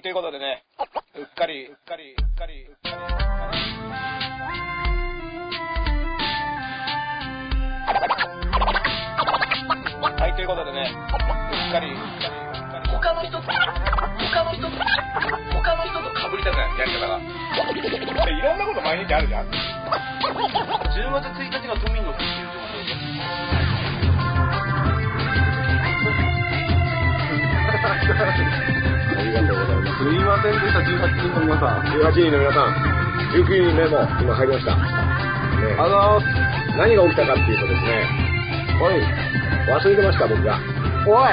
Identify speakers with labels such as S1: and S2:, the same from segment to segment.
S1: ということでね、うっかり。はい、ということでね、うっかり。他の人と被りたくない、やり方が。いろんなこと毎日あるじゃん。10月1日が都民の日っていう情報で。
S2: ありがとうございます。
S3: すいませんでした、18人の皆さん。
S2: 18人の皆さん、19人目も今入りました。ね、何が起きたかっていうとですね、忘れてました、僕が。
S3: おい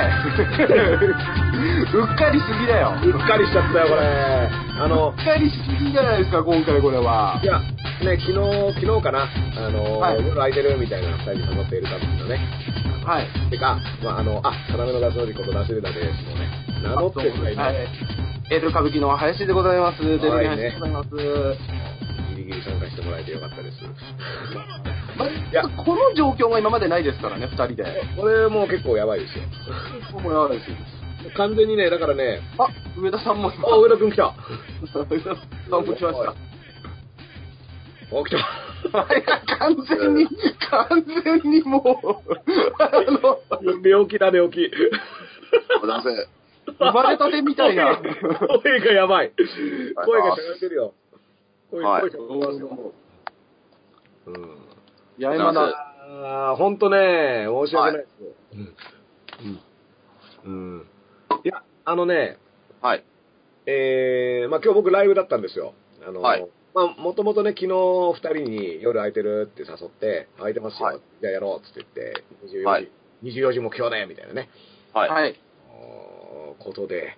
S3: うっかりしすぎだよ。
S2: うっかりしちゃったよ、これ。
S3: うっかりしすぎじゃないですか、今回これは。
S2: いや、ね、昨日かな、夜空いてるみたいな2人に誘っているかもしれないね。
S3: はい。
S2: てか、要のガスのりことダシルダですもうね、名乗ってる人がいない。
S3: エル歌舞伎の林でございます。デルリ林でございます。
S2: ギリギリ参加してもらえてよかったです。
S3: いや、この状況が今までないですからね、2人で。
S2: これもう結構やばいですよ。
S3: もうやばいですよ。
S2: 完全にね、だからね。
S3: 上田さんも今。
S2: 上田くん来た。
S3: 上田さんも来ました。
S2: 来た。
S3: 完全にもう、
S2: 寝起きだ、寝起き。
S3: 男性。生まれたてみたいな。
S2: 声がやばい。声がしゃがんでるよ。声がしゃがんでますよ。
S3: いや、今だ。
S2: ほんとね、申し訳ないです。いや、
S3: はい。
S2: 今日僕ライブだったんですよ。
S3: はい。
S2: もともとね、昨日2人に夜空いてるって誘って、空いてますよ、
S3: はい、
S2: じゃあやろうっつって言って、24時目標で、みたいなね。
S3: はい。
S2: ことで、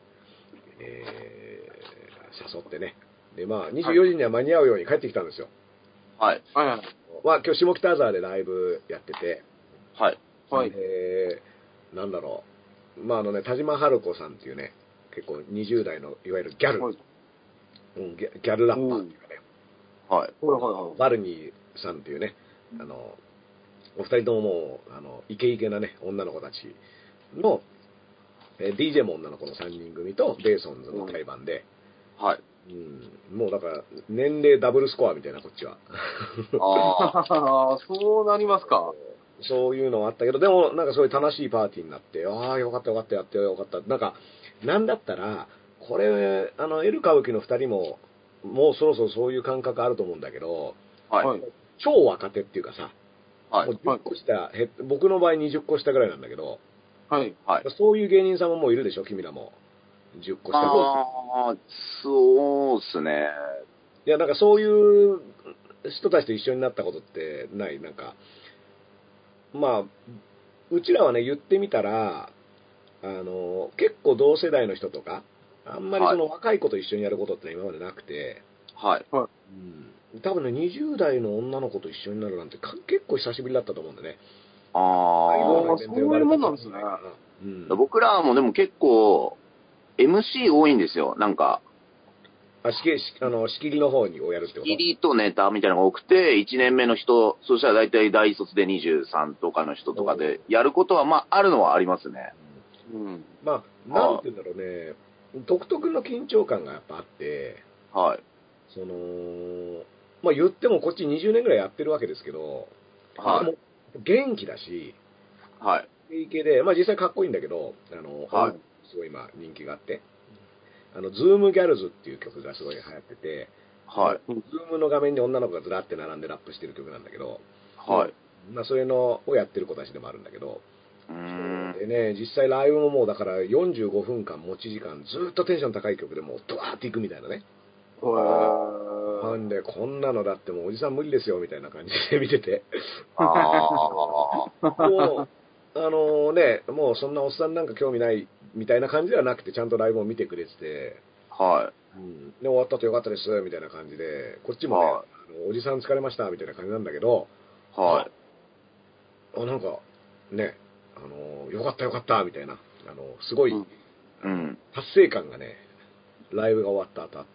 S2: 誘ってね。で、24時には間に合うように帰ってきたんですよ。
S3: はい。
S2: 今日下北沢でライブやってて、
S3: はい。はい。
S2: なんだろう。田島春子さんっていうね、結構20代のいわゆるギャル、ギャルラッパーっていうかね、
S3: はい。
S2: バルニーさんっていうね、お二人とももう、イケイケなね、女の子たちの、DJ も女の子の3人組と、ベーソンズの対バンで、
S3: はい。
S2: もうだから、年齢ダブルスコアみたいな、こっちは。
S3: そうなりますか。
S2: そういうのはあったけど、でも、なんかそういう楽しいパーティーになって、よかった、やってよかった。なんだったら、これ、エル歌舞伎の2人も、もうそろそろそういう感覚あると思うんだけど、
S3: はい。
S2: 超若手っていうかさ、
S3: はい。
S2: もう10個下、僕の場合20個下ぐらいなんだけど、
S3: はい。
S2: そういう芸人さんももういるでしょ、君らも。10個下ぐらい。
S3: そうっすね。
S2: いや、なんかそういう人たちと一緒になったことってない、なんか、うちらはね、言ってみたら、結構同世代の人とか、あんまりその若い子と一緒にやることって今までなくて、
S3: はい。
S2: 多分ね、20代の女の子と一緒になるなんて結構久しぶりだったと思うんだね。
S3: そういうもんなんですね。
S4: 僕らもでも結構、MC 多いんですよ、なんか。
S2: 仕切りの方にやるってこと？
S4: 仕切りとネタみたいなのが多くて、1年目の人、そしたら大体大卒で23とかの人とかで、やることは、あるのはありますね。
S2: なんて言うんだろうね、独特の緊張感がやっぱあって、
S4: はい。
S2: 言ってもこっち20年ぐらいやってるわけですけど、
S4: はい。
S2: でも元気だし、
S4: はい。
S2: イケイケで、実際かっこいいんだけど、
S4: はい。
S2: すごい今人気があって、ズームギャルズっていう曲がすごい流行ってて、
S4: はい。
S2: ズームの画面に女の子がずらって並んでラップしてる曲なんだけど、
S4: はい。
S2: それのをやってる子たちでもあるんだけど、でね、実際ライブももうだから45分間持ち時間ずっとテンション高い曲でもうドワーっていくみたいなね。なんでこんなのだってもうおじさん無理ですよみたいな感じで見てて。もうそんなおっさんなんか興味ないみたいな感じではなくてちゃんとライブを見てくれてて、
S4: はい。
S2: で終わったとよかったですみたいな感じで、こっちもね、おじさん疲れましたみたいな感じなんだけど、
S4: はい。
S2: なんかね、よかったみたいな、すごい、達成感がね、ライブが終わった後あって、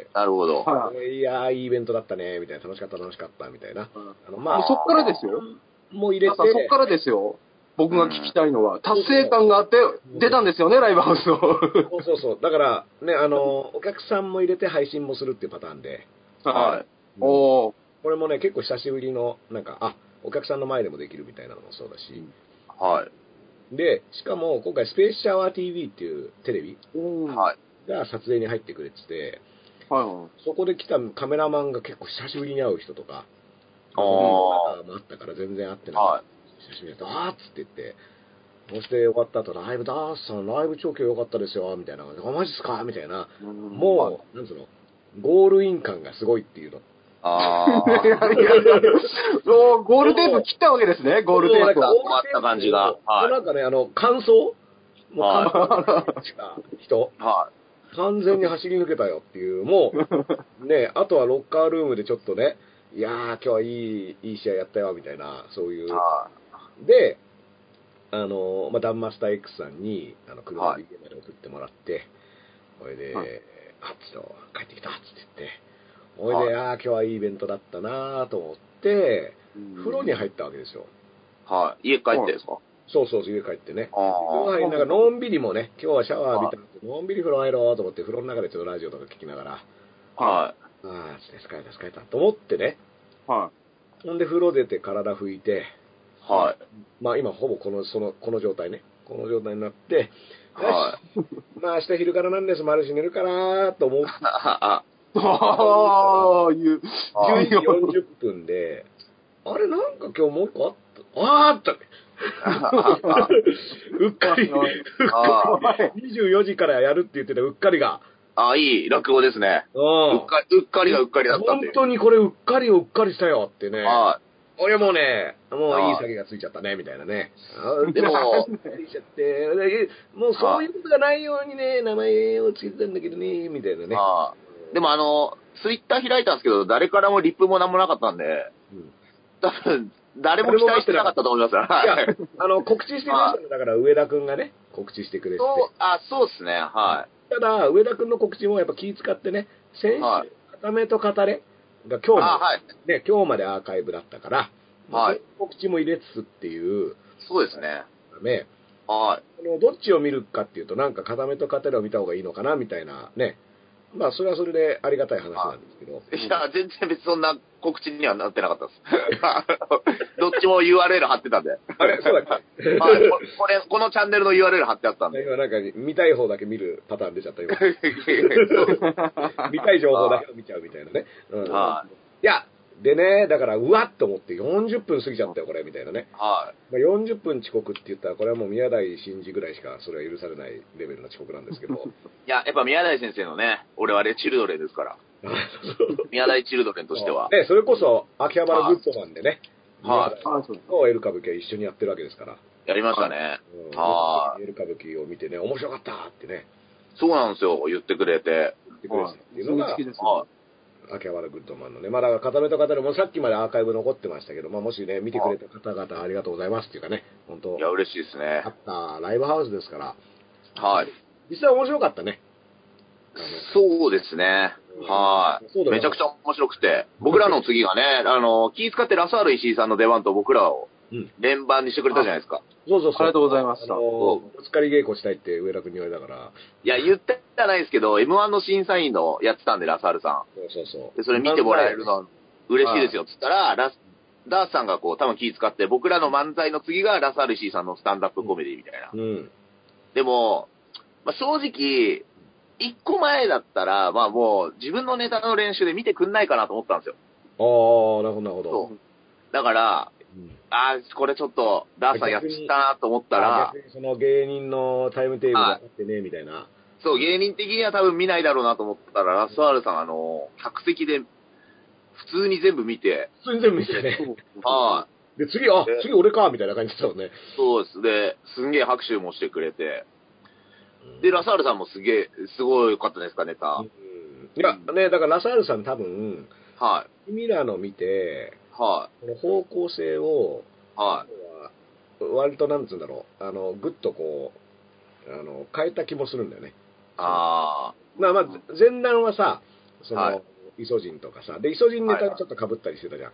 S4: なるほど。
S2: いやー、いいイベントだったね、みたいな、楽しかった、みたいな。
S3: もうそっからですよ。
S2: もう入れて。
S3: そっからですよ。 僕が聞きたいのは、達成感があって出たんですよね、ライブハウスを。
S2: そう。だから、ね、お客さんも入れて配信もするっていうパターンで。
S3: はい。
S2: これもね、結構久しぶりの、なんか、お客さんの前でもできるみたいなのもそうだし。
S4: はい。
S2: で、しかも今回スペースシャワー TV っていうテレビが撮影に入ってくれてて、そこで来たカメラマンが結構久しぶりに会う人とか、もあったから全然会ってなかった。久しぶりに会って、っつって言って、そして終わった後、ダースさん、ライブ調教良かったですよ、みたいな。マジっすかみたいな。もう、なんつうの、ゴールイン感がすごいっていうの。
S3: ゴールテープ切ったわけですね、ゴールテープを。
S4: 終わった感じが。
S2: なんかね、感想もう感想した人。完全に走り抜けたよっていう、もう、ね、あとはロッカールームでちょっとね、いやー、今日はいい試合やったよ、みたいな、そういう。で、ダンマスター X さんに、車で家まで送ってもらって、それで、帰ってきたっつって言って、それで、今日はいいイベントだったなと思って、風呂に入ったわけですよ。
S4: 家帰ってですか？
S2: そう、家帰ってね。なんかのんびりもね、今日はシャワー浴びたって、のんびり風呂入ろうと思って、風呂の中でちょっとラジオとか聞きながら、疲れたと思ってね。ほんで風呂出て体拭いて、まあ今ほぼこの状態ね。この状態になって、よし、まあ明日昼からなんです、マルシ寝るかなと思って。12時40分で、あれなんか今日もう一個あったうっかり、24時からやるって言ってたうっかりが。
S4: いい落語ですね。うっかりがうっかりだったんで。
S2: 本当にこれうっかりをうっかりしたよってね。俺もね、もういい酒がついちゃったね、みたいなね。でも、もうそういうことがないようにね、名前をつけてたんだけどね、みたいなね。
S4: でもツイッター開いたんですけど、誰からもリップもなんもなかったんで、多分、誰も期待してなかったと思いますよ。い
S2: や、告知してくれたのだから上田くんがね、告知してくれて。
S4: そうですね、
S2: ただ、上田くんの告知もやっぱ気使ってね、先週、固めと語れが今日までアーカイブだったから、告知も入れつつっていう。
S4: そうですね。
S2: どっちを見るかっていうと、なんか固めと語れを見た方がいいのかな、みたいなね。まあ、それはそれでありがたい話なんですけど。
S4: いや、全然別にそんな告知にはなってなかったです。どっちも URL 貼ってたんで。
S2: あれそうだっけ
S4: このチャンネルの URL 貼ってあったんで。
S2: 今なんか見たい方だけ見るパターン出ちゃった今。見たい情報だけを見ちゃうみたいなね。いや、でね、だから、うわっと思って40分過ぎちゃったよ、これ、みたいなね。40分遅刻って言ったら、これはもう宮台真司ぐらいしか、それは許されないレベルの遅刻なんですけど。
S4: いや、やっぱ宮台先生のね、俺はチルドレンですから。宮台チルドレンとしては。
S2: それこそ、秋葉原グッドマンでね、エル歌舞伎は一緒にやってるわけですから。
S4: やりましたね。
S2: エル歌舞伎を見てね、面白かったってね。
S4: そうなんですよ、言ってくれて。
S2: っていうのが、秋葉原グッドマンのね。まあだから固めと語るもさっきまでアーカイブ残ってましたけど、まあもしね、見てくれた方々ありがとうございますっていうかね、本当。
S4: いや、嬉しいですね。
S2: あったライブハウスですから。
S4: はい。
S2: 実際面白かったね。
S4: そうですね。はい。めちゃくちゃ面白くて。僕らの次がね、気遣ってラサール石井さんの出番と僕らを連番にしてくれたじゃないですか。
S2: そう。あ
S3: りがとうございました。
S2: ぶつかり稽古したいって上田君に言われたから。
S4: いや、言ってじゃないですけど、M1 の審査員のやってたんで、ラサールさん。
S2: そう。
S4: で、それ見てもらえるのは嬉しいですよ、つったら、ダースさんが多分気遣って、僕らの漫才の次がラサール石井さんのスタンダップコメディみたいな。でも、まあ、正直、一個前だったら、まあもう自分のネタの練習で見てくんないかなと思ったんですよ。
S2: なるほど。
S4: そう。だから、これちょっと、ダーさんやったなと思ったら、
S2: 逆にその芸人のタイムテーブルがあってね、みたいな。
S4: そう、芸人的には多分見ないだろうなと思ったら、ラスワールさん、客席で、普通に全部見て。
S2: 普通に全部見てね。で、次俺か、みたいな感じだったもんね。
S4: そうです。で、すんげえ拍手もしてくれて。で、ラサールさんもすごい良かったですか、ネタ。
S2: いや、ね、だからラサールさん多分、君らの見て、この方向性を、割となんつうんだろう、ぐっとこう、変えた気もするんだよね。まあ、前段はさ、イソジンとかさ、で、イソジンネタがちょっと被ったりしてたじゃん。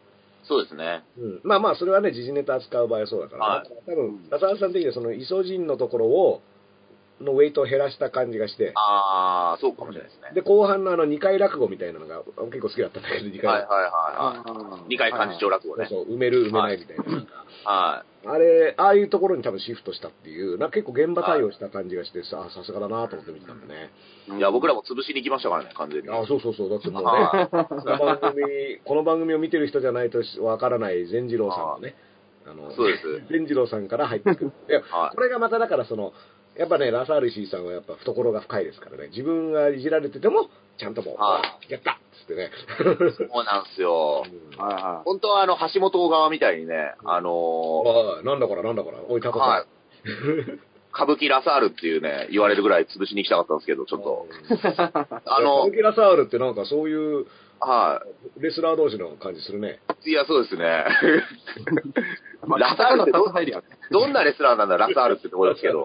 S4: そうですね。
S2: うん。まあまあ、それはね、時事ネタ扱う場合はそうだから、ね、多分、ラサールさん的にはそのイソジンのところを、のウェイトを減らした感じがして。
S4: ああ、そうかもしれないですね。
S2: で、後半の2回落語みたいなのが結構好きだったんだけど、2回。
S4: はいはいはい。2回幹事長落語ね。
S2: そう、埋める、埋めないみたいな。
S4: はい。
S2: ああいうところに多分シフトしたっていう、結構現場対応した感じがしてさすがだなと思って見てたんだね。
S4: いや、僕らも潰しに行きましたからね、完全に。
S2: そうそうそう。だってもうね、この番組を見てる人じゃないとわからない善次郎さんのね、
S4: そうです。
S2: 善次郎さんから入ってくる。いや、これがまただからやっぱね、ラサール石井さんはやっぱ懐が深いですからね、自分がいじられてても、ちゃんともう、やったっつってね。
S4: そうなんですよ。本当は橋本側みたいにね、
S2: なんだから、おい、タコさん。はい。
S4: 歌舞伎ラサールっていうね、言われるぐらい潰しに行きたかったんですけど、ちょっと。
S2: 歌舞伎ラサールってなんかそういう、レスラー同士の感じするね。
S4: いや、そうですね。ラサールってどんなレスラーなんだ、ラサールってところですけど。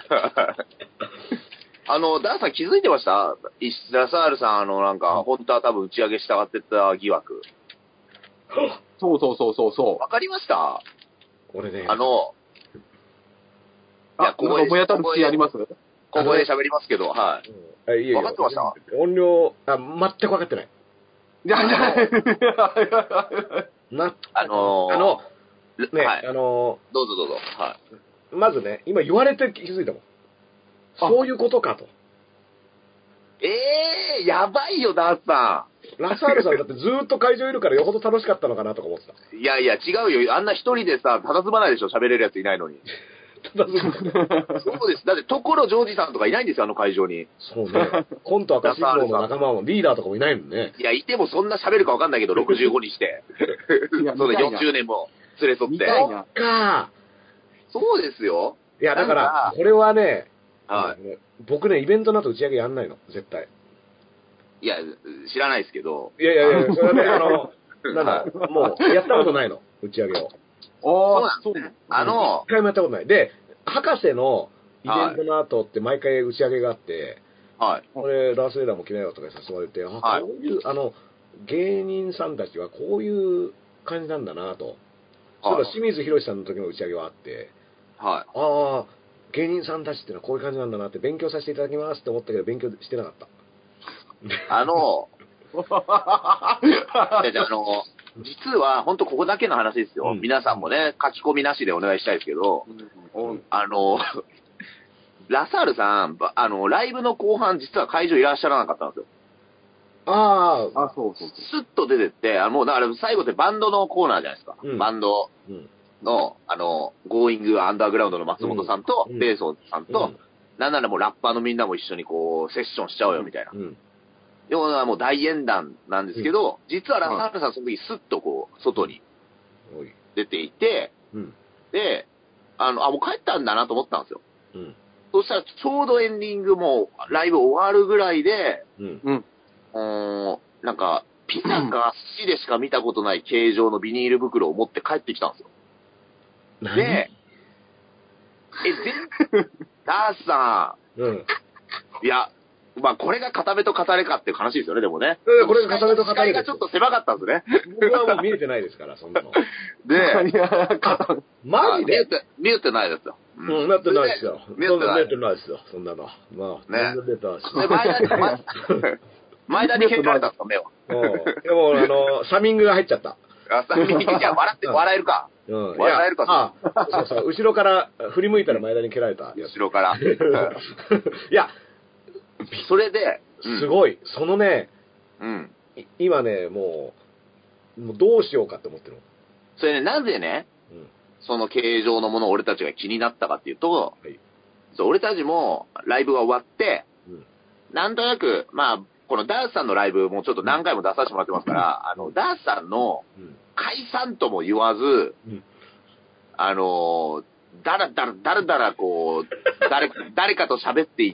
S4: ダーさん気づいてました？ラサールさん、なんか、本当は多分打ち上げしたがってた疑惑。
S3: そう。
S4: わかりました？
S2: 俺ね。
S4: いや、
S3: ここで、思い当たる節あります？
S4: ここで喋りますけど、はい。わかってました？
S2: 音量、全くわかってない。
S3: いや、
S2: ね、
S4: どうぞ。はい。
S2: まずね、今言われて気づいたもん。そういうことかと。
S4: やばいよ、ダースさ
S2: ん。ラサールさんだってずーっと会場いるからよほど楽しかったのかなとか思ってた。
S4: いや、違うよ。あんな一人でさ、佇まないでしょ、喋れるやついないのに。そうです。だって、所ジョージさんとかいないんですよ、あの会場に。
S2: そうね。コント赤信号の仲間もリーダーとかもいないもんね。
S4: いや、いてもそんな喋るかわかんないけど、65にして。そうだ、40年も連れ添って。
S2: そっか。
S4: そうですよ。
S2: いや、だから、これはね、
S4: はい。
S2: 僕ね、イベントの後打ち上げやんないの、絶対。
S4: いや、知らないですけど。
S2: いや、それはね、もう、やったことないの、打ち上げを。
S4: そうなんですね。
S2: 一回もやったことない。で、博士のイベントの後って毎回打ち上げがあって、
S4: はい。
S2: これ、ダースレーダーも来なよとか誘われて、こういう、芸人さんたちはこういう感じなんだなと。そうだ、清水宏さんの時の打ち上げはあって、
S4: はい。
S2: 芸人さんたちってのはこういう感じなんだなって勉強させていただきますって思ったけど、勉強してなかった。
S4: 実は、本当ここだけの話ですよ。皆さんもね、書き込みなしでお願いしたいですけど、ラサールさん、ライブの後半、実は会場いらっしゃらなかったんですよ。
S3: そう。
S4: スッと出てって、もうだから最後ってバンドのコーナーじゃないですか。バンドの、ゴーイングアンダーグラウンドの松本さんと、ベーソンさんと、なんならもうラッパーのみんなも一緒にこう、セッションしちゃおうよみたいな。要はもう大演談なんですけど、実はラサールさんその時スッとこう、外に出ていて、で、もう帰ったんだなと思ったんですよ。そしたらちょうどエンディングもライブ終わるぐらいで、なんか、ピザか寿司でしか見たことない形状のビニール袋を持って帰ってきたんですよ。で、ダースさん、いや、まあこれが片目と語れかっていう話ですよね、でもね。
S2: これが片目と語れ。視
S4: 界がちょっと狭かったんですね。
S2: 僕はもう見えてないですから、そんなの。
S4: で、
S2: マジで
S4: 見えてないですよ。
S2: 見えてないですよ。見えてないですよ、そんなの。まあ、
S4: ね。
S2: 見えてないです
S4: よ。前田に蹴られたんですか、目を。
S2: でも、サミングが入っちゃった。
S4: サミング、じゃあ笑えるか。笑えるか。
S2: そう、後ろから振り向いたら前田に蹴られた。
S4: 後ろから。
S2: いや、
S4: それで、
S2: すごい。そのね、今ね、もうどうしようかって思ってるの。
S4: それね、なぜね、その形状のものを俺たちが気になったかっていうと、俺たちもライブが終わって、なんとなく、まあ、このダースさんのライブもちょっと何回も出させてもらってますから、ダースさんの解散とも言わず、だらこう、誰かと喋っていって、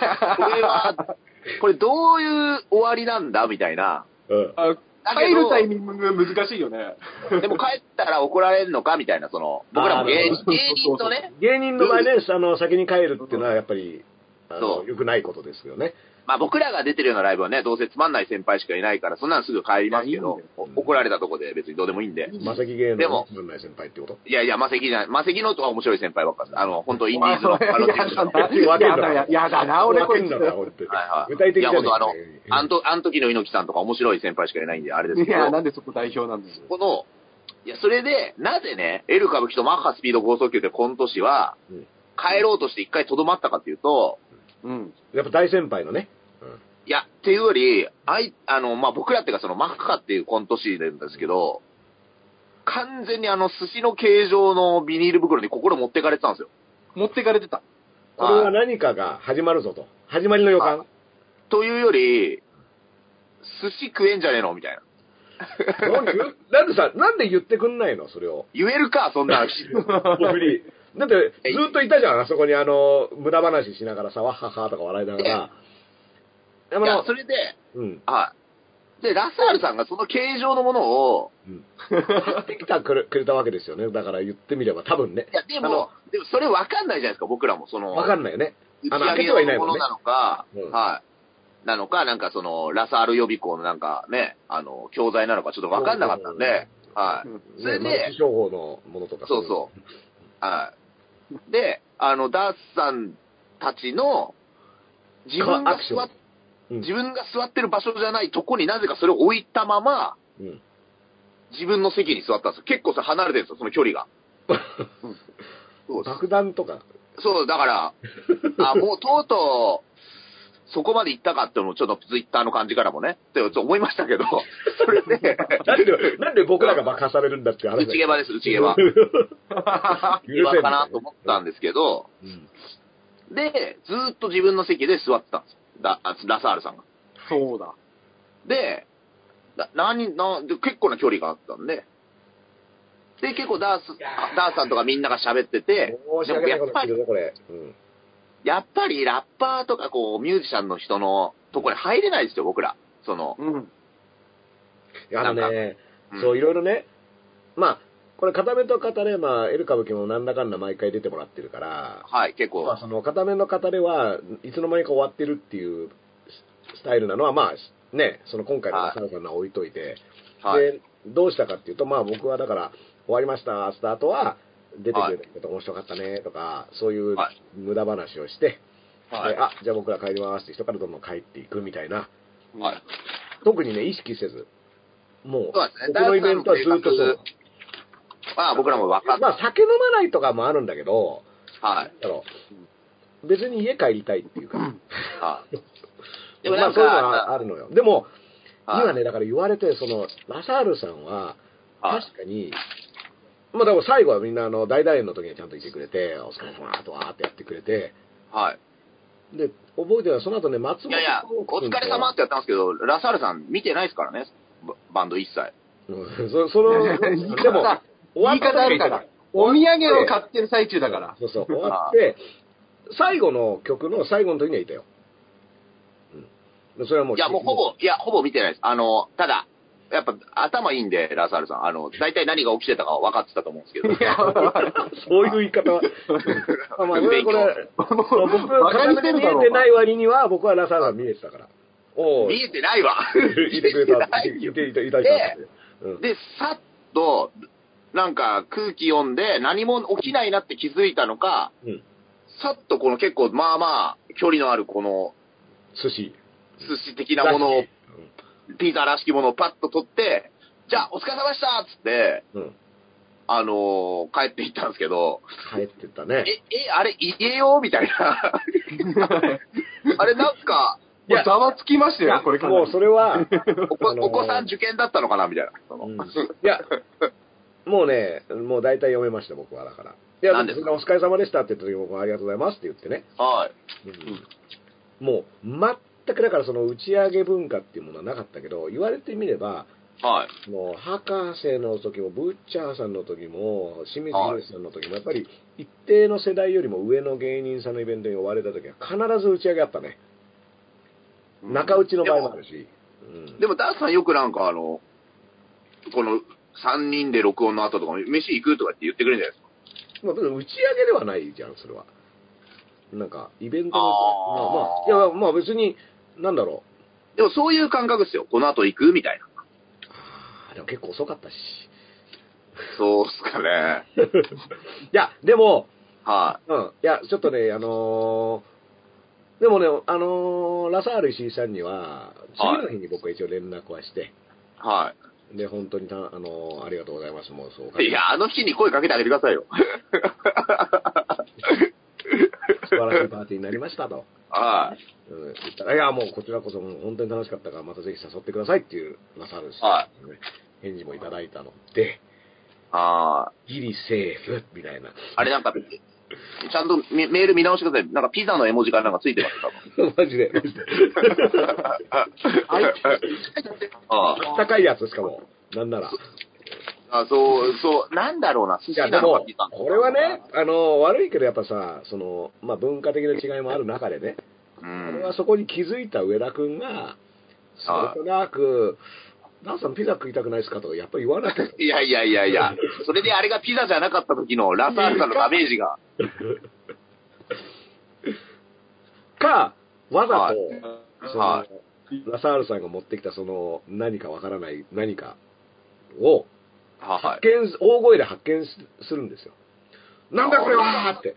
S4: これどういう終わりなんだみたいな。
S3: 帰るタイミングが難しいよね。
S4: でも帰ったら怒られるのかみたいな、僕らも芸人のね。
S2: 芸人の場合ね、先に帰るっていうのはやっぱり、 良くないことですよね。
S4: まあ僕らが出てるようなライブはね、どうせつまんない先輩しかいないから、そんなのすぐ帰りますけど、怒られたとこで別にどうでもいいんで。
S2: マセキ芸能のつまんない先輩ってこと？
S4: いやいや、マセキのとは面白い先輩ばっかです。本当インディーズの事務所の。
S3: やだな、俺こいつ。
S2: 具体的に。いや、本当
S4: あの時の猪木さんとか面白い先輩しかいないんで、あれですけど。
S3: いや、なんでそこ代表なんですよ。
S4: いや、それで、なぜね、エル歌舞伎とマッハスピード高速球でコント師は、帰ろうとして一回とどまったかっていうと、
S2: やっぱ大先輩のね。
S4: いや、っていうより、まあ、僕らっていうかマッハっていうコント師なんですけど、完全に寿司の形状のビニール袋に心持ってかれてたんですよ。
S3: 持ってかれてた。
S2: これは何かが始まるぞと。始まりの予感。
S4: というより、寿司食えんじゃねえのみたいな。
S2: なんで言ってくんないのそれを。
S4: 言えるか、そんな話。
S2: だって、ずっといたじゃん、あそこに無駄話しながらさ、わっははとか笑いながら。
S4: いや、それで、で、ラサールさんがその形状のものを、
S2: 買ってきてくれたわけですよね。だから言ってみれば多分ね。
S4: いや、でもそれ分かんないじゃないですか、僕らも。
S2: 分かんないよね。
S4: 打ち上げ用のものなのか、なのか、なんかラサール予備校のなんかね、教材なのかちょっと分かんなかったんで、それで、
S2: マルチ商法のものとか。
S4: そうそう。で、ダースさんたちの、自分が座ってる場所じゃないとこになぜかそれを置いたまま、自分の席に座ったんですよ。結構離れてるんですよ、その距離が。
S2: 爆弾とか。
S4: そう、だから、もうとうとう、そこまで行ったかっていうのもちょっとツイッターの感じからもね、って思いましたけど、それで、
S2: なんで僕らが爆破されるんだって話。
S4: 内ゲバです、内ゲバ。内ゲバかなと思ったんですけど、で、ずーっと自分の席で座ってたんですよ。ラサールさんが。
S3: そうだ。
S4: で、結構な距離があったんで、で、結構ダースさんとかみんなが喋ってて、でもやっぱりラッパーとかミュージシャンの人のとこに入れないですよ、僕ら。
S2: そう、いろいろね、まあ、これ、片目と片目、まあ、エル歌舞伎もなんだかんだ毎回出てもらってるから、
S4: はい、結構。
S2: まあ、その片目の片目はいつの間にか終わってるっていうスタイルなのは、まあ、ね、今回のラサールさんのは置いといて、で、どうしたかっていうと、まあ、僕はだから、終わりました、スタートは、出てくれたけど面白かったね、とか、そういう無駄話をして、じゃあ僕ら帰りますって人からどんどん帰っていくみたいな、特にね、意識せず、もう、僕のイベントはずっとそう。
S4: まあ僕らも分かって。
S2: まあ酒飲まないとかもあるんだけど、別に家帰りたいっていうか。でもまあそういうのはあるのよ。でも、今ね、だから言われて、ラサールさんは、確かに、まあでも最後はみんな大団円の時にちゃんといてくれて、お疲れ様とわーってやってくれて、で、覚えてるのはその後ね、松本。
S4: いや、お疲れ様ってやったんですけど、ラサールさん見てないですからね、バンド一切。
S2: でも、
S3: 言い方あるから。お土産を買ってる最中だから。
S2: そうそう。終わって、最後の曲の最後の時にはいたよ。それはもう。
S4: いや、もうほぼ見てないです。ただ、やっぱ頭いいんで、ラサールさん。大体何が起きてたか分かってたと思うんですけど。
S2: そういう言い方は。まあ、これ、僕、片目見えてない割には、僕はラサールさん見えてたから。
S4: 見えてないわ。
S2: いてくれた。いた。
S4: で、さっと、なんか空気読んで何も起きないなって気づいたのか、さっと結構まあまあ距離のある
S2: 寿司
S4: 的なものを、ピザらしきものをパッと取って、じゃあお疲れ様でしたっつって、帰っていったんですけど、
S2: 帰ってったね。
S4: あれ家よみたいな。あれなんか、
S3: いや、ざわつきましたよ、これから。
S2: もうそれは、
S4: お子さん受験だったのかなみたいな。
S2: いや、もうね、もう大体読めました、僕はだから。いや、お疲れ様でしたって言った時僕はありがとうございますって言ってね。もう、全くだから打ち上げ文化っていうものはなかったけど、言われてみれば、もう、博士の時も、ブッチャーさんの時も、清水宏さんの時も、やっぱり一定の世代よりも上の芸人さんのイベントに追われた時は必ず打ち上げあったね。中打ちの場合もあるし。
S4: でも、ダースさんよくなんかこの3人で録音の後とか、飯行くとかって言ってくれるんじゃないですか。
S2: まあ、打ち上げではないじゃん、それは。 なんか、イベントの、いや、まあ別に、なんだろ
S4: う。でもそういう感覚ですよ。この後行くみたいな。
S2: でも結構遅かったし。
S4: そうっすかね。
S2: いや、でも、
S4: はい。
S2: いや、ちょっとね、でもね、ラサール石井さんには、次の日に僕は一応連絡はして、
S4: はい。
S2: で、本当にありがとうございます。もうそう。
S4: いや、あの日に声かけてあげてくださいよ。
S2: 素晴らしいパーティーになりましたと。
S4: はい。
S2: 言ったら、いや、もうこちらこそもう本当に楽しかったから、またぜひ誘ってくださいっていうラサール石井さんのね、返事もいただいたので、ギリセーフみたいな。
S4: あれなんか、ちゃんとメール見直してください。なんかピザの絵文字がなんかついてます
S2: かマジで。高いやつしかも。なんなら。
S4: そう、なんだろうな、寿司なのかピザ。
S2: これはね、悪いけどやっぱさ、まあ文化的な違いもある中でね、これはそこに気づいた上田くんが、それとなく、ダンさんピザ食いたくないですかとかやっぱり言わなきゃ。
S4: いや、それであれがピザじゃなかった時のラサールさんのダメージが。
S2: か、わざと、ラサールさんが持ってきた何かわからない何かを、大声で発見するんですよ。なんだこれはーって。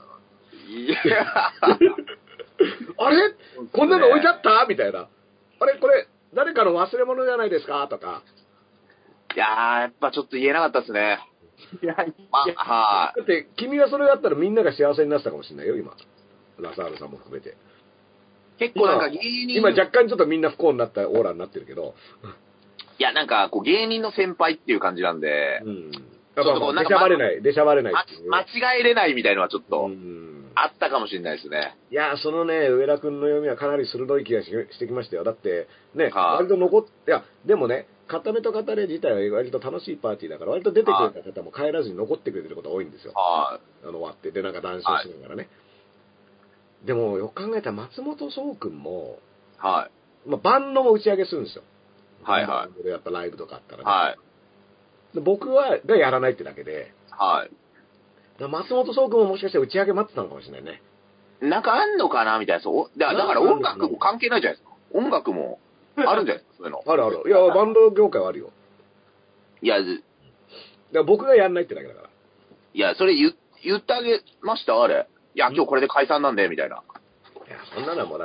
S2: あれこんなの置いてあったみたいな。あれこれ、誰かの忘れ物じゃないですかとか。
S4: いやー、やっぱちょっと言えなかったですね。だ
S2: って、君がそれだったらみんなが幸せになってたかもしれないよ、今。ラサールさんも含めて。
S4: 結構なんか
S2: 今若干ちょっとみんな不幸になったオーラになってるけど。
S4: いや、なんか、芸人の先輩っていう感じなんで、
S2: ちょっと出しゃばれない。
S4: 間違えれないみたいのはちょっと、あったかもしれないですね。
S2: いや、そのね、上田くんの読みはかなり鋭い気がしてきましたよ。だって、ね、割とでもね、片目と片目自体は割と楽しいパーティーだから、割と出てくれた方も帰らずに残ってくれてることが多いんですよ。終わって、で、なんか談笑しながらね。でも、よく考えたら松本壮くんも、まあ、バンドも打ち上げするんですよ。やっぱライブとかあったらね。で僕がやらないってだけで、松本壮くんももしかしたら打ち上げ待ってたのかもしれないね。
S4: なんかあんのかなみたいな。だから音楽も関係ないじゃないですか。音楽もあるんじゃないですか、そういうの。
S2: ある。いや、バンド業界はあるよ。
S4: いや、
S2: 僕がやんないってだけだから。
S4: いや、それ言ってあげましたあれ。いや、今日これで解散なんで、みたいな。
S2: いや、そんなのはもうだって、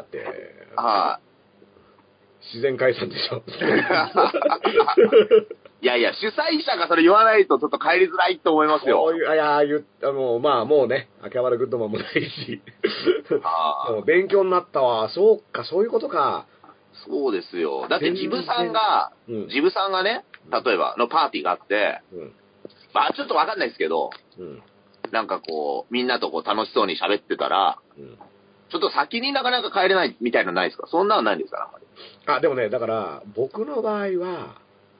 S2: 自然解散でしょ。
S4: いや、主催者がそれ言わないとちょっと帰りづらいと思いますよ。
S2: まあもうね、秋葉原グッドマンもないし。勉強になったわ。そうか、そういうことか。
S4: そうですよ。だってジブさんがね、例えばのパーティーがあって、まあちょっとわかんないですけど、なんかこう、みんなとこう楽しそうに喋ってたら、ちょっと先になかなか帰れないみたいなのないですか？そんなのないんですか？
S2: でもね、だから、僕の場合は、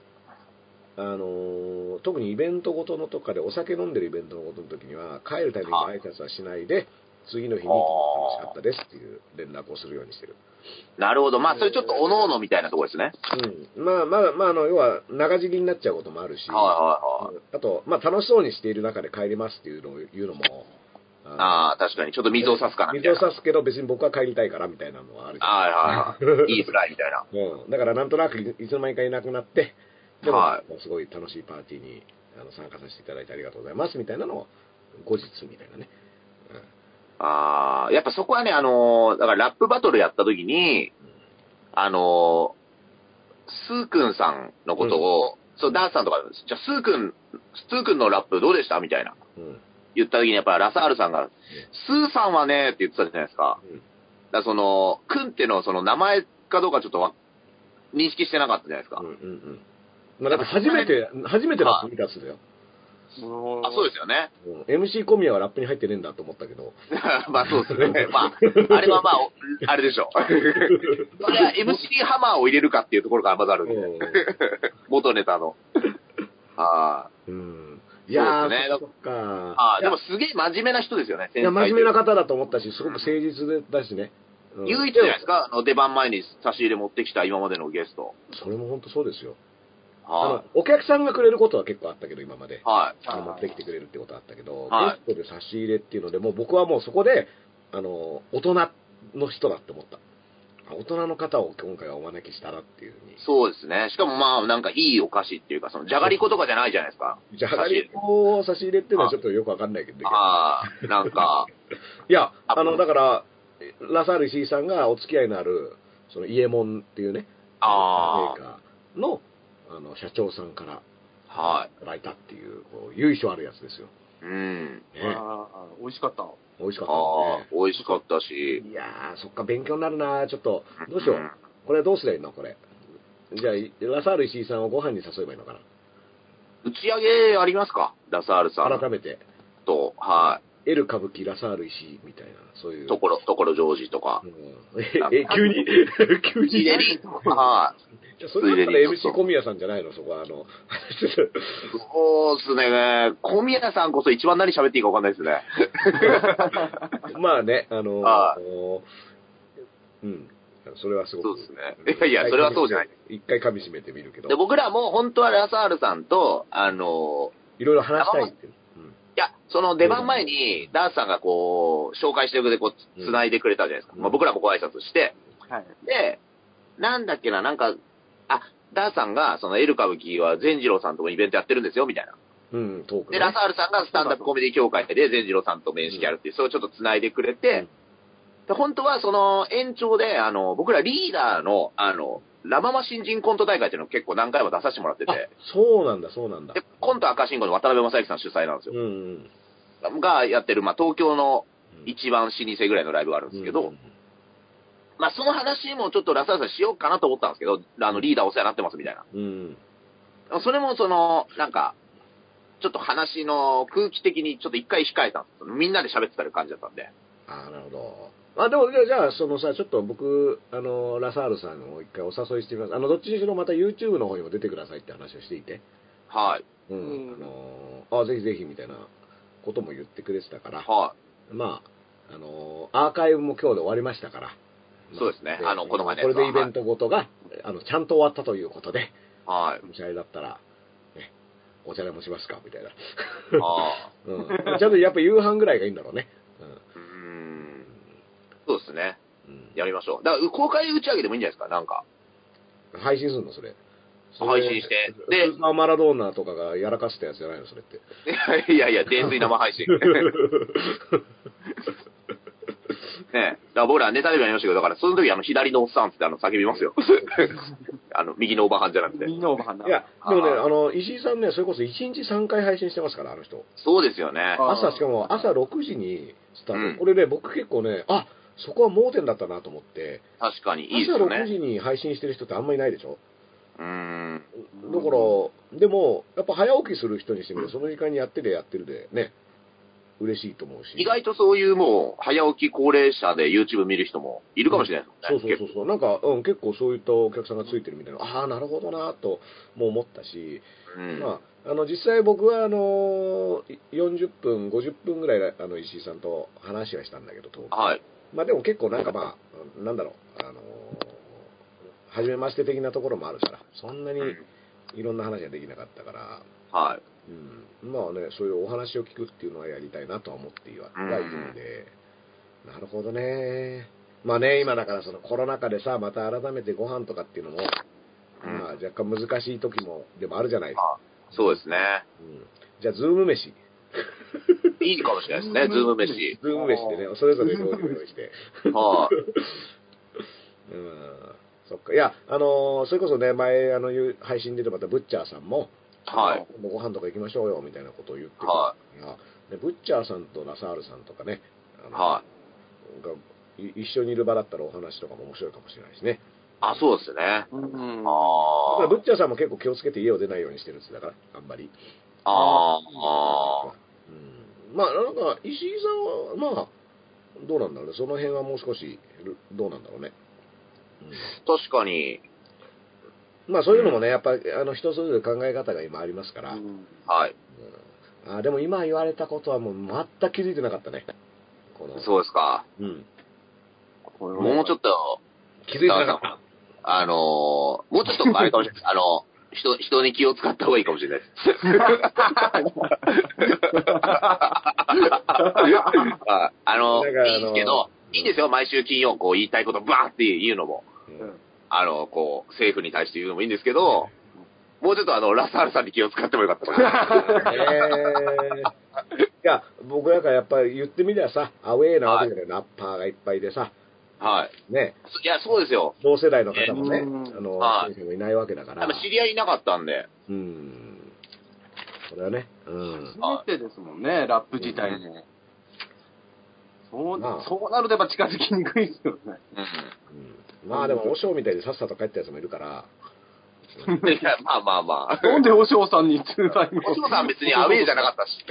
S2: 特にイベントごとのとかで、お酒飲んでるイベントのことの時には、帰るタイミングで挨拶はしないで、次の日に楽しかったですっていう連絡をするようにしてる。
S4: なるほど。まあ、それちょっとおのおのみたいなところですね。
S2: まあ、要は、長尻になっちゃうこともあるし、あと、まあ、楽しそうにしている中で帰りますっていうのも、
S4: 確かに。ちょっと水を差すかなみたいな。
S2: 水を差すけど別に僕は帰りたいからみたいなのはあるじ
S4: ゃん。いいフライみたいな。
S2: だからなんとなくいつの間にかいなくなって、でも、すごい楽しいパーティーに参加させていただいてありがとうございますみたいなのを後日みたいなね。
S4: やっぱそこはね、だからラップバトルやった時に、スーくんさんのことを、ダンスさんとか、じゃあスーくんのラップどうでしたみたいな。言った時にやっぱラサールさんが、スーさんはねって言ってたじゃないですか。だからくんっての名前かどうかちょっと認識してなかったじゃないですか。
S2: まあだって初めてラップ見たっすだよ。
S4: そうですよね。
S2: MC 小宮はラップに入ってねえんだと思ったけど。
S4: まあそうですね。まあ、あれはまあ、あれでしょ。それは MC ハマーを入れるかっていうところがまずあるんで。元ネタの。
S2: いやー、そっか。
S4: でもすげえ真面目な人ですよね。
S2: いや、真面目な方だと思ったし、すごく誠実だしね。
S4: 唯一じゃないですか、出番前に差し入れ持ってきた今までのゲスト。
S2: それも本当そうですよ。お客さんがくれることは結構あったけど、今まで。持ってきてくれるってことはあったけど、ゲストで差し入れっていうので、もう僕はもうそこで、 大人の人だって思った。大人の方を今回はお招きしたらっていうふうに。
S4: そうですね。しかもまあ、なんかいいお菓子っていうか、その、じゃがりことかじゃないじゃないですか。
S2: じゃがりこを差し入れっていうのはちょっとよくわかんないけど。
S4: なんか。
S2: いや、だから、ラサール石井さんがお付き合いのある、その、伊右衛門っていうね、メーカーの、社長さんから、いただいたっていう、こう、由緒あるやつですよ。
S3: 美味しかった。
S2: 美味しかったね。
S4: 美味しかったし。
S2: いやー、そっか、勉強になるな。ちょっと、どうしよう。これどうすりゃいいのこれ。じゃあ、ラサール石井さんをご飯に誘えばいいのかな。
S4: 打ち上げありますかラサールさん。
S2: 改めて。
S4: エ
S2: ル歌舞伎ラサール石井みたいな、そういう。
S4: ところジョージとか。
S2: 急に
S4: ひねり
S2: それだったら MC 小宮さんじゃないのそこは
S4: そうっすね。小宮さんこそ一番何喋っていいか分かんないですね。
S2: まあね、それはすごく。
S4: そうですね。いや、それはそうじゃない。
S2: 一回噛み締めてみるけど。
S4: で、僕らも本当はラサールさんと、
S2: いろいろ話したいって。
S4: いや、その出番前に、ダースさんがこう、紹介してくれて、こう、繋いでくれたじゃないですか。まあ僕らもご挨拶して。で、なんだっけな、なんか、ダーさんが、そのエル歌舞伎は善次郎さんともイベントやってるんですよ、みたいな。
S2: トーク。
S4: で、ラサールさんがスタンダップコメディ協会で善次郎さんと面識あるっていう、それをちょっと繋いでくれて、で本当はその延長で、僕らリーダーの、ラママ新人コント大会っていうのを結構何回も出させてもらってて。
S2: そうなんだ。
S4: で、コント赤信号の渡辺正行さん主催なんですよ。がやってる、まあ東京の一番老舗ぐらいのライブがあるんですけど、まあその話もちょっとラサールさんしようかなと思ったんですけど、リーダーお世話になってますみたいな。それもその、なんか、ちょっと話の空気的にちょっと一回控えたんですよ。みんなで喋ってた感じだったんで。
S2: なるほど。でも、じゃあ、そのさ、ちょっと僕、ラサールさんを一回お誘いしてみます。どっちにしろまた YouTube の方にも出てくださいって話をしていて。ぜひぜひみたいなことも言ってくれてたから。まあ、アーカイブも今日で終わりましたから。
S4: そうですね。この前ね。
S2: これでイベントごとが、ちゃんと終わったということで。もしあれだったら、ね、お茶でもしますかみたいな。ちゃんとやっぱ夕飯ぐらいがいいんだろうね。
S4: そうですね。やりましょう。だから公開打ち上げでもいいんじゃないですか、なんか。
S2: 配信するのそれ。
S4: 配信して。
S2: で、スーパーマラドーナとかがやらかしたやつじゃないのそれって。
S4: いや、泥酔生配信。ねだから僕らネタでもやりましたけど、だからその時左のおっさんって叫びますよ。右のおばはんじゃなくて。
S3: 右のおばはんだ。
S2: いや、でもね、石井さんね、それこそ1日3回配信してますから、あの人。
S4: そうですよね。
S2: しかも朝6時にスタート。これね、僕結構ね、そこは盲点だったなと思って。
S4: 確かに、いいですよね。
S2: 朝6時に配信してる人ってあんまりいないでしょ。だから、でも、やっぱ早起きする人にしてみると、その時間にやってるで、ね、嬉しいと思うし。
S4: 意外とそういうもう、早起き高齢者で YouTube 見る人もいるかもしれないです
S2: ね。そう。なんか、結構そういったお客さんがついてるみたいな、なるほどなとも思ったし、まあ、実際僕は40分、50分ぐらい、石井さんと話はしたんだけど、まあでも結構なんかまあ、なんだろう、初めまして的なところもあるから、そんなにいろんな話ができなかったから、まあね、そういうお話を聞くっていうのはやりたいなとは思ってはいるので、なるほどね。まあね、今だからそのコロナ禍でさ、また改めてご飯とかっていうのも、まあ若干難しい時も、でもあるじゃないですか。
S4: そうですね。
S2: じゃあ、ズーム飯。
S4: いいかもしれないですね、ズーム飯。
S2: ズーム飯でね、それぞれ料理を用意して。そっか。いや、それこそね、前、配信出てまたブッチャーさんも、ご飯とか行きましょうよ、みたいなことを言ってたから、ブッチャーさんとラサールさんとかね、が一緒にいる場だったらお話とかも面白いかもしれないですね。
S4: そうですね。
S2: ブッチャーさんも結構気をつけて家を出ないようにしてるんですだから、あんまり。まあ、なんか、石井さんは、まあ、どうなんだろうね。その辺はもう少し、どうなんだろうね。
S4: 確かに。
S2: まあ、そういうのもね、やっぱ、人それぞれ考え方が今ありますから。でも今言われたことはもう全く気づいてなかったね。
S4: そうですか。もうちょっと、
S2: 気づいてなかった。
S4: もうちょっとあれかもしれないです。 人に気を使った方がいいかもしれないです。いいんですけど、いいんですよ、毎週金曜こう言いたいことバーって言うのも。こう、政府に対して言うのもいいんですけど、もうちょっとラサールさんに気を使ってもよかったかな。
S2: いや、僕なんかやっぱり言ってみりゃさ、アウェーなわけじゃない、ラッパーがいっぱいでさ。
S4: はい。
S2: ね。
S4: いや、そうですよ。
S2: 同世代の方もね、先生もいないわけだから。
S4: 多分知り合いいなかったんで。
S2: これはね。
S3: 初めてですもんね、ラップ自体も。そうなるとやっぱ近づきにくいですよね。
S2: まあでも、和尚みたいにさっさと帰ったやつもいるから。
S4: いや、まあ。
S3: なんで和尚さんに通罪
S4: 和尚さん別にアウェーじゃなかったし。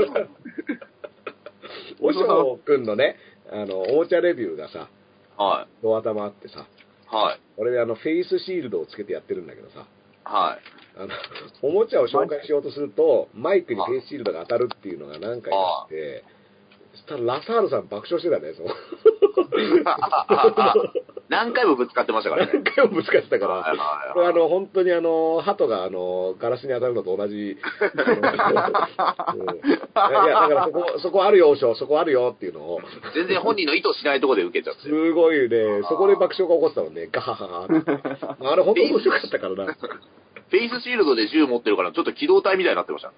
S2: 和尚くんのね、おもちゃレビューがさ、
S4: はい。
S2: ドア玉あってさ、
S4: はい。
S2: 俺フェイスシールドをつけてやってるんだけどさ、
S4: はい。
S2: おもちゃを紹介しようとすると、マイクにフェイスシールドが当たるっていうのが何回かあって、そしたらラサールさん爆笑してたね、
S4: 何回もぶつかってましたからね。
S2: 何回もぶつかってたから、これ本当に鳩がガラスに当たるのと同じ。いや、だからそこあるよ、そこあるよっていうのを。
S4: 全然本人の意図しないところで受けちゃって。
S2: すごいね、そこで爆笑が起こってたのね、ガハハハって。あれ本当に面白かったからな。
S4: フェイスシールドで銃持ってるから、ちょっと機動隊みたいになってました。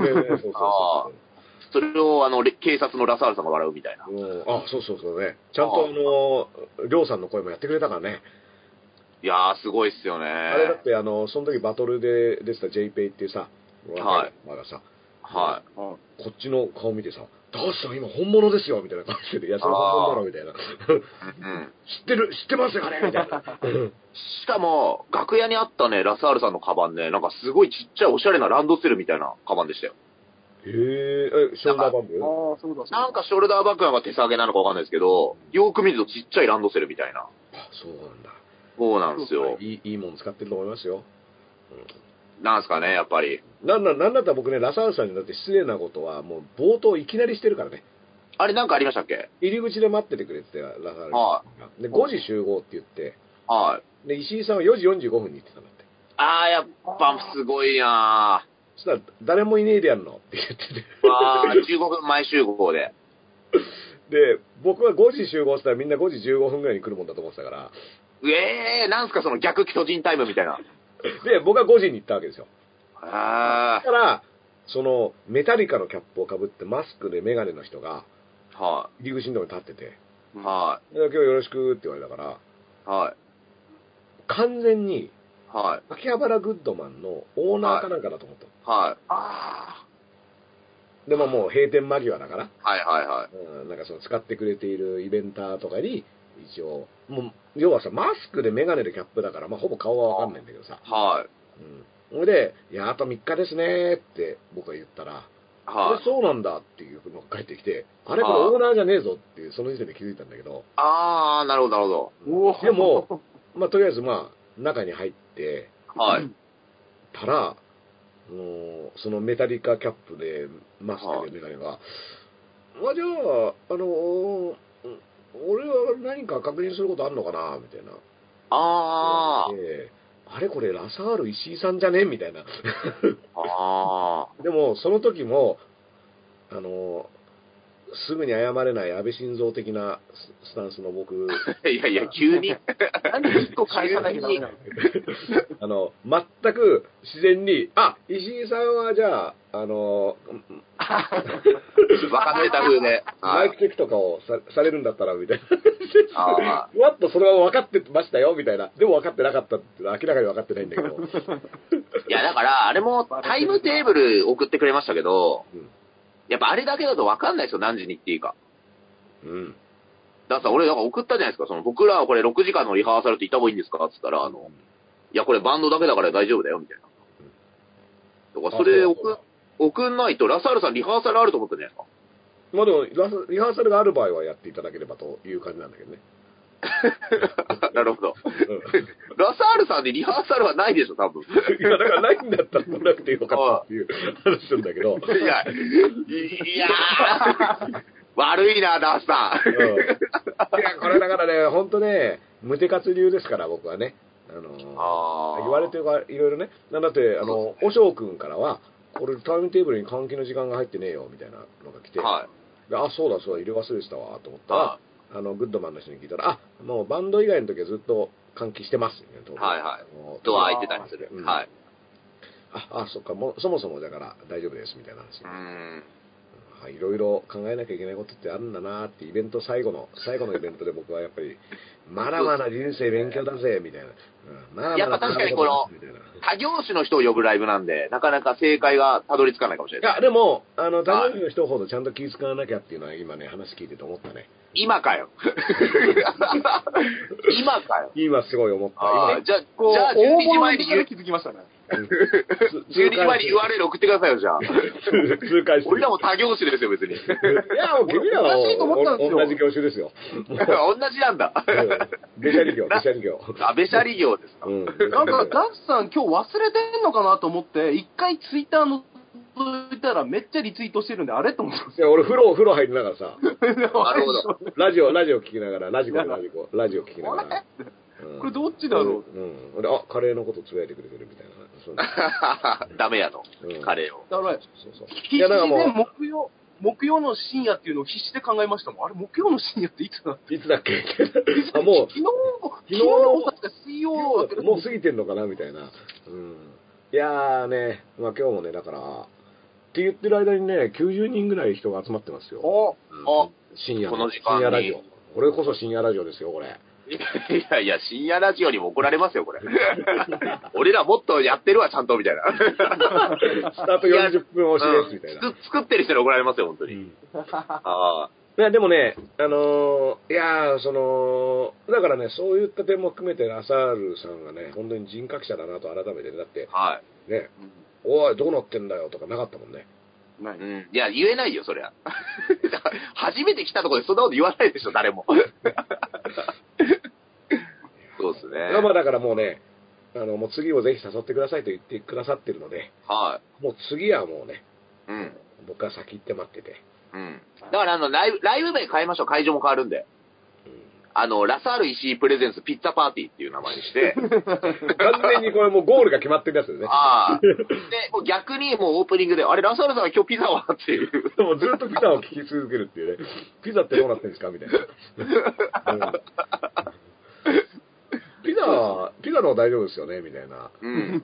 S4: それを警察のラサールさんが笑うみたいな。
S2: そうね。ちゃんとりょうさんの声もやってくれたからね。
S4: いやー、すごいっすよね。
S2: あれだって、その時バトルで出てた JPay っていうさ、
S4: はい。
S2: まださ、
S4: はい。
S2: こっちの顔見てさ、ダースさん今本物ですよみたいな感じで、いや、それ本物だろみたいな。知ってますよねみたいな。
S4: しかも、楽屋にあったね、ラサールさんのカバンね、なんかすごいちっちゃいおしゃれなランドセルみたいなカバンでしたよ。
S2: ショルダーバッグ？
S4: なんかショルダーバッグなのか手提げなのかわかんないですけど、よーく見るとちっちゃいランドセルみたいな。
S2: そうなんだ。
S4: そうなんですよ。
S2: いいもん使ってると思いますよ。
S4: なんすかね、やっぱり。
S2: なんだったら僕ね、ラサールさんにだって失礼なことは、もう冒頭いきなりしてるからね。
S4: あれなんかありましたっけ？
S2: 入り口で待っててくれて、ラサールさんが。で、5時集合って言って、で、石井さんは4時45分に行ってたんだって。
S4: やっぱすごいなぁ。
S2: そしたら、誰もいねえでやんのって言ってて。
S4: 15分前集合で。
S2: で、僕は5時集合したらみんな5時15分ぐらいに来るもんだと思ってたから。
S4: なんすかその逆巨人タイムみたいな。
S2: で、僕は5時に行ったわけですよ。
S4: そした
S2: ら、メタリカのキャップをかぶってマスクでメガネの人が、入り口のとこに立ってて、今日よろしくって言われたから、完全に、秋葉原グッドマンのオーナーかなんかだと思った。でももう閉店間際だから、なんか使ってくれているイベンターとかに、一応、もう、要はさ、マスクでメガネでキャップだから、まあ、ほぼ顔はわかんないんだけどさ。それで、いや、あと3日ですねーって僕が言ったら、そうなんだっていうのが返ってきて、あれこれオーナーじゃねえぞっていう、その時点で気づいたんだけど。
S4: なるほど。
S2: でも、まあ、とりあえずまあ、中に入って、たら、そのメタリカキャップで、マスクでメガネが、じゃあ、俺は何か確認することあんのかなみたいな。あれこれラサール石井さんじゃねみたいな。でも、その時も、すぐに謝れない安倍晋三的なスタンスの僕。
S4: いや、急に。
S3: なんで1個返さなきゃダメなの？
S2: 全く自然に、石井さんはじゃあ、分
S4: かってた風で。
S2: マイクチェックとかをされるんだったら、みたいな。わっとそれは分かってましたよ、みたいな。でも分かってなかったって明らかに分かってないんだけど。
S4: いや、だから、あれもタイムテーブル送ってくれましたけど、やっぱあれだけだと分かんないですよ、何時に行っていいか。だから俺、送ったじゃないですか、僕らはこれ6時間のリハーサルって言った方がいいんですかって言ったら、いや、これバンドだけだから大丈夫だよ、みたいな。だからそれ送んないと、ラサールさんリハーサルあると思ったじゃないですか。
S2: まあでも、リハーサルがある場合はやっていただければという感じなんだけどね。
S4: なるほど。ラサールさんにリハーサルはないでしょ、多分。
S2: いや、だからないんだったら来なくてよかったっていう話なんだけど。
S4: いや悪いな、ダースさん。
S2: いや、これだからね、ほんとね、無手活流ですから、僕はね。 言われてるからいろいろね。だって、おしょうくんからは、これタイムテーブルに換気の時間が入ってねえよ、みたいなのが来て、はい、でそうだ、入れ忘れてたわ、と思ったら、グッドマンの人に聞いたら、もうバンド以外の時はずっと換気してます、みたいな。はいはい。
S4: ドア開いてたりする。はい。
S2: そっか、そもそもだから大丈夫です、みたいな話。いろいろ考えなきゃいけないことってあるんだなって、イベント最後のイベントで僕はやっぱり、まだまだ人生勉強だぜ、みたいな。
S4: やっぱ確かにこの、他業種の人を呼ぶライブなんで、なかなか正解がたどり着かないかもしれない。
S2: いや、でも、他業種の人ほどちゃんと気遣わなきゃっていうのは今ね、話聞いてて思ったね。
S4: 今かよ。今かよ。
S2: 今すごい思った。
S4: じゃあ12時前に気づきましたね。12時前に URL 送ってくださいよ、じゃあ。
S2: 通過して。
S4: 俺らも他業種ですよ、別に。い
S2: や、もう君らは同じ業種ですよ。
S4: 同じなんだ。
S2: べしゃり業。
S4: べしゃり業ですか。
S3: なんか、ダッさん今日忘れてんのかなと思って、一回ツイッターのいたらめっちゃリツイートしてるんで、あれと思って。
S2: いや、俺風呂入りながらさ。
S4: なるほど。
S2: ラジオ聞きながら、ラジオ聞きながら。
S3: これどっちだろ
S2: う。カレーのことつぶやいてくれてるみたいな。
S4: ダメやと。カレーを。
S3: だから、必死で木曜の深夜っていうのを必死で考えましたもん。あれ、木曜の深夜っていつだっけ
S2: もう、
S3: 昨日の水曜
S2: もう過ぎてんのかなみたいな。いやーね、今日もね、だから、って言ってる間にね、90人ぐらい人が集まってますよ。深夜ラジオ。これこそ深夜ラジオですよ、これ。
S4: いや、深夜ラジオにも怒られますよ、これ。俺らもっとやってるわ、ちゃんと、みたいな。
S2: スタート40分押しです、みたいな。
S4: 作ってる人に怒られますよ、本当に。
S2: いや、でもね、いやだからね、そういった点も含めてラサールさんがね、本当に人格者だなと改めて、だって、ね、おい、どうなってんだよとかなかったもんね。
S4: いや、言えないよ、そりゃ。初めて来たところでそんなこと言わないでしょ、誰も。そうですね。
S2: まあだからもうね、もう次をぜひ誘ってくださいと言ってくださってるので、もう次はもうね、僕は先行って待ってて。
S4: だからライブ名変えましょう、会場も変わるんで。ラサール石井プレゼンスピッツァパーティーっていう名前にして。
S2: 完全にこれもうゴールが決まってるやつですね。
S4: で、もう逆にもうオープニングで、あれ、ラサールさんは今日ピザはっていう。
S2: でもずっとピザを聞き続けるっていうね。ピザってどうなってるんですかみたいな。ピザの大丈夫ですよねみたいな。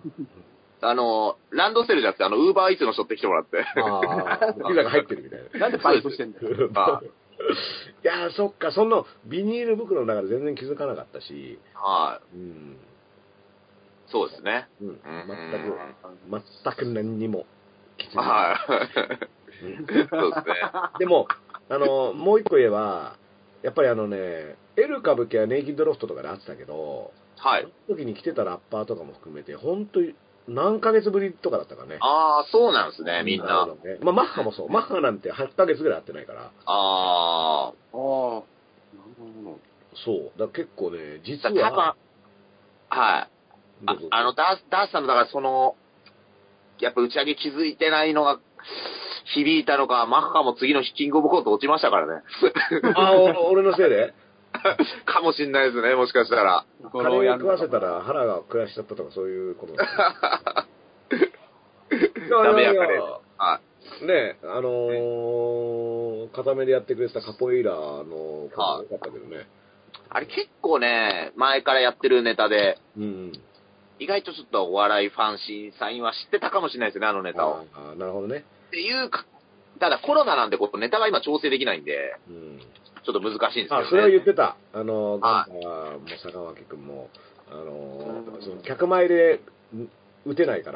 S4: ランドセルじゃなくて、ウーバーイーツの人って来てもらって。
S2: ピザが入ってるみたいな。
S3: なんでバイトしてんだよ。
S2: いやそっか、そのビニール袋の中で全然気づかなかったし。
S4: そうですね。
S2: 全く何にも気づか
S4: ない。そうですね。
S2: でも、もう一個言えば、やっぱりエル歌舞伎はネイキッドロフトとかであってたけど、その時に来てたラッパーとかも含めて、本当に何ヶ月ぶりとかだったかね。
S4: そうなんですね、みんな。
S2: マッハもそう。マッハなんて8ヶ月ぐらい会ってないから。
S3: なるほど。
S2: そう。だから結構ね、実は。
S4: ダースさんの、だからやっぱ打ち上げ気づいてないのが響いたのか、マッハも次の日キングオブコント落ちましたからね。
S2: 俺のせいで
S4: かもしんないですね、もしかしたら。
S2: カレー食わせたら腹が下しちゃったとかそういうことですね。ダメやカレー。ね固めでやってくれてたカポエイラのことも良かったけどね。
S4: あれ結構ね、前からやってるネタで、意外とちょっとお笑いファン審査員は知ってたかもしれないですね、あのネタを。
S2: なるほどね。
S4: っていうか、ただコロナなんでネタが今調整できないんで、ちょっと難しいんですけどね。
S2: それは言ってた。ガンパも坂脇くんも、その客前で打てないから、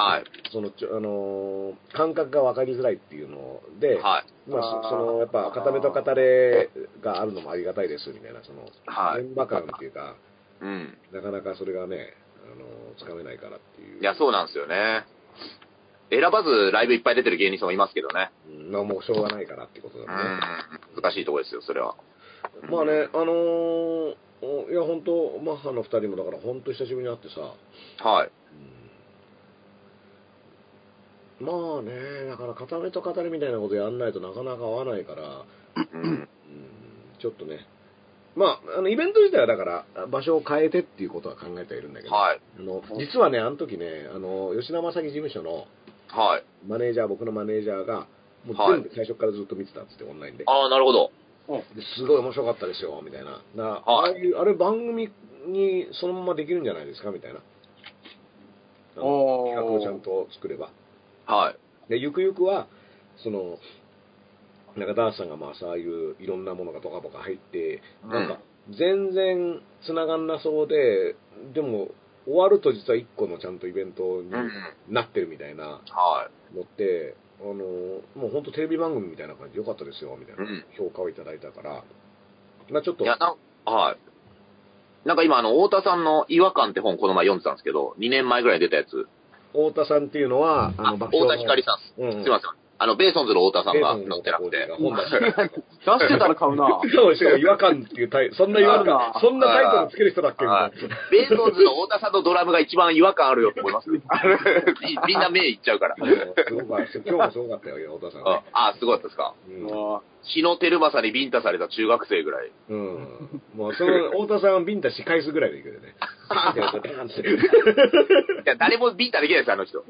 S2: 感覚が分かりづらいっていうので、やっぱ固めと語れがあるのもありがたいですみたいな、現場感っていうか、なかなかそれがね、つかめないからっていう。
S4: いや、そうなんですよね。選ばずライブいっぱい出てる芸人さんもいますけどね。
S2: もうしょうがないからってことだね。
S4: 難しいところですよ、それは。
S2: まあね、いや、本当マッハの二人もだから本当久しぶりに会ってさ。まあね、だから固めと語りみたいなことやんないとなかなか合わないから、ちょっとね、 まあ、イベント自体はだから、場所を変えてっていうことは考えてはいるんだけど、
S4: はい。
S2: 実はね、あの時ね、吉田正樹事務所の、
S4: はい。
S2: マネージャー、僕のマネージャーが、もう全部最初からずっと見てたっつって、オンラインで。
S4: ああ、なるほど。
S2: すごい面白かったですよ、みたいな。
S4: はい、
S2: あれ番組にそのままできるんじゃないですか、みたいな。企画をちゃんと作れば。
S4: はい。
S2: で、ゆくゆくは、なんかダースさんがまあそういういろんなものがボカボカ入って、なんか全然繋がんなそうで、でも終わると実は一個のちゃんとイベントになってるみたいなのって、もう本当テレビ番組みたいな感じでよかったですよみたいな評価をいただいたから、まあちょっと。
S4: はい。なんか今太田さんの違和感って本この前読んでたんですけど、2年前ぐらいに出たやつ。
S2: 太田さんっていうのは、
S4: 太田光さんす。すいません。ベーソンズの太田さんが載ってなくて。
S3: 出してたら買うな。
S2: そう、違和感っていうそんな違和感、そんなタイトルつける人だっけみたいな。
S4: ベーソンズの太田さんのドラムが一番違和感あるよって思いますね。みんな目いっちゃうから。
S2: 今日もすごかったよ、太田さん。
S4: ああ、すごかったですか。日野照正にビンタされた中学生ぐらい。
S2: もうその太田さんはビンタし返すぐらいでいくよね。
S4: いや、誰もビンタできないです、あの人。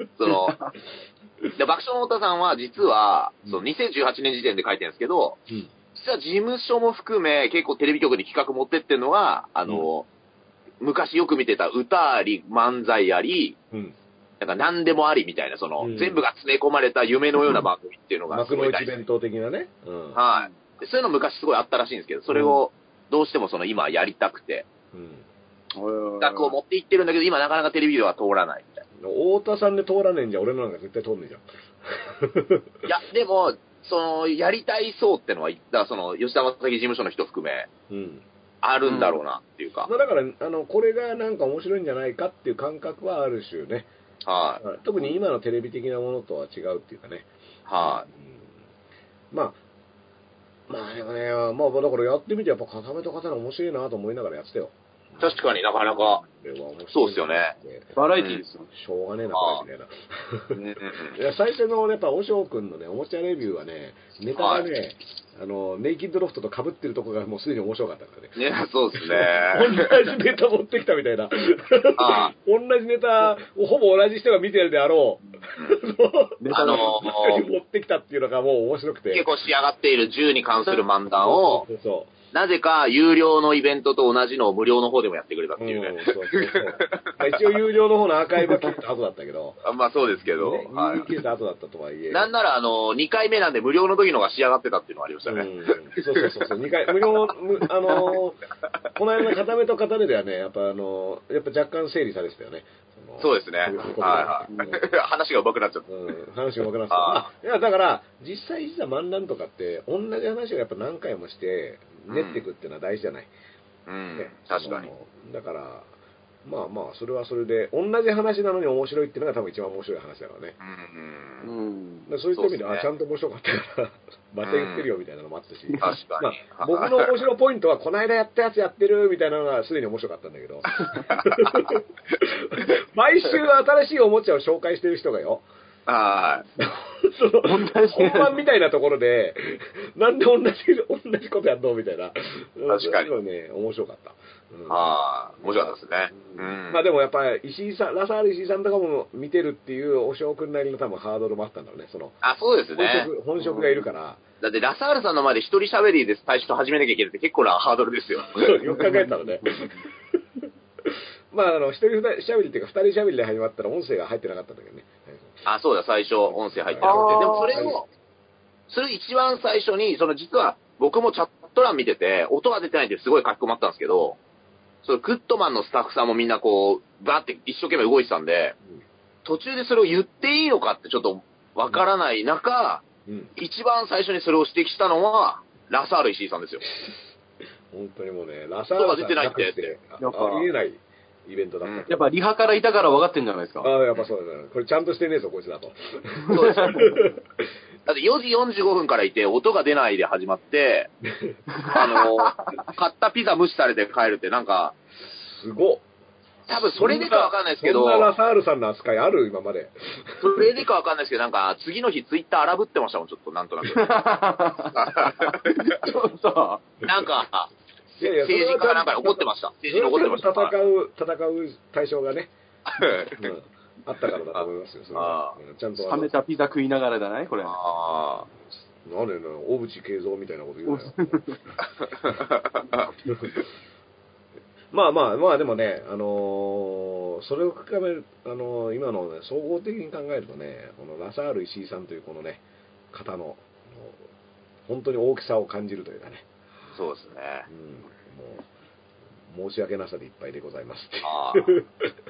S4: 爆笑の太田さんは実は、2018年時点で書いてるんですけど、実は事務所も含め結構テレビ局に企画持ってってるのは、昔よく見てた歌あり、漫才あり、なんか何でもありみたいな、全部が詰め込まれた夢のような番組っていうのが
S2: 幕の内弁当的なね。
S4: はい。そういうの昔すごいあったらしいんですけど、それをどうしても今やりたくて、企画を持っていってるんだけど、今なかなかテレビでは通らないみたいな。
S2: 太田さんで通らねえんじゃ、俺のなんか絶対通んねえじゃん。
S4: いや、でも、やりたいそうってのは、だから吉田正樹事務所の人含め、あるんだろうなっていうか。
S2: だから、これがなんか面白いんじゃないかっていう感覚はある種ね。
S4: はい。
S2: 特に今のテレビ的なものとは違うっていうかね。
S4: はい。
S2: まあでもね、まあだからやってみてやっぱ固めと固め面白いなと思いながらやってたよ。
S4: 確かになかなか、そうですよね。
S3: バラエティーですよ。
S2: しょうがねえな、これみたいな。いや、最初のやっぱ、おしょうくんのね、おもちゃレビューはね、ネタがね、ネイキッドロフトと被ってるとこがもうすでに面白かったからね。
S4: ね、そうですね。
S2: 同じネタ持ってきたみたいな。同じネタをほぼ同じ人が見てるであろう。ネタを持ってきたっていうのがもう面白くて。
S4: 結構仕上がっている銃に関する漫談を、なぜか有料のイベントと同じのを無料の方でもやってくれたっていうね。
S2: 一応有料の方のアーカイブは切った後だったけど。
S4: まあそうですけど。
S2: 切った後だったとはいえ。
S4: なんなら2回目なんで無料の時のが仕上がってたっていうのがありましたね。
S2: そう。2回、無料、この間の固めと固めではね、やっぱ若干整理されてたよね。
S4: そうですね。話が上手くなっちゃった。
S2: 話が上手くなっちゃった。いや、だから、実際漫談とかって、同じ話をやっぱ何回もして、練っていくっていうのは大事じゃない。
S4: 確かに。
S2: だから、まあ、それはそれで、同じ話なのに面白いっていうのが多分一番面白い話だからね。そういった意味では、ちゃんと面白かったから、また言ってるよみたいなのもあったし。
S4: 確かに。
S2: 僕の面白いポイントは、この間やったやつやってるみたいなのがすでに面白かったんだけど。毎週新しいおもちゃを紹介してる人がよ。本番みたいなところで、なんで同じことやんのみたいな。
S4: 確かに。
S2: ね、面白かった。
S4: 面白かったですね。
S2: まあでもやっぱり石井さん、ラサール石井さんとかも見てるっていうおしょうくんなりの多分ハードルもあったんだろうね。
S4: そうですね。
S2: 本職がいるから。
S4: だってラサールさんの前で一人喋りで最初始めなきゃいけないって結構なハードルですよ。
S2: よく考えたらね。まあ、一人喋りっていうか、二人喋りで始まったら音声が入ってなかったんだけどね。
S4: そうだ、最初音声入ってなくて。でもそれ一番最初に、実は僕もチャット欄見てて、音が出てないってすごい書き込まったんですけど、グッドマンのスタッフさんもみんなバーって一生懸命動いてたんで、途中でそれを言っていいのかってちょっとわからない中、一番最初にそれを指摘したのは、ラサール石井さんですよ。
S2: 本当にもうね、ラサールさん
S4: 出てないって。
S2: ありえない。イベントだった。
S3: やっぱリハからいたから分かってんじゃないですか。
S2: やっぱそうだね。これちゃんとしてねえぞ、こいつだと。
S4: そうです。だって4時45分からいて、音が出ないで始まって、買ったピザ無視されて帰るってなんか、
S2: すごっ。
S4: 多分それでかわかんないですけど。
S2: そんなラサールさんの扱いある今まで。
S4: それでかわかんないですけど、なんか、次の日ツイッター荒ぶってましたもん、ちょっと、なんとなく。
S3: ちょっと。
S4: なんか、 政治家がなんか怒ってました。政治に怒ってました。
S2: 戦う対象がね、あったからだと思いますよ、それは。
S3: ちゃんと。冷めたピザ食いながらだね、これ。
S2: なんで小渕恵三みたいなこと言うなよ。まあでもね、それを含める、今のね、総合的に考えるとね、このラサール石井さんというこのね、方の、本当に大きさを感じるというかね。
S4: そうですね。
S2: もう、申し訳なさでいっぱいでございますっていう、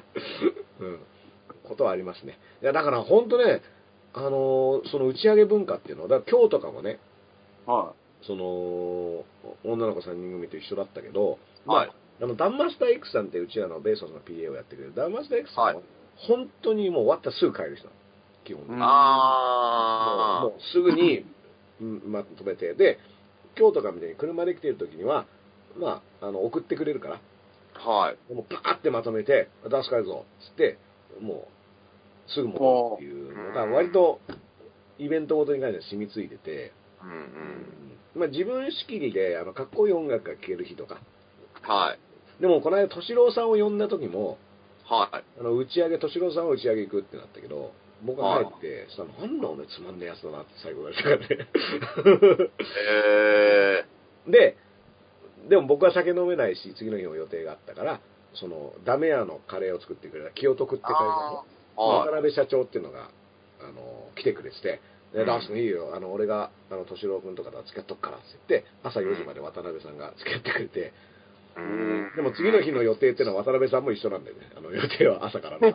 S2: ことはありますね。いや、だから本当ね、その打ち上げ文化っていうのは、だから今日とかもね、その、女の子3人組と一緒だったけど、ダンマスター X さんってうちらのベーソスの PA をやってくれるダンマスター X さんは、本当にもう終わったらすぐ帰る人なの。基本的に。もうすぐにまとめて、で、今日とかみたいに車で来てる時には、送ってくれるから、もうパーってまとめて、出す帰るぞ、つって、もう、すぐ戻るっていうのが、割と、イベントごとに関しては染みついてて、自分仕切りで、かっこいい音楽が聴ける日とか、でも、この間、敏郎さんを呼んだ時も、打ち上げ、敏郎さんは打ち上げ行くってなったけど、僕が帰って、そしたら、なんだお前つまんねえやつだなって最後言われたからね。でも僕は酒飲めないし、次の日も予定があったから、その、ダメ屋のカレーを作ってくれた、清徳って会社の、渡辺社長っていうのが、来てくれてて、ダンスもいいよ、俺が、敏郎君とかと付き合っとくからって言って、朝4時まで渡辺さんが付き合ってくれて、でも次の日の予定っていうのは渡辺さんも一緒なんだよね。予定は朝からの。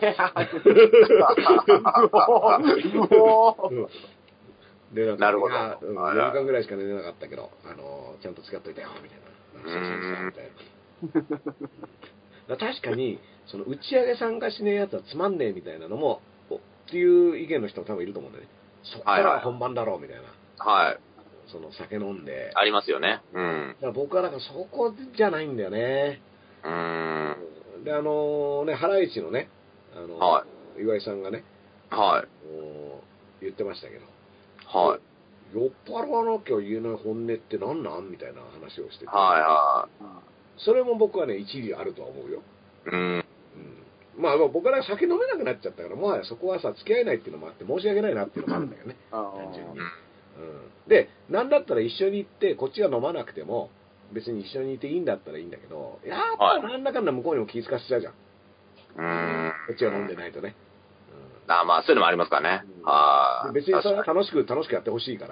S2: で、
S4: なるほど。
S2: 4時間ぐらいしか寝れなかったけど、ちゃんと付き合っといてよ、みたいな。みたいな。確かに、その打ち上げ参加しねえやつはつまんねえみたいなのも、っていう意見の人も多分いると思うんだよね。そっから本番だろう、みたいな。その酒飲んで。
S4: ありますよね。
S2: だから僕はだからそこじゃないんだよね。で、ハライチのね、岩井さんがね、言ってましたけど、酔っ払わなきゃ言えない本音って何なんみたいな話をしてて、それも僕はね、一理あるとは思うよ。僕は酒飲めなくなっちゃったから、もはやそこはさ、付き合えないっていうのもあって、申し訳ないなっていうのもあるんだよね。単純に。で、なんだったら一緒に行って、こっちが飲まなくても、別に一緒にいていいんだったらいいんだけど、やっぱなんだかんだ向こうにも気遣わせちゃうじゃん。こっちが飲んでないとね。
S4: そういうのもありますからね。
S2: 別にそれは楽しくやってほしいから、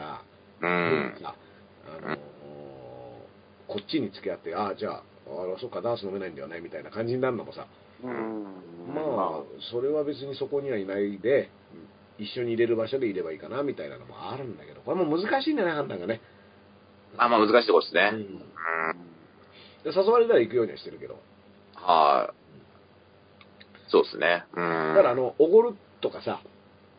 S2: こっちに付き合って、じゃあ、そっか、ダース飲めないんだよね、みたいな感じになるのもさ、それは別にそこにはいないで、一緒に入れる場所でいればいいかなみたいなのもあるんだけど、これも難しいんだね、判断がね。
S4: 難しいとこですね。
S2: 誘われたら行くようにはしてるけど。
S4: そうですね。
S2: だからおごるとかさ、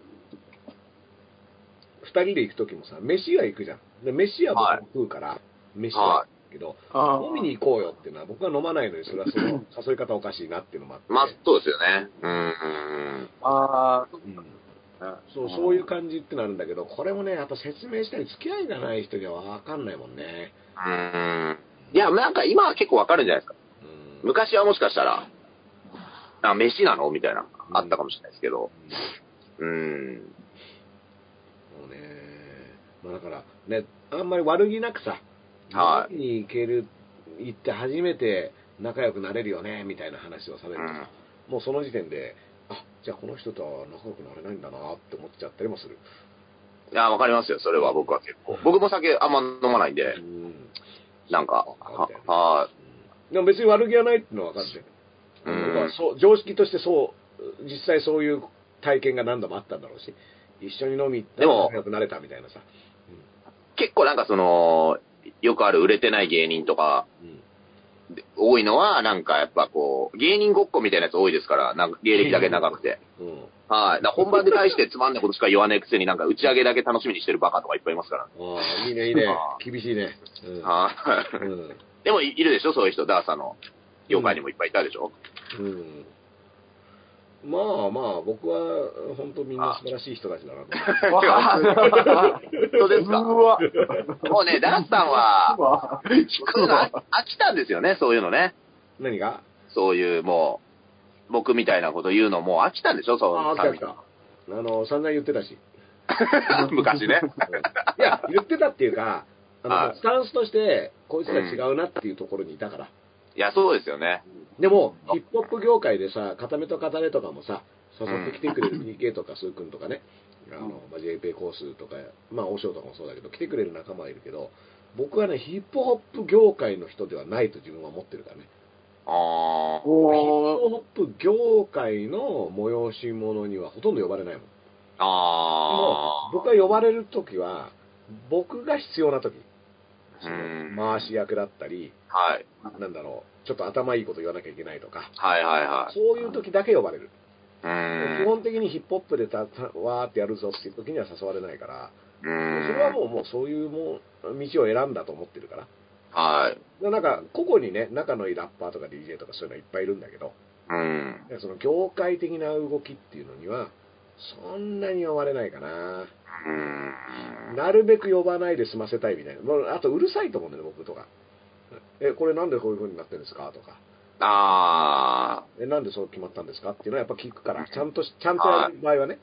S2: 二人で行くときもさ、飯は行くじゃん。で、飯は僕食うから、飯は行くけど、飲みに行こうよっていうのは僕は飲まないのに、それはその誘い方おかしいなっていうのもあって。
S4: そうですよね。
S2: そういう感じってなるんだけど、これもね、やっぱ説明したり付き合いがない人には分かんないもんね。
S4: いや、なんか今は結構分かるんじゃないですか。昔はもしかしたら、飯なのみたいな、あったかもしれないですけど。もう
S2: ね、だからね、あんまり悪気なくさ、飲みに行って初めて仲良くなれるよね、みたいな話をされるとさ、もうその時点で、じゃあこの人とは仲良くなれないんだなって思っちゃったりもする。
S4: いや、わかりますよ、それは僕は結構。僕も酒あんま飲まないんで、なんか、
S2: でも別に悪気はないっていうのは分かってる。常識として実際そういう体験が何度もあったんだろうし、一緒に飲み行ったら仲良くなれたみたいなさ。
S4: 結構なんかよくある売れてない芸人とか、多いのは、なんかやっぱこう、芸人ごっこみたいなやつ多いですから、なんか芸歴だけ長くて。本番で対してつまんないことしか言わないくせになんか打ち上げだけ楽しみにしてるバカとかいっぱいいますから。
S2: いいね、いいね。厳しいね。
S4: でもいるでしょ、そういう人。ダーサの業界にもいっぱいいたでしょ。
S2: まあまあ、僕は本当みんな素晴らしい人たちだなと。
S4: 本当ですか。もうね、ダンスさんは、そういうの飽きたんですよね、そういうのね。
S2: 何が？
S4: そういうもう、僕みたいなこと言うのもう飽きたんでしょ、そう。
S2: 飽きた。散々言ってたし。
S4: 昔ね。
S2: いや、言ってたっていうか、スタンスとして、こいつら違うなっていうところにいたから。
S4: いや、そうですよね。
S2: でも、ヒップホップ業界でさ、片目と片目とかもさ、誘ってきてくれる PK とかスー君とかね、JP コースとか、まあ、オショーとかもそうだけど、来てくれる仲間はいるけど、僕はね、ヒップホップ業界の人ではないと自分は思ってるからね。ヒップホップ業界の催し物にはほとんど呼ばれないもん。でも、僕が呼ばれるときは、僕が必要なとき。回し役だったり、
S4: はい、
S2: なんだろう、ちょっと頭いいこと言わなきゃいけないとか、
S4: はいはいはい、
S2: そういう時だけ呼ばれる。基本的にヒップホップでわーってやるぞっていう時には誘われないから、それはもうそういう道を選んだと思ってるから。
S4: はい。
S2: なんか、個々にね、仲のいいラッパーとか DJ とかそういうのはいっぱいいるんだけど、その業界的な動きっていうのには、そんなに呼ばれないかな。なるべく呼ばないで済ませたいみたいな。あと、うるさいと思うんだよね、僕とか。これなんでこういう風になってるんですかとか。なんでそう決まったんですかっていうのはやっぱ聞くから、ちゃんとやる場合はね。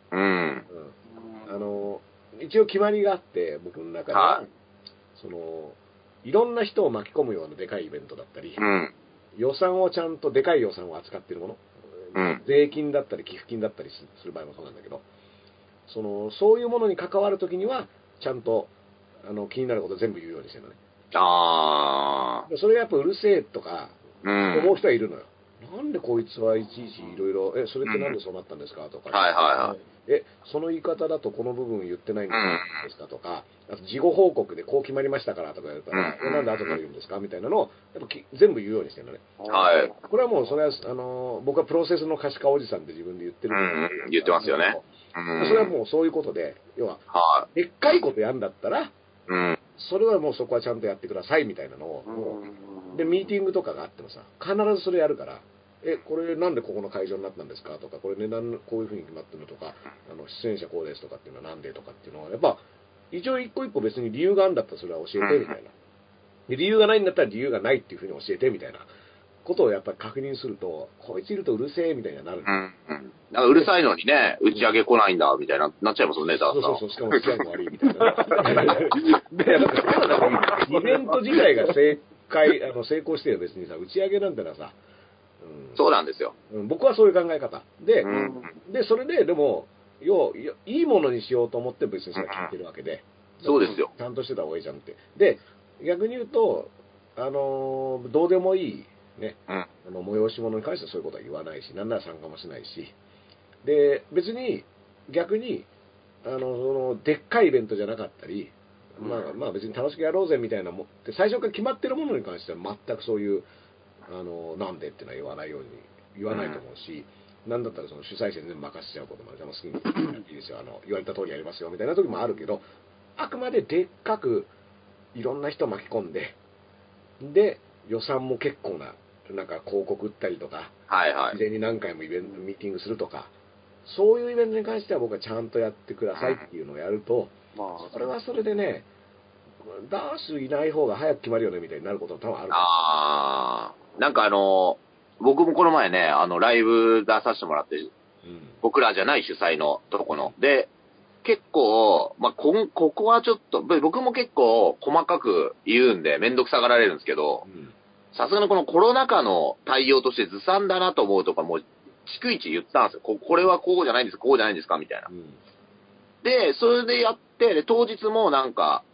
S2: 一応決まりがあって、僕の中では、いろんな人を巻き込むようなでかいイベントだったり、予算をちゃんとでかい予算を扱っているもの、税金だったり寄付金だったりする場合もそうなんだけど、そういうものに関わるときには、ちゃんと気になることを全部言うようにしてるのね。それがやっぱうるせえとか、思う人はいるのよ。なんでこいつはいちいちいろいろ、それってなんでそうなったんですかとか、その言い方だとこの部分言ってないんですかとか、あと事後報告でこう決まりましたからとか言ったら、なんで後から言うんですかみたいなのをやっぱ全部言うようにしてるのね。これはもうそれは僕はプロセスの可視化おじさんって自分で言ってる
S4: 言ってますよね。
S2: それはもうそういうことで、要は、でっかいことやんだったら、それはもうそこはちゃんとやってくださいみたいなのを、で、ミーティングとかがあってもさ、必ずそれやるから、これなんでここの会場になったんですかとか、これ値段こういうふうに決まってるのとか、出演者こうですとかっていうのはなんでとかっていうのは、やっぱ、一応一個一個別に理由があるんだったらそれは教えてみたいな。で、理由がないんだったら理由がないっていうふうに教えてみたいなことをやっぱり確認すると、こいついるとうるせえみたいになるんだよ。
S4: なんかうるさいのにね、打ち上げ来ないんだみたいな、なっちゃいますよね、だから。
S2: そう、しかも付き合いも悪いみたいな。で、イベント自体が成功してる別にさ、打ち上げなんてのはさ、
S4: そうなんですよ。
S2: 僕はそういう考え方。で、それで、でも、いいものにしようと思って別にそれは聞いてるわけで。
S4: そうですよ。
S2: ちゃんとしてた方がいいじゃんって。で、逆に言うと、どうでもいい、ね、催し物に関してはそういうことは言わないし、なんなら参加もしないし、で、別に、逆に、でっかいイベントじゃなかったり、まあ別に楽しくやろうぜみたいなもって最初から決まってるものに関しては全くそういうなんでっていうのは言わないと思うし、なんだったらその主催者に全部任せちゃうこともある。好きにやっていいですよ、言われた通りやりますよみたいな時もあるけど、あくまででっかくいろんな人巻き込んで、で予算も結構ななんか広告売ったりとか、事前に何回もミーティングするとか、そういうイベントに関しては僕はちゃんとやってくださいっていうのをやると、それはそれでね、ダースいない方が早く決まるよねみたいになることも多分ある。
S4: なんか僕もこの前ね、ライブ出させてもらって、僕らじゃない主催のとこの。で、結構、ここはちょっと、僕も結構細かく言うんで、めんどくさがられるんですけど、さすがにこのコロナ禍の対応としてずさんだなと思うとかもう、逐一言ったんですよ。これはこうじゃないんですか、こうじゃないんですか、みたいな。で、それでやって、で、当日もなんか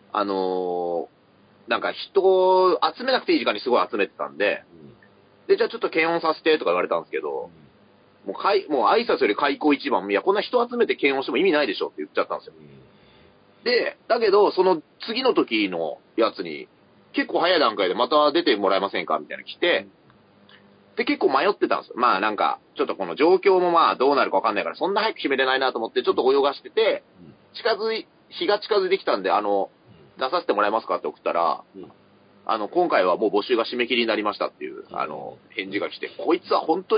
S4: 人を集めなくていい時間にすごい集めてたんで、で、じゃあちょっと検温させてとか言われたんですけど、もう挨拶より開口一番、いや、こんな人集めて検温しても意味ないでしょって言っちゃったんですよ。で、だけど、その次の時のやつに、結構早い段階でまた出てもらえませんかみたいなの来て、で、結構迷ってたんですよ。ちょっとこの状況もどうなるかわかんないから、そんな早く決めれないなと思って、ちょっと泳がしてて、日が近づいてきたんで、出させてもらえますかって送ったら、今回はもう募集が締め切りになりましたっていう、返事が来て、こいつは本当に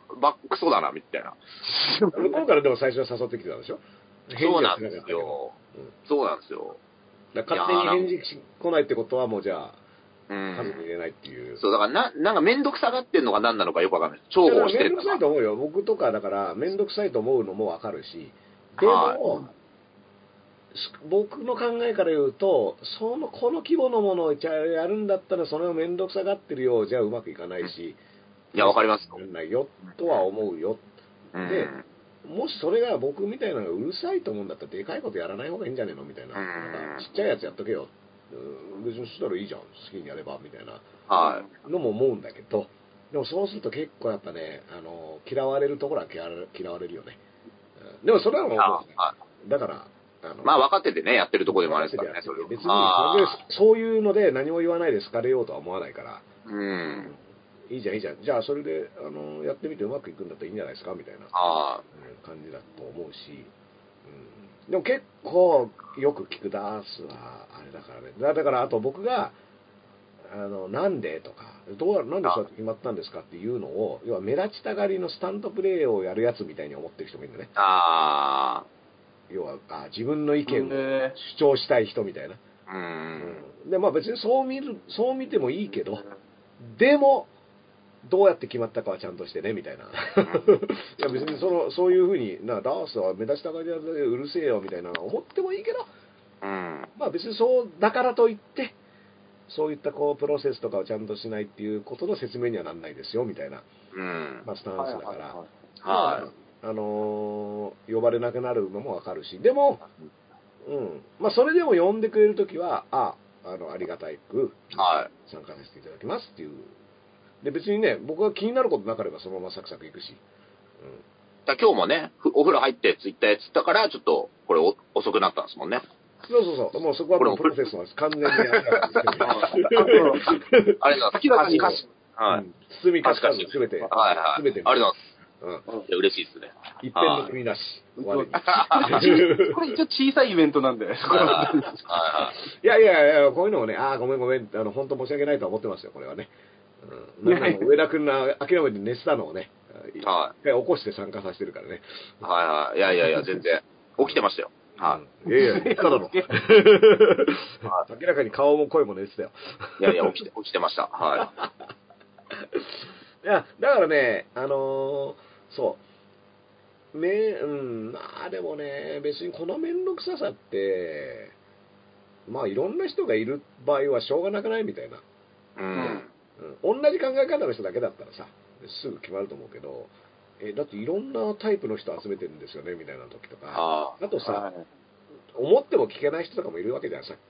S4: クソだな、みたいな。
S2: 向こうからでも最初は誘ってきてたんでしょ？
S4: そうなんですよ。そうなんですよ。
S2: 勝手に返事来ないってことはもうじゃあ、数に入れないっていう。
S4: そう、だからなんかめんどくさがってんのが何なのかよくわかんない。重宝してる。
S2: めんどくさいと思うよ。僕とかだからめんどくさいと思うのもわかるし。でも、僕の考えから言うと、この規模のものをやるんだったら、それをめんどくさがってるようじゃうまくいかないし、
S4: いや、わかります
S2: よ。ないよ、とは思うよ。で、もしそれが僕みたいなのがうるさいと思うんだったら、でかいことやらない方がいいんじゃねえのみたいな。ちっちゃいやつやっとけよ。別にそしたらいいじゃん。好きにやれば、みたいなのも思うんだけど、でもそうすると結構やっぱね、嫌われるところは嫌われるよね。でもそれはもう、だから、
S4: まあ分かっててね、やってるとこでもあるんですからね、それ
S2: 別にそういうので何も言わないで好かれようとは思わないから、いいじゃん、いいじゃん、じゃあそれでやってみてうまくいくんだったらいいんじゃないですかみたいな感じだと思うし、でも結構よく聞くダースはあれだからね、だからあと僕が、なんでとか、なんでそうやって決まったんですかっていうのを、要は目立ちたがりのスタンドプレーをやるやつみたいに思ってる人もいるんだね。要は自分の意見を主張したい人みたいな。でまあ別にそう見てもいいけど、でもどうやって決まったかはちゃんとしてねみたいな。いや別にそういうふうにダースは目立ちたがりでうるせえよみたいな思ってもいいけど、まあ別にそうだからといってそういったプロセスとかをちゃんとしないっていうことの説明にはなんないですよみたいな、まあスタンスだから。呼ばれなくなるのもわかるし、でも、まあそれでも呼んでくれるときは、ありがたく参加させていただきますっていう。で別にね、僕が気になることなければそのままサクサクいくし。
S4: 今日もね、お風呂入ってツイッターやってたから、ちょっとこれ遅くなったんですもんね。
S2: そう、もうそこはもうプロセスは完全にやったんですけど。
S4: あれだ、
S2: 明らかに包み隠さずすべて。
S4: ありがとうございます。嬉しいですね。
S2: 一遍の国なし。
S3: これ一応小さいイベントなんで。
S2: いや、こういうのをね、ごめん、本当申し訳ないとは思ってますよ、これはね。上田君の諦めて寝てたのをね、一回起こして参加させてるからね。
S4: いや、全然。起きてましたよ。
S2: いや、言っただろ。明らかに顔も声も寝てたよ。
S4: いや、起きてました。
S2: いや、だからね、そう。まあでもね、別にこのめんどくささって、まあいろんな人がいる場合はしょうがなくないみたいな。同じ考え方の人だけだったらさ、すぐ決まると思うけど、だっていろんなタイプの人集めてるんですよねみたいな時とか、あとさ、思っても聞けない人とかもいるわけじゃん、さ、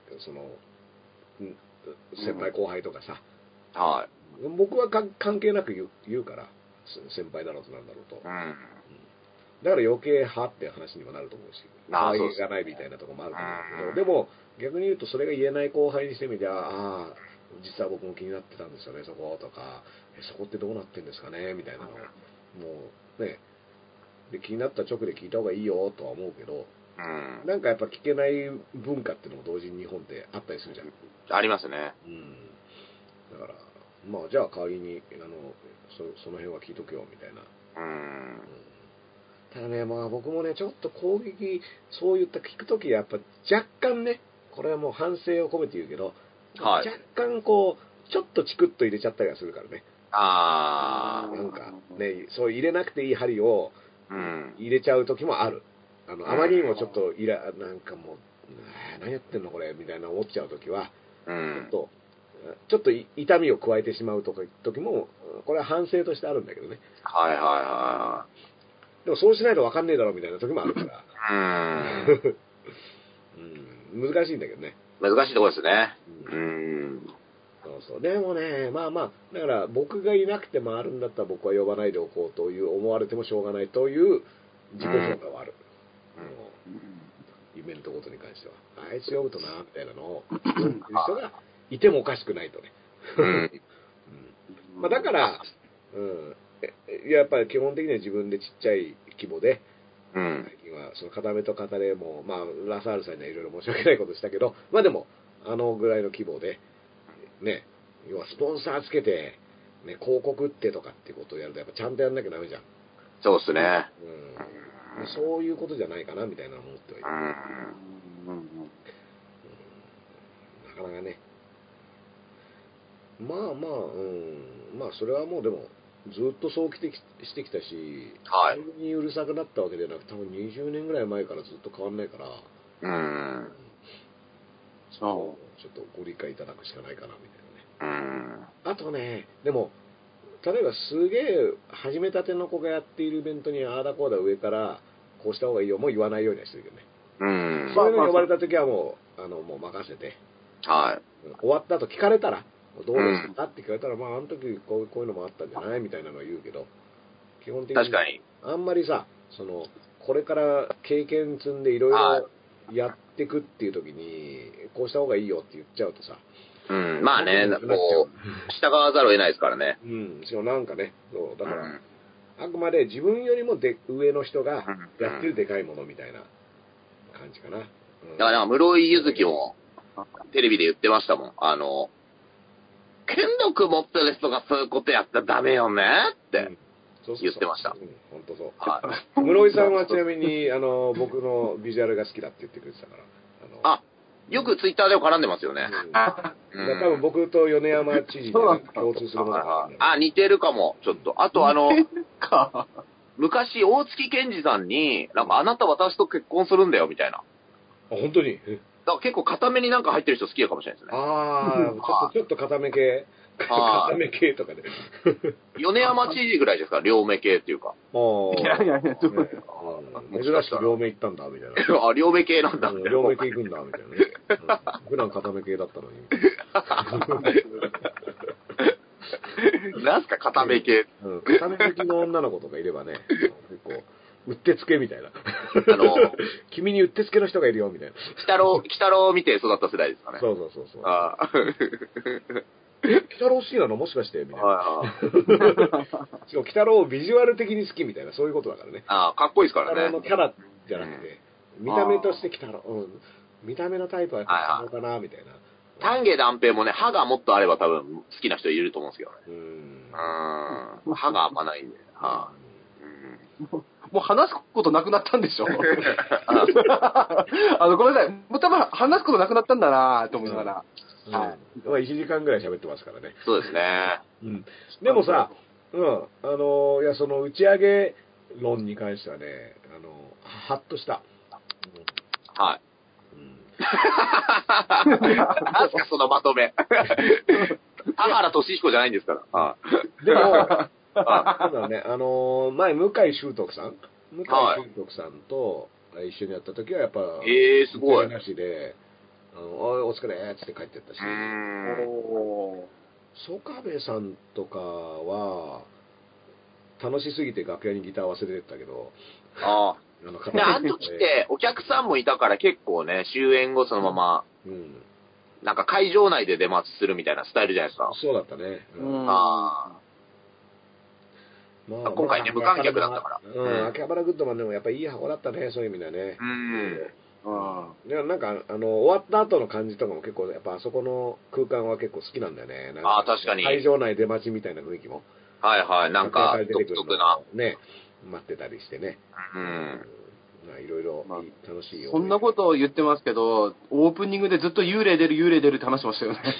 S2: 先輩後輩とかさ。僕は関係なく言うから、先輩だろうとなんだろうと。だから余計はって話にもなると思うし、可愛げがないみたいなところもあると思うけど、でも逆に言うとそれが言えない後輩にしてみて実は僕も気になってたんですよね、そことか、そこってどうなってんですかねみたいなのを、もうね、で気になった直で聞いた方がいいよとは思うけど、なんかやっぱ聞けない文化っていうのも同時に日本ってあったりするじゃん。
S4: ありますね。
S2: だから、まあじゃあ代わりにその辺は聞いとくよみたいな。ただね、まあ僕もね、ちょっと攻撃、そういった聞くときやっぱ若干ね、これはもう反省を込めて言うけど、若干ちょっとチクッと入れちゃったりはするからね。なんかね、そう入れなくていい針を入れちゃう時もある。あまりにもちょっとなんかもう、何やってんのこれみたいな思っちゃう時は、ちょっと痛みを加えてしまう時も、これは反省としてあるんだけどね。でもそうしないと分かんねえだろみたいな時もあるから。難しいんだけどね。
S4: 難しいところですね。
S2: そう。でもね、まあ、だから僕がいなくてもあるんだったら僕は呼ばないでおこうという思われてもしょうがないという自己評価はある。イベントごとに関しては。あいつ呼ぶとな、みたいなのを呼ぶ人がいてもおかしくないとね。まあだから、やっぱり基本的には自分でちっちゃい規模で、最近はその片目と片目も、まあラサールさんにはいろいろ申し訳ないことしたけど、まあでも、ぐらいの規模で、ね、要はスポンサーつけて、 ね、広告ってとかってことをやるとやっぱちゃんとやんなきゃダメじゃん。
S4: そうですね。
S2: そういうことじゃないかなみたいなのを思ってはいる。なかなかね。まあそれはもうでもずっとそうしてきたし、
S4: はい。
S2: 急にうるさくなったわけではなく、多分20年ぐらい前からずっと変わんないから、ちょっとご理解いただくしかないかなみたいなね。あとね、でも例えばすげえ始めたての子がやっているイベントにああだこうだ上からこうした方がいいよもう言わないようにはしてるけどね。そういうのに呼ばれた時はもう任せて、
S4: はい。
S2: 終わった後聞かれたらどうでしたかって聞かれたら、まああの時こういうのもあったんじゃないみたいなのは言うけど、基本的にあんまりさ、これから経験積んでいろいろやってくっていう時にこうした方がいいよって言っちゃうとさ、
S4: まあね、こう従わざるを得ないですからね。
S2: しかもなんかね、だから、あくまで自分よりも上の人がやってるでかいものみたいな感じかな。だ
S4: から室井ゆずきもテレビで言ってましたもん。権力持ってる人がそういうことやったらダメよねって言ってました。
S2: 本当そう。室井さんはちなみに僕のビジュアルが好きだって言ってくれてたから。
S4: よくツイッターでも絡んでますよね。
S2: 多分僕と米山知事が共通するものがあるんだ。
S4: 似てるかも、ちょっと。あと昔、大月健二さんに、なんかあなた私と結婚するんだよ、みたいな。あ、
S2: 本当に？
S4: だから結構固めになんか入ってる人好きかもしれないですね。
S2: ちょっと固め系。固め系とかで。
S4: 米山知事ぐらいですか、両目系っていうか。
S3: いや、
S2: 珍しく両目行ったんだ、みたいな。
S4: 両目系なんだ。
S2: 両目系行くんだ、みたいなね。普段固め系だったのに。
S4: なんすか、固め系。
S2: 固め好きの女の子とかいればね、結構、うってつけみたいな。君にうってつけの人がいるよ、みたいな。
S4: 鬼太郎を見て育った世代ですかね。
S2: そう。鬼太郎好きなのもしかしてみたいな。しかも鬼太郎をビジュアル的に好きみたいな、そういうことだからね。
S4: かっこいいですからね。
S2: 鬼太郎のキャラじゃなくて、見た目として鬼太郎、見た目のタイプは鬼太郎かな、みたいな。
S4: 丹下断平もね、歯がもっとあれば多分好きな人いると思うんですけどね。歯があんまないんで。
S3: もう話すことなくなったんでしょごめんなさい。もう多分話すことなくなったんだなと思いながら。
S2: 1時間ぐらい喋ってますからね。
S4: そうですね。
S2: でもさ、いや、その打ち上げ論に関してはね、ハッとした。
S4: はい。なんすか、そのまとめ。田原俊彦じゃないんですから。
S2: でも、そうだね、前、向井秀徳さんと一緒にやった時はやっぱ、
S4: すごい。
S2: なしで、お疲れーって帰ってったし、曽我部さんとかは、楽しすぎて楽屋にギター忘れてったけど、
S4: あの時ってお客さんもいたから結構ね、終演後そのまま、なんか会場内で出待ちするみたいなスタイルじゃないですか。
S2: そうだったね。
S4: 今回ね、無観客だったから。
S2: 秋葉原グッドマンでもやっぱいい箱だったね、そういう意味ではね。なんか、終わった後の感じとかも結構、やっぱあそこの空間は結構好きなんだよね。
S4: 確かに。
S2: 会場内出待ちみたいな雰囲気も。
S4: なんか、独特な。
S2: ね、待ってたりしてね。いろいろ楽しいよ。
S3: そんなことを言ってますけど、オープニングでずっと幽霊出るって話しましたよね。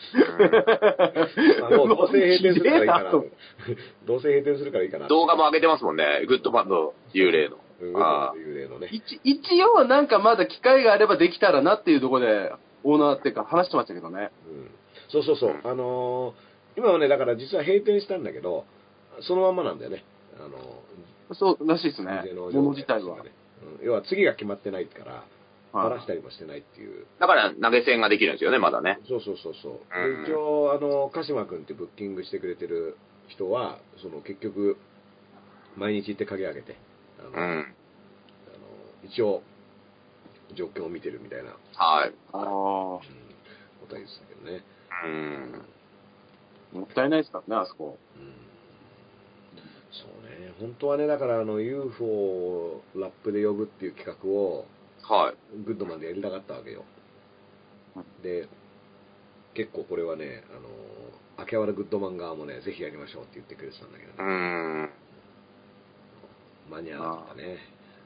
S2: どうせ閉店するからいいかな。どうせ閉店するからいいかな。
S4: 動画も上げてますもんね、グッドマンの幽霊の。
S2: 幽霊のね。
S3: 一応なんかまだ機会があればできたらなっていうところで、オーナーっていうか話してましたけどね。
S2: そう。今はね、だから実は閉店したんだけど、そのまんまなんだよね。
S3: そうらしいですね。もの自体は。
S2: 要は次が決まってないから、ばらしたりもしてないっていう。
S4: だから投げ銭ができるんですよね、まだね。
S2: そう。一応、鹿島君ってブッキングしてくれてる人は、結局、毎日行って鍵開けて、一応、状況を見てるみたいな。ことは言ってたけどね。
S3: もったいないですからね、あそこ。
S2: そうね、本当はね、だからUFO をラップで呼ぶっていう企画を、グッドマンでやりたかったわけよ。で、 結構これはね、秋葉原グッドマン側もね、ぜひやりましょうって言ってくれてたんだけどね。間に合わなかったね。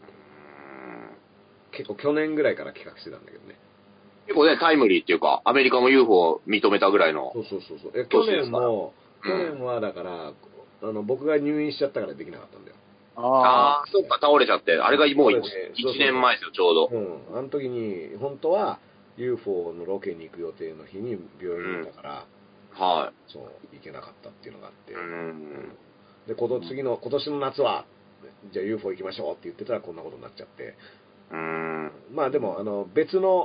S2: 結構去年ぐらいから企画してたんだけどね。
S4: 結構ね、タイムリーっていうか、アメリカも UFO を認めたぐらいの。
S2: そう。去年はだから、僕が入院しちゃったからできなかったんだよ。
S4: ああ、そうか、倒れちゃって。あれがもう1年前ですよ、ちょう
S2: ど。あの時に、本当は UFO のロケに行く予定の日に病院にいたから、
S4: はい。
S2: そう、行けなかったっていうのがあって。で、今年の夏は、じゃあ UFO 行きましょうって言ってたらこんなことになっちゃって。まあでも、別の、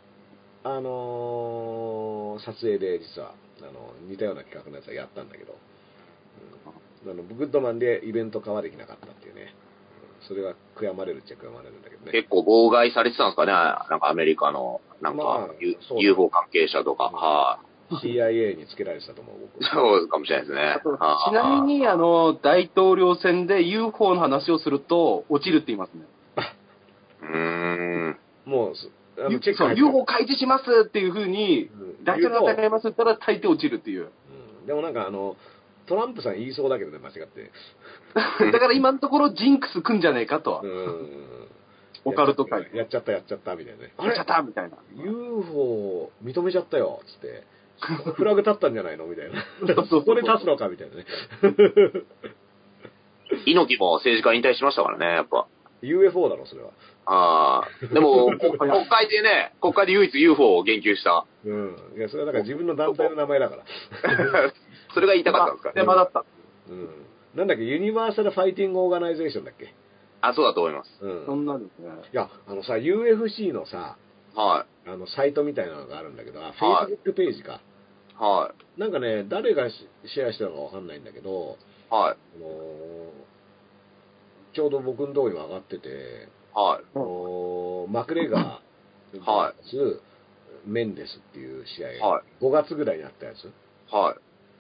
S2: 撮影で実は、似たような企画のやつはやったんだけど、グッドマンでイベント化はできなかったっていうね。それは悔やまれるっちゃ悔やまれるんだけどね。
S4: 結構妨害されてたんですかね、なんかアメリカの、なんか、UFO 関係者とか。はい。
S2: CIA につけられてたと思う、僕。
S4: そうかもしれないですね。
S3: ちなみに、大統領選で UFO の話をすると、落ちるって言いますね。
S2: もう、
S3: UFO 開示しますっていう風に、大統領がやりますって言ったら大抵落ちるっていう。
S2: でもなんかトランプさん言いそうだけどね、間違って。
S3: だから今のところジンクスくんじゃねえかとは。オカルト界。
S2: やっちゃった、みたいなね。
S3: やっちゃったみたいな。
S2: UFO 認めちゃったよ、つって。フラグ立ったんじゃないのみたいな。そこで立つのかみたいなね。
S4: 猪木も政治家引退しましたからね、やっぱ。
S2: UFO だろ、それは。
S4: でも、国会で唯一 UFO を言及した。
S2: いや、それはだから自分の団体の名前だから。
S4: それが言いたかったんですか？
S3: 手間だった。
S2: なんだっけ、ユニバーサルファイティングオーガナイゼーションだっけ？
S4: そうだと思います。
S3: そんなんですね。
S2: いや、UFC のさ、
S4: はい。
S2: サイトみたいなのがあるんだけど、Facebook ページか。
S4: はい。
S2: なんかね、誰がシェアしたのかわかんないんだけど、
S4: はい。
S2: ちょうど僕のところにも上がってて、
S4: はい。
S2: マクレガー
S4: はい。
S2: メンデスっていう試合、
S4: はい、
S2: 5月ぐらいにあったやつ。
S4: はい。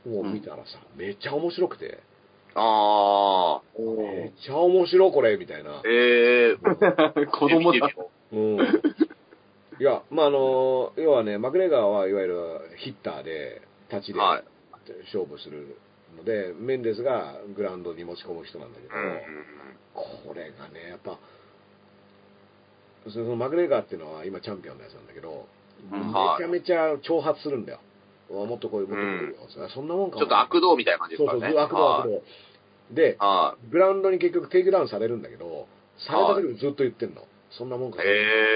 S2: もう見たらさ、めっちゃ面白くて。
S4: め
S2: っちゃ面白いこれ、みたいな。
S3: 子供だ。
S2: いや、まあ要はね、マクレガーはいわゆるヒッターで、立ちで勝負するので、メンデスがグラウンドに持ち込む人なんだけど、これがね、やっぱ、そのマクレガーっていうのは今チャンピオンのやつなんだけど、めちゃめちゃ挑発するんだよ。もっとこういう、もっとこういう。そんなもんかも。
S4: ちょっと悪道みたいな感じですかね。
S2: そう、悪道。で、グラウンドに結局テイクダウンされるんだけど、された時もずっと言ってんの。そんなもんか。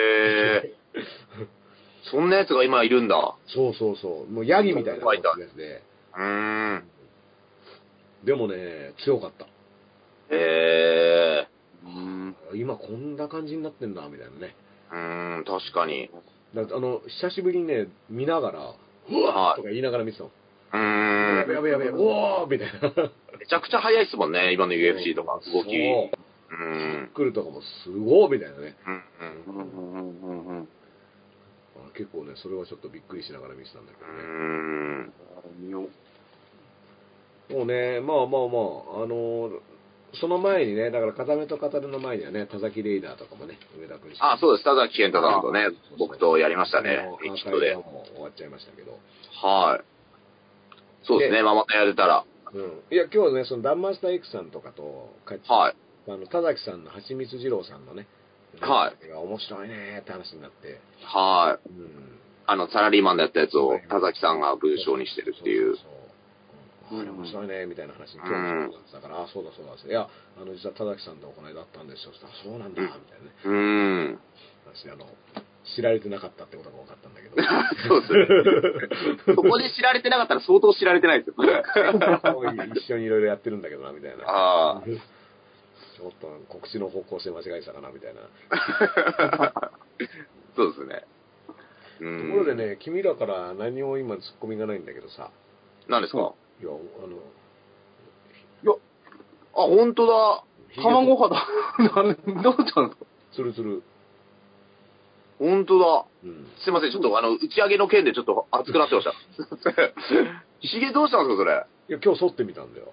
S4: そんなやつが今いるんだ。
S2: そう。もうヤギみたいなやつで。でもね、強かった。今こんな感じになってんだ、みたいなね。
S4: 確かに。
S2: 久しぶりにね、見ながら、うわーとか言いながら見てたの。やべ、おーみたいな。
S4: めちゃくちゃ速いっすもんね、今の UFC とか、動き。
S2: タックルとかもすごいみたいなね。結構ね、それはちょっとびっくりしながら見てたんだけどね。もうね、まあ、その前にね、だから片目と片手の前にはね、田崎レイダーとかもね、上田君。
S4: そうです、田崎健太さんとね、僕とやりましたね、
S2: 一緒で。もう終わっちゃいましたけど。
S4: はい。そうですね、またやれたら。
S2: いや、今日ね、そのダンマスター X さんとかと帰って、
S4: はい。
S2: 田崎さんの橋光二郎さんのね、
S4: はい。
S2: 面白いねーって話になって。
S4: はい。サラリーマンでやったやつを田崎さんが文章にしてるっていう。
S2: 面白いねみたいな話に今日だから、そうだいや実は田崎さんとこの間だったんですよ。そうなんだみたいなね。私知られてなかったってことが分かったんだけど。
S4: そうですね。そこで知られてなかったら相当知られてないですよ。
S2: 一緒にいろいろやってるんだけどなみたいな。ちょっと告知の方向性間違えてたかなみたいな。
S4: そうですね。
S2: ところでね、君らから何も今ツッコミがないんだけどさ。
S4: 何ですか？
S2: いや、
S4: 本当だ。
S3: 卵肌。どうしたんですか？
S2: つるつる。
S4: 本当だ。すいません、ちょっと打ち上げの件でちょっと熱くなってました。ひげどうしたんですか、それ。
S2: いや、今日剃ってみたんだよ。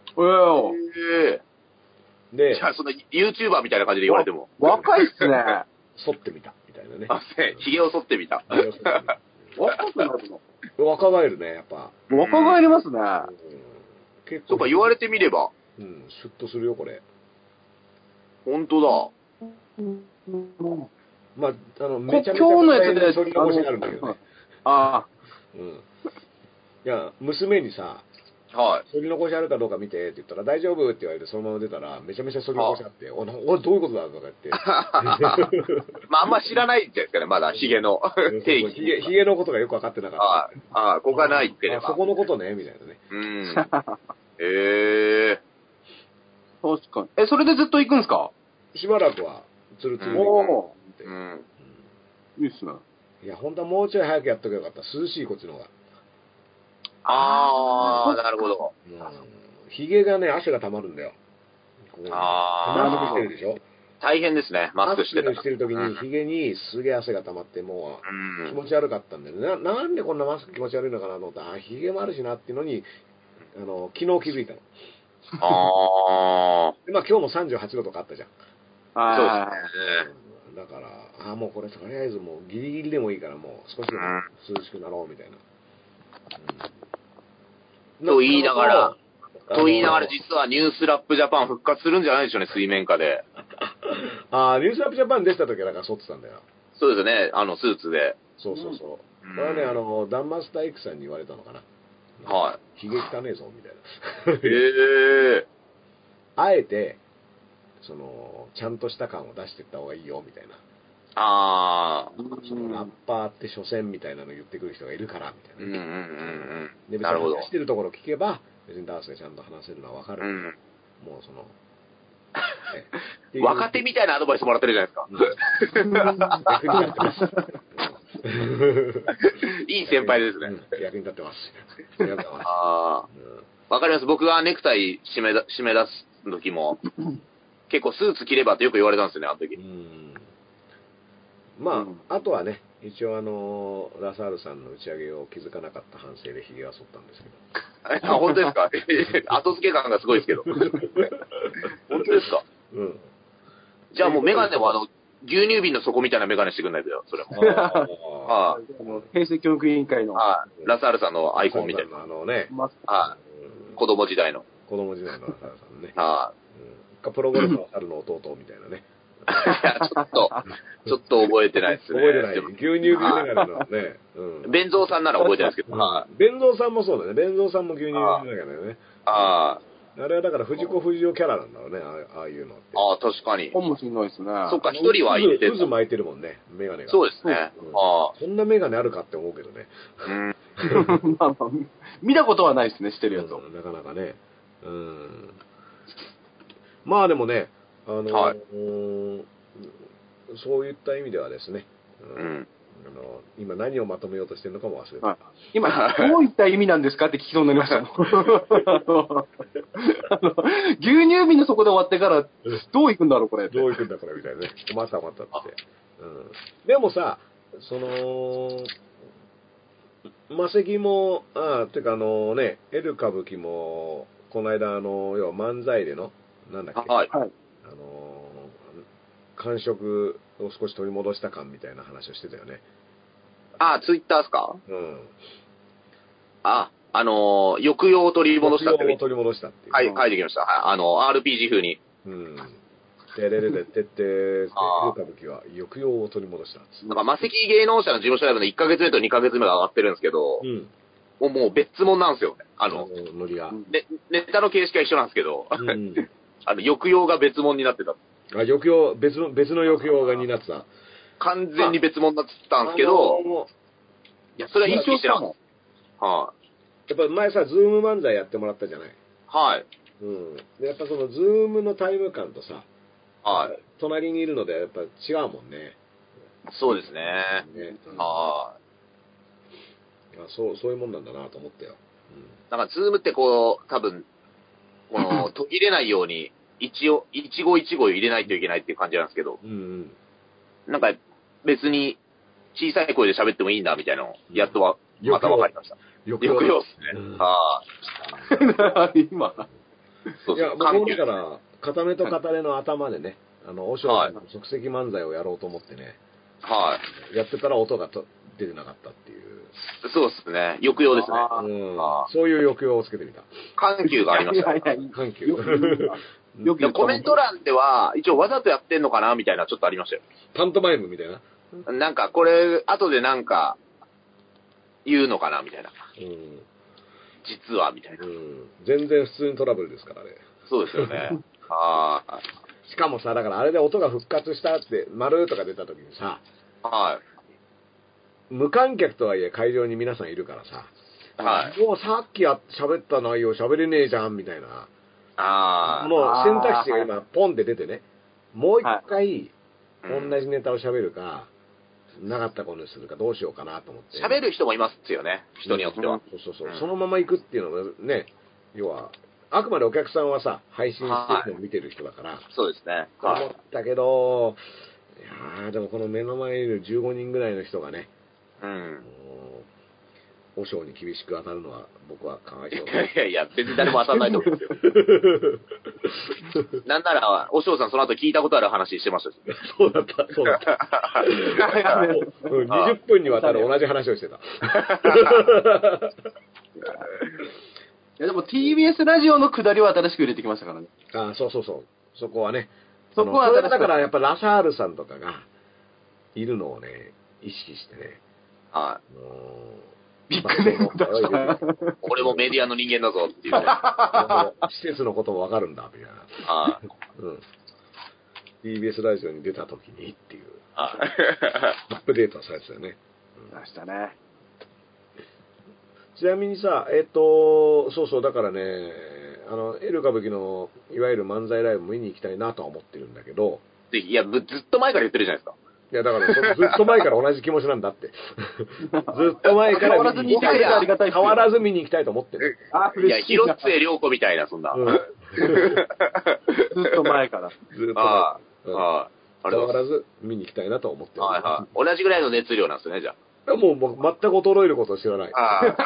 S4: で、じゃあ、その YouTuber みたいな感じで言われても。
S3: 若いっすね。
S2: 剃ってみた、みたいなね。
S4: ひげを剃ってみた。
S3: 若くなるの？
S2: 若返るね、やっぱ。
S3: 若返りますね。
S2: 結構。
S4: そうか、言われてみれば。
S2: シュッとするよ、これ。
S4: ほんとだ。
S2: まあ、めちゃめちゃ
S3: 今日のやつで、
S2: 剃り残しがあるんだけどね。
S3: ああ。
S2: いや、娘にさ、
S4: はい。
S2: 剃り残しあるかどうか見てって言ったら、大丈夫って言われて、そのまま出たら、めちゃめちゃ剃り残しあって、おい、どういうことだとか言って。
S4: まあ、あんま知らないんですかね、まだ、ヒゲの定義。
S2: ヒゲのことがよく分かってなかった。
S4: ここがないってれば。
S2: そこのことね、みたいなね。
S3: 確かに。それでずっと行くんですか？
S2: しばらくは、ツルツルで。
S3: いいっすね。
S2: いや、本当はもうちょい早くやっとけばよかった。涼しい、こっちの方が。
S4: なるほど。
S2: ヒゲがね、汗が溜まるんだよ。マスクしてるでしょ？
S4: 大変ですね、マスクしてる。
S2: マスクしてる時に、ヒゲにすげえ汗が溜まって、もう、気持ち悪かったんだよね。なんでこんなマスク気持ち悪いのかなと思ったら、ヒゲもあるしなっていうのに、昨日気づいたの。でまあ今日も38度とかあったじゃん。
S4: そうです
S2: ね。だから、もうこれとりあえずもうギリギリでもいいからもう少しでも涼しくなろうみたいな。
S4: と言いながら、実はニュースラップジャパン復活するんじゃないでしょうね、水面下で。
S2: ニュースラップジャパン出た時はなんか剃ってたんだよ。
S4: そうですね、スーツで。
S2: そう。これはね、ダンマスタイクさんに言われたのかな。
S4: はい。
S2: ヒゲ汚ねえぞ、みたいな。あえて、ちゃんとした感を出していった方がいいよ、みたいな。ラッパーって所詮みたいなの言ってくる人がいるから、みたいな。で、別に話してるところ聞けば、別にダースがちゃんと話せるのはわかる。もう
S4: 若手みたいなアドバイスもらってるじゃないですか。
S2: 役に立ってます。
S4: いい先輩ですね。
S2: 役に立ってます。
S4: わかります。僕がネクタイ締め出す時も、結構スーツ着ればってよく言われたんですよね、あの時。
S2: まあ、あとはね、一応ラサールさんの打ち上げを気づかなかった反省でヒゲは剃ったんですけど。
S4: 本当ですか？後付け感がすごいですけど。本当ですか？じゃあもうメガネは牛乳瓶の底みたいなメガネしてくんないとよ、それも。
S3: 平成教育委員会の。
S4: ラサールさんのアイコンみたいな。子供時代の。
S2: 子供時代のラサールさんね。
S4: プ
S2: ロゴルファー猿の弟みたいなね。
S4: ちょっと覚えてないですね。
S2: 覚えてない。牛乳瓶メガネのね。
S4: 弁蔵さんなら覚えてないですけど。
S2: 弁蔵さんもそうだね。弁蔵さんも牛乳瓶メガネだよね。あれはだから藤子不二雄キャラなんだろうね、ああいうのって。
S4: 確かに。
S3: かもしれないですね。
S4: そっか、一人はいて
S2: る。渦巻いてるもんね、メガネが。
S4: そうですね。
S2: そんなメガネあるかって思うけどね。
S3: 見たことはないですね、してるやつを。
S2: なかなかね。まあでもね、そういった意味ではですね、今何をまとめようとしてるのかも忘れた。
S3: 今、どういった意味なんですかって聞きそうになりました。牛乳瓶の底で終わってから、どういくんだろう、これ。
S2: どういくんだ、これ、みたいなね。またって。でもさ、魔石も、てかエル歌舞伎も、この間、要は漫才での、なんだっけ、感触を少し取り戻した感みたいな話をしてたよね。
S4: ツイッターですか？抑揚を取り戻したって。
S2: 抑揚を取り戻したっていう。
S4: 書いてきました。RPG 風に。
S2: てれれれってって、エル歌舞伎は抑揚を取り戻した。
S4: なんか、魔石芸能者の事務所ライブの1ヶ月目と2ヶ月目が上がってるんですけど、もう別物なんですよね。
S2: ノリが。
S4: ネタの形式は一緒なんですけど、抑揚が別物になってた。
S2: 抑揚、別の抑揚がになってた。
S4: 完全に別物になってたんですけど、いや、それは意識してなかった。
S2: やっぱ前さ、ズーム漫才やってもらったじゃない。でやっぱそのズームのタイム感とさ、隣にいるのでやっぱ違うもんね。
S4: そうですね。
S2: そういうもんなんだなと思ったよ。
S4: なんかズームって多分、途切れないように、一語一語入れないといけないっていう感じなんですけど、なんか別に小さい声で喋ってもいいんだみたいなのを、やっとまた分かりました。抑揚ですね。
S3: 今。
S2: いや、僕もだから、片目と片手の頭でね、和尚の即席漫才をやろうと思ってね、やってたら音が出てなかったっていう。
S4: そうっすね。抑揚ですね。
S2: そういう抑揚をつけてみた。
S4: 緩急がありました。
S2: 緩急。
S4: コメント欄では、一応わざとやってんのかなみたいなちょっとありましたよ。
S2: パントマイムみたいな。
S4: なんか、これ、後でなんか、言うのかなみたいな。実は、みたいな。
S2: 全然普通にトラブルですからね。
S4: そうですよね。
S2: しかもさ、だからあれで音が復活したって、丸とか出た時にさ、無観客とはいえ会場に皆さんいるからさ、もうさっき喋った内容喋れねえじゃん、みたいな。もう選択肢が今、ポンって出てね、もう一回、同じネタを喋るか、なかったことにするかどうしようかなと思って。
S4: 喋る人もいますよね、人によっては。
S2: そのまま行くっていうのがね、要は、あくまでお客さんはさ、配信してるのを見てる人だから。
S4: そうですね。
S2: 思ったけど、いやでもこの目の前にいる15人ぐらいの人がね、和尚に厳しく当たるのは僕はかわいそうだ。
S4: いや、別に誰も当たらないと思うんですよ。なんなら、和尚さんその後聞いたことある話してましたし。
S2: そうだった。20分にわたる同じ話をしてた。い
S3: やでも TBS ラジオの下りは新しく入れてきましたからね。
S2: そう。そこはね。それだからやっぱラサールさんとかがいるのをね、意識してね。
S3: ビッグネーム出した。
S4: 俺もメディアの人間だぞっていうね。
S2: 施設のこともわかるんだ、みたいな。TBS ラジオに出た時にっていう。アップデートされてたよね。
S3: 出したね。
S2: ちなみにさ、そうだからね、エル歌舞伎のいわゆる漫才ライブ見に行きたいなとは思ってるんだけど。
S4: いや、ずっと前から言ってるじゃないですか。
S2: いや、だからずっと前から同じ気持ちなんだって。ずっと前から見に行きたい。変わらず見に行きたいと思ってる。
S4: いや、広末涼子みたいな、そんな。
S3: ずっと前から。
S2: ずっと前から。変わらず見に行きたいなと思ってる。
S4: 同じぐらいの熱量なんですね、じゃ
S2: あ。もう全く衰えることを知らない。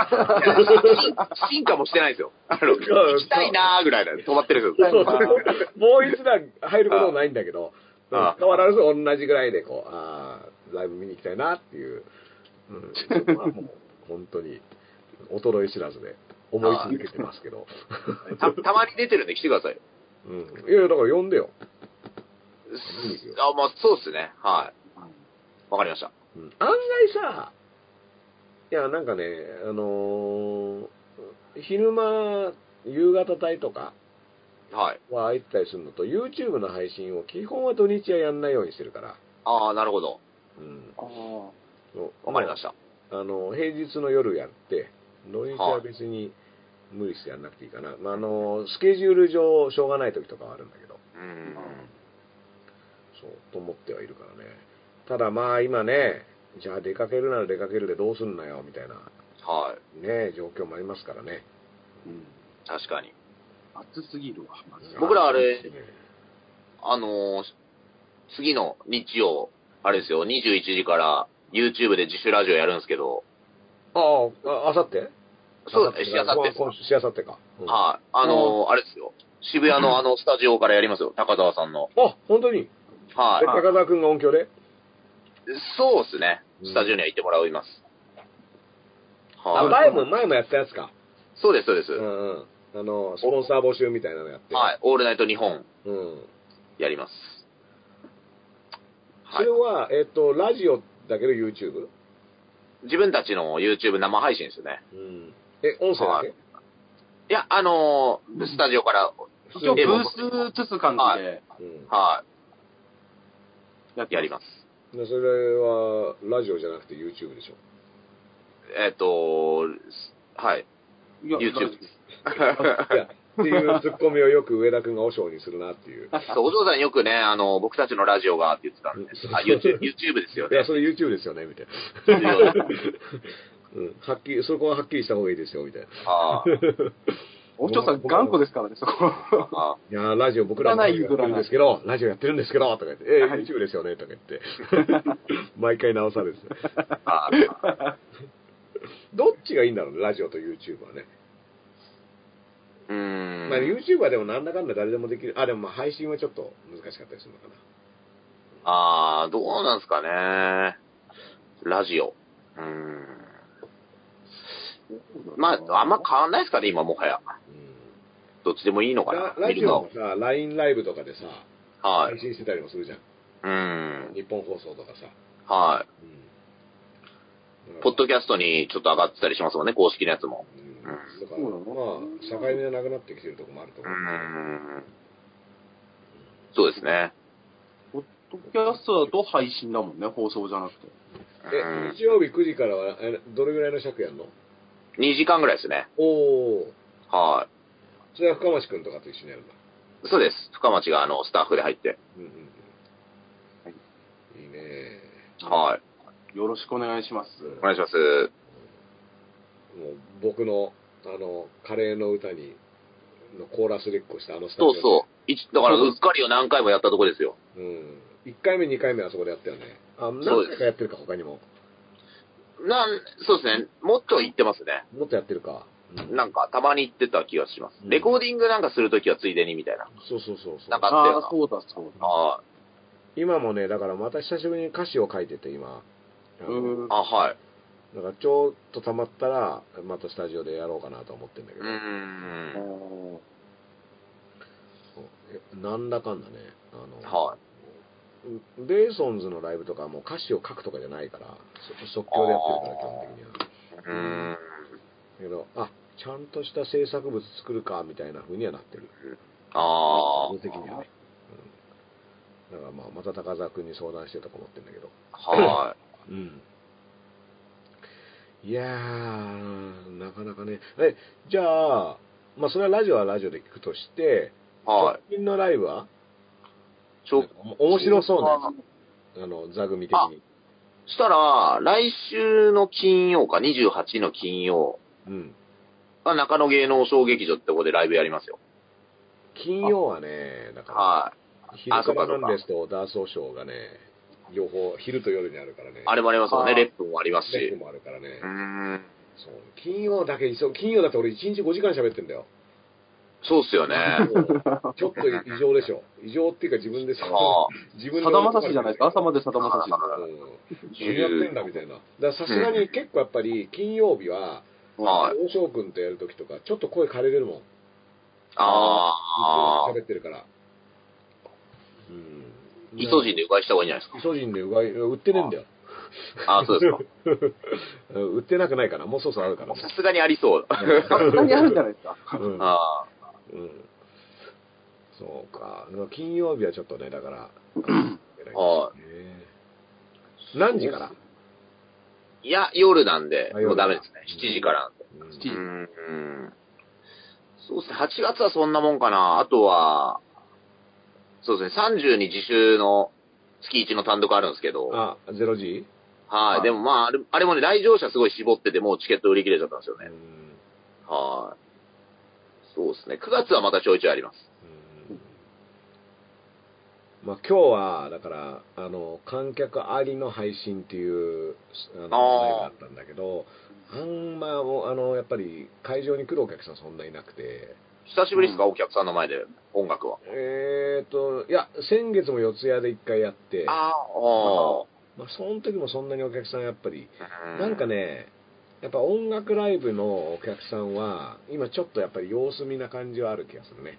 S4: 進化もしてないですよ。行きたいなーぐらいで止まってるんですよ。
S2: もう一段入ることもないんだけど、変わらず同じぐらいでライブ見に行きたいなっていう、もう本当に衰え知らずで思い続けてますけど。
S4: たまに出てるんで来てください。
S2: いや、だから呼んでよ。
S4: まあそうですね。はい。わかりました。
S2: 案外さ、いや、なんかね、昼間、夕方帯とか、は空いてたりするのと、YouTube の配信を基本は土日はやんないようにしてるから。
S4: なるほど。わかりました。
S2: 平日の夜やって、土日は別に無理してやんなくていいかな。スケジュール上、しょうがない時とかはあるんだけど。そう、と思ってはいるからね。ただまあ今ね、じゃあ出かけるなら出かけるでどうすんなよ、みたいな。ね、状況もありますからね。
S4: 確かに。
S3: 暑すぎるわ。
S4: 僕らあれ、次の日曜、あれですよ、21時から YouTube で自主ラジオやるんですけど。
S2: あさって
S4: そうですね、しあさってです。
S2: しあさってか。
S4: はい。あれですよ。渋谷のスタジオからやりますよ、高澤さんの。
S2: 本当に？
S4: はい。
S2: 高澤くんが音響で？
S4: そうですね。スタジオには行ってもらいます。
S2: 前もやったやつか。
S4: そうです、そうです。
S2: スポンサー募集みたいなのやって。
S4: はい。オールナイト日本。やります。
S2: それは、ラジオだけど YouTube？
S4: 自分たちの YouTube 生配信ですよね。
S2: 音声だけ？
S4: いや、スタジオから。
S3: 一応ブースつつ感じで。
S4: はい。やります。
S2: それは、ラジオじゃなくて YouTube でしょ？
S4: はい。YouTube です。
S2: っていうツッコミをよく上田くんが和尚にするなっていう。
S4: お嬢さんよくね、僕たちのラジオがって言ってたんで。YouTube ですよね。
S2: いや、それ YouTube ですよね、みたいな。そこははっきりした方がいいですよ、みたいな。
S3: お嬢さん頑固ですからね、そこ。
S2: いや、ラジオ僕らもやってるんですけど、ラジオやってるんですけど、とか言って、YouTube ですよね、とか言って。毎回直されるんですよ。どっちがいいんだろうね、ラジオと YouTube はね。まあ YouTube はでもなんだかんだ誰でもできる。でも配信はちょっと難しかったりするのかな。
S4: どうなんすかね。ラジオ。 まあ、あんま変わんないですかね、今もはや。どっちでもいいのかな。
S2: ラジオもさ、LINE ライブとかでさ、
S4: はい。
S2: 配信してたりもするじゃん。日本放送とかさ。
S4: はい。ポッドキャストにちょっと上がってたりしますもんね、公式のやつも。
S2: だから、まあ、境目がなくなってきてるところもあると思う。
S4: そうですね。
S3: ポッドキャストだと配信だもんね、放送じゃなくて。
S2: 日曜日9時からは、どれぐらいの尺やんの？
S4: 2 時間ぐらいですね。
S2: おー。
S4: はい。
S2: それは深町くんとかと一緒にやるんだ。
S4: そうです。深町がスタッフで入って。
S2: いいね。
S4: はい。
S3: よろしくお願いします。
S4: お願いします。
S2: もう僕の、カレーの歌に、のコーラスレックをしたスタジオ。
S4: そうそう。だから、うっかりを何回もやったとこですよ。
S2: 1回目、2回目はそこでやったよね。何回かやってるか、他にも。
S4: そうですね。もっと言ってますね。
S2: もっとやってるか。
S4: なんか、たまに言ってた気がします。レコーディングなんかするときはついでにみたいな。
S2: そう。
S3: なんかあったよな。そうだ。
S2: 今もね、だからまた久しぶりに歌詞を書いてて、今。
S4: はい。
S2: だからちょっと溜まったら、またスタジオでやろうかなと思ってんだけど。なんだかんだね。ベーソンズのライブとかも歌詞を書くとかじゃないから、即興でやってるから、基本的には。けど、ちゃんとした制作物作るか、みたいな風にはなってる。動的にはね。だからまあ、また高澤君に相談してとか思ってんだけど。
S4: はい。
S2: いやー、なかなかね。じゃあ、まあ、それはラジオはラジオで聞くとして、直近のライブは面白そうな、座組的に。
S4: したら、来週の金曜か、28の金曜。中野芸能小劇場ってとこでライブやりますよ。
S2: 金曜はね、だから、昼からなんですと、ダーソーショーがね、両方、昼と夜にあるからね。
S4: あれもありますよね、レップもありますし。
S2: レップもあるからね。そう。金曜だって俺1日5時間喋ってんだよ。
S4: そうっすよね。
S2: ちょっと異常でしょ。異常っていうか自分で
S3: 自分で。さだまさしじゃないですか、朝までさだまさし。
S2: 何やってんだみたいな。だからさすがに結構やっぱり金曜日は、大翔くんとやるときとか、ちょっと声枯れるもん。喋ってるから。
S4: イソジンでうがいした方がいいんじゃないですか。
S2: イソジンでうがい、売ってねえんだよ。
S4: そうですか。
S2: 売ってなくないかな。もうそろそろあるから。
S4: さすがにありそう。
S3: さすがにあるんじゃないですか。
S2: そうか。金曜日はちょっとね、だから。何時から？
S4: いや、夜なんで、もうダメですね。7時からなんで。そうですね。8月はそんなもんかな。あとは、そうですね。30に自習の月1の単独あるんですけど。
S2: 0時？
S4: はい。でもまあ、あれもね、来場者すごい絞ってて、もうチケット売り切れちゃったんですよね。はい。そうですね。9月はまたちょいちょいあります。
S2: まあ今日は、だから、観客ありの配信っていう、ライブがあったんだけど、やっぱり会場に来るお客さんそんないなくて。
S4: 久しぶりですか、お客さんの前で音楽は。
S2: いや、先月も四谷で一回やって、まあ、その時もそんなにお客さんやっぱり、なんかね、やっぱ音楽ライブのお客さんは、今ちょっとやっぱり様子見な感じはある気がするね。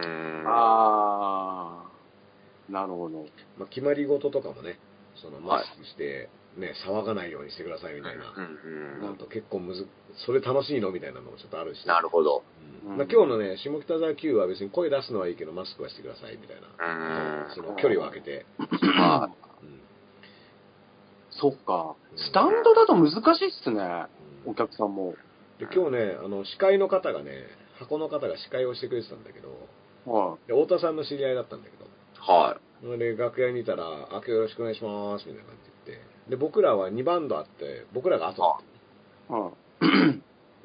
S3: なるほど。
S2: まあ、決まり事とかもね、マスクして、ね、騒がないようにしてくださいみたいな。なんと結構それ楽しいのみたいなのもちょっとあるし。
S4: なるほど。
S2: まあ、今日のね、下北沢 Q は別に声出すのはいいけど、マスクはしてくださいみたいな。距離を空けて。
S3: そっか。スタンドだと難しいっすね。お客さんも。
S2: で今日ね、司会の方がね、箱の方が司会をしてくれてたんだけど、で太田さんの知り合いだったんだけど、で、楽屋にいたら、今日よろしくお願いします、みたいな感じで言って、で、僕らは2バンドあって、僕らが後だった。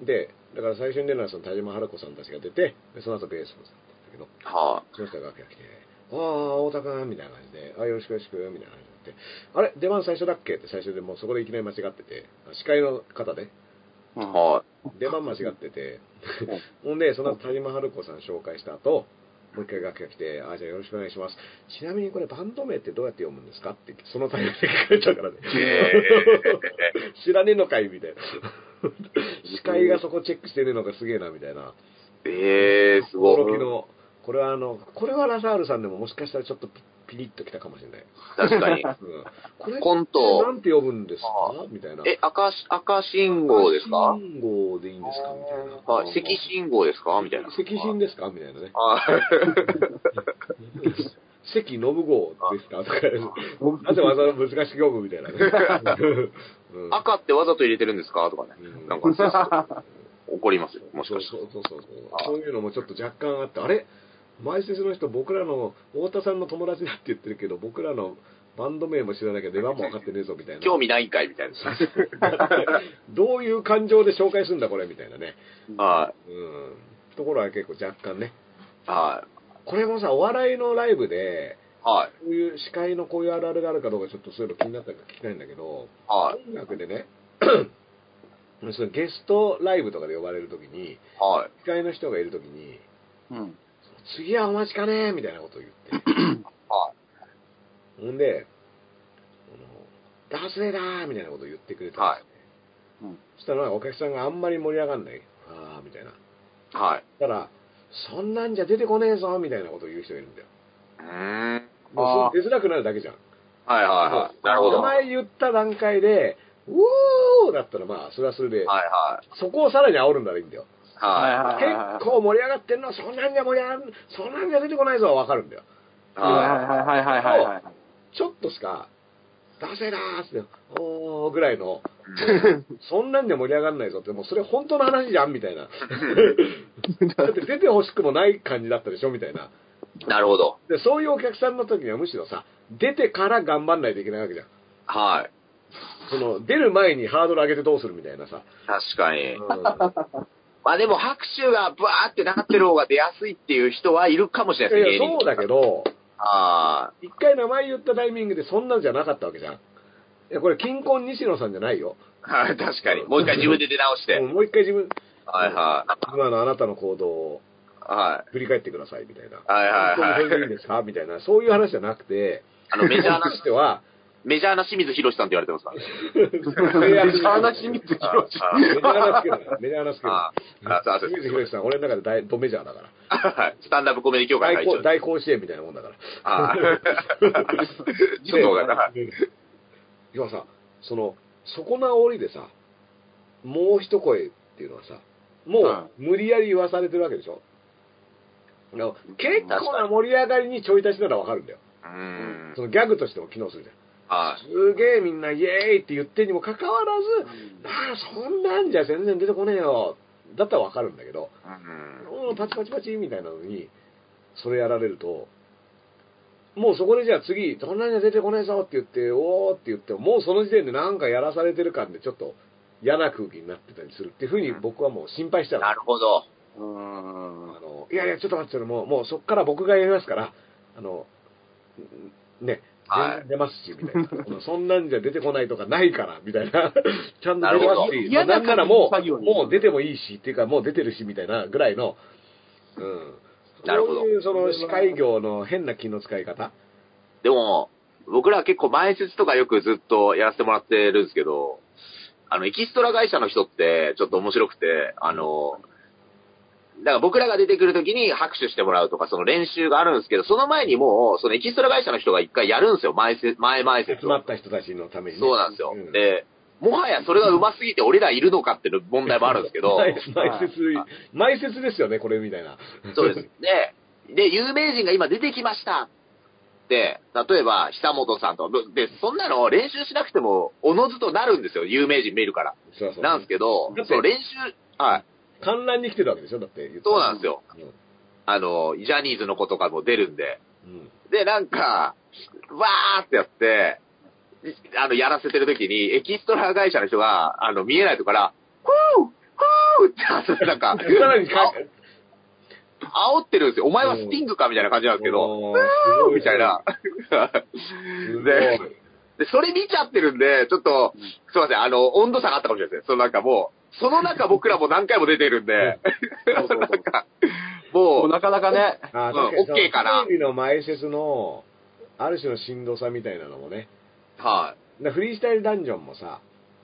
S2: で、だから最初に出るのはその田島春子さんたちが出て、でその後ベースもだったんだけど、その人が楽屋来て、太田くんみたいな感じで、よろしくよろしく、みたいな感じで、あれ出番最初だっけって最初でもうそこでいきなり間違ってて、司会の方で、出番間違ってて、ほんで、その後田島春子さん紹介した後、もう一回楽屋来て、じゃあよろしくお願いします。ちなみにこれバンド名ってどうやって読むんですかって、そのタイミングで聞かれたからね。知らねえのかいみたいな。 司会がそこチェックしてるのがすげえなみたいな。
S4: すごい。
S2: 驚きの、これはラサールさんでももしかしたらちょっとピリッときたかもしれない。
S4: 確かに。
S2: これ
S4: コント。
S2: なんて呼ぶんですかみたいな。
S4: 赤信号ですか？
S2: 赤信号でいいんですかみたいな。
S4: はい。赤信号ですかみたいな。
S2: 赤信ですかみたいなね。関信号ですかとか、なぜわざわざ難しく読むみたいなね。
S4: 赤ってわざと入れてるんですかとかね。なんか、怒りますよ。もしかして。
S2: そういうのもちょっと若干あって、あれ前説の人、僕らの、太田さんの友達だって言ってるけど、僕らのバンド名も知らなきゃ出番も分かってねえぞみたいな。
S4: 興味ないんかいみたいな。
S2: どういう感情で紹介するんだこれみたいなね。
S4: はい。
S2: ところは結構若干ね。
S4: はい。
S2: これもさ、お笑いのライブで、
S4: はい。
S2: こういう司会のこういうあるあるがあるかどうかちょっとそういうの気になったか聞きたいんだけど、
S4: はい。
S2: 音楽でね、そのゲストライブとかで呼ばれるときに、
S4: はい。
S2: 司会の人がいるときに、次はお待ちかねみたいなことを言って。
S4: はい。
S2: ほんで、ダースレーだーみたいなことを言ってくれたんですね。はい。そしたらお客さんがあんまり盛り上がんない。みたいな。
S4: はい。
S2: たら、そんなんじゃ出てこねえぞみたいなことを言う人がいるんだよ。もう出づらくなるだけじゃん。
S4: はいはいはい。なるほど。
S2: 名前言った段階で、うーだったらまあ、それはそれで、はいはい。そこをさらに煽るんだらいいんだよ。はいはい。結構盛り上がってんの、そんなんじゃ出てこないぞはわかるんだよ。
S3: はいはい。
S2: ちょっとしか、出せなーって、おーぐらいの、そんなんで盛り上がんないぞって、もうそれ本当の話じゃんみたいな。だって出てほしくもない感じだったでしょみたいな。
S4: なるほど。
S2: で、そういうお客さんの時にはむしろさ、出てから頑張んないといけないわけじゃん。
S4: はい。
S2: 出る前にハードル上げてどうするみたいなさ。
S4: 確かに。まあでも拍手がブワーってなってる方が出やすいっていう人はいるかもしれないですね。
S2: いや、そうだけど、一回名前言ったタイミングでそんなんじゃなかったわけじゃん。いや、これ、金婚西野さんじゃないよ。
S4: はい、確かに。もう一回自分で出直して。
S2: もう一回自分、
S4: はいはい。
S2: 今のあなたの行動を、
S4: はい。
S2: 振り返ってください、みたいな。
S4: はいはいはい。
S2: 本当にいいんですかみたいな。そういう話じゃなくて、
S4: メジャーな
S2: しては、
S4: メジャーな清水宏さんって言われてますから。
S3: メジャーな清水宏さん。
S2: メジャーなスキルだ。メジャーなスキル。
S4: 清
S2: 水宏さん、俺の中でドメジャーだから。
S4: はい。スタンダップコメディ協会会長。
S2: 大甲子園みたいなもんだから。
S4: ちょっと分かった。
S2: 要はさ、そこな煽りでさ、もう一声っていうのはさ、もう無理やり言わされてるわけでしょ。結構な盛り上がりにちょい足しならわかるんだよ。そのギャグとしても機能するじゃん。すげえみんなイエーイって言ってにもかかわらず、そんなんじゃ全然出てこねえよ。だったらわかるんだけど、パチパチパチみたいなのに、それやられると、もうそこでじゃあ次、そんなんじゃ出てこねえぞって言って、おーって言っても、もうその時点でなんかやらされてる感でちょっと嫌な空気になってたりするっていうふうに僕はもう心配しちゃう。
S4: なるほど。
S2: いやいや、ちょっと待って、もうそっから僕がやりますから、ね、全然出ますし、みたいな。そんなんじゃ出てこないとかないから、みたいな。ちゃんと出ますし、なんならもう出てもいいし、っていうかもう出てるし、みたいなぐらいの、
S4: なるほど。
S2: そういう司会業の変な気の使い方。
S4: でも、僕らは結構前説とかよくずっとやらせてもらってるんですけど、エキストラ会社の人ってちょっと面白くて、だから僕らが出てくるときに拍手してもらうとか、その練習があるんですけど、その前にもう、そのエキストラ会社の人が一回やるんですよ、前説を。
S2: 集まった人たちのためにね。
S4: そうなんですよ。で、もはやそれが上手すぎて俺らいるのかっていう問題もあるんですけど。
S2: 前説ですよね、これみたいな。
S4: そうです。で、有名人が今出てきました。で、例えば、久本さんと、で、そんなの練習しなくても、おのずとなるんですよ、有名人見るから。そうなんですけど、そう練習、はい。
S2: 観覧に来てるわけでしょだって言って。
S4: そうなんですよ。ジャニーズの子とかも出るんで。で、なんか、わーってやって、やらせてる時に、エキストラ会社の人が、見えないとこから、ふーって、なんか、さらに煽ってるんですよ。お前はスティングかみたいな感じなんですけど、ふーみたいな。で、それ見ちゃってるんで、ちょっと、すいません、温度差があったかもしれないですね。なんかもう、その中僕らも何回も出てるんで、なんか、もう、
S3: なかなかね、
S4: オッケーかな。
S2: テレビの前説の、ある種のしんどさみたいなのもね。
S4: はい。
S2: フリースタイルダンジョンもさ、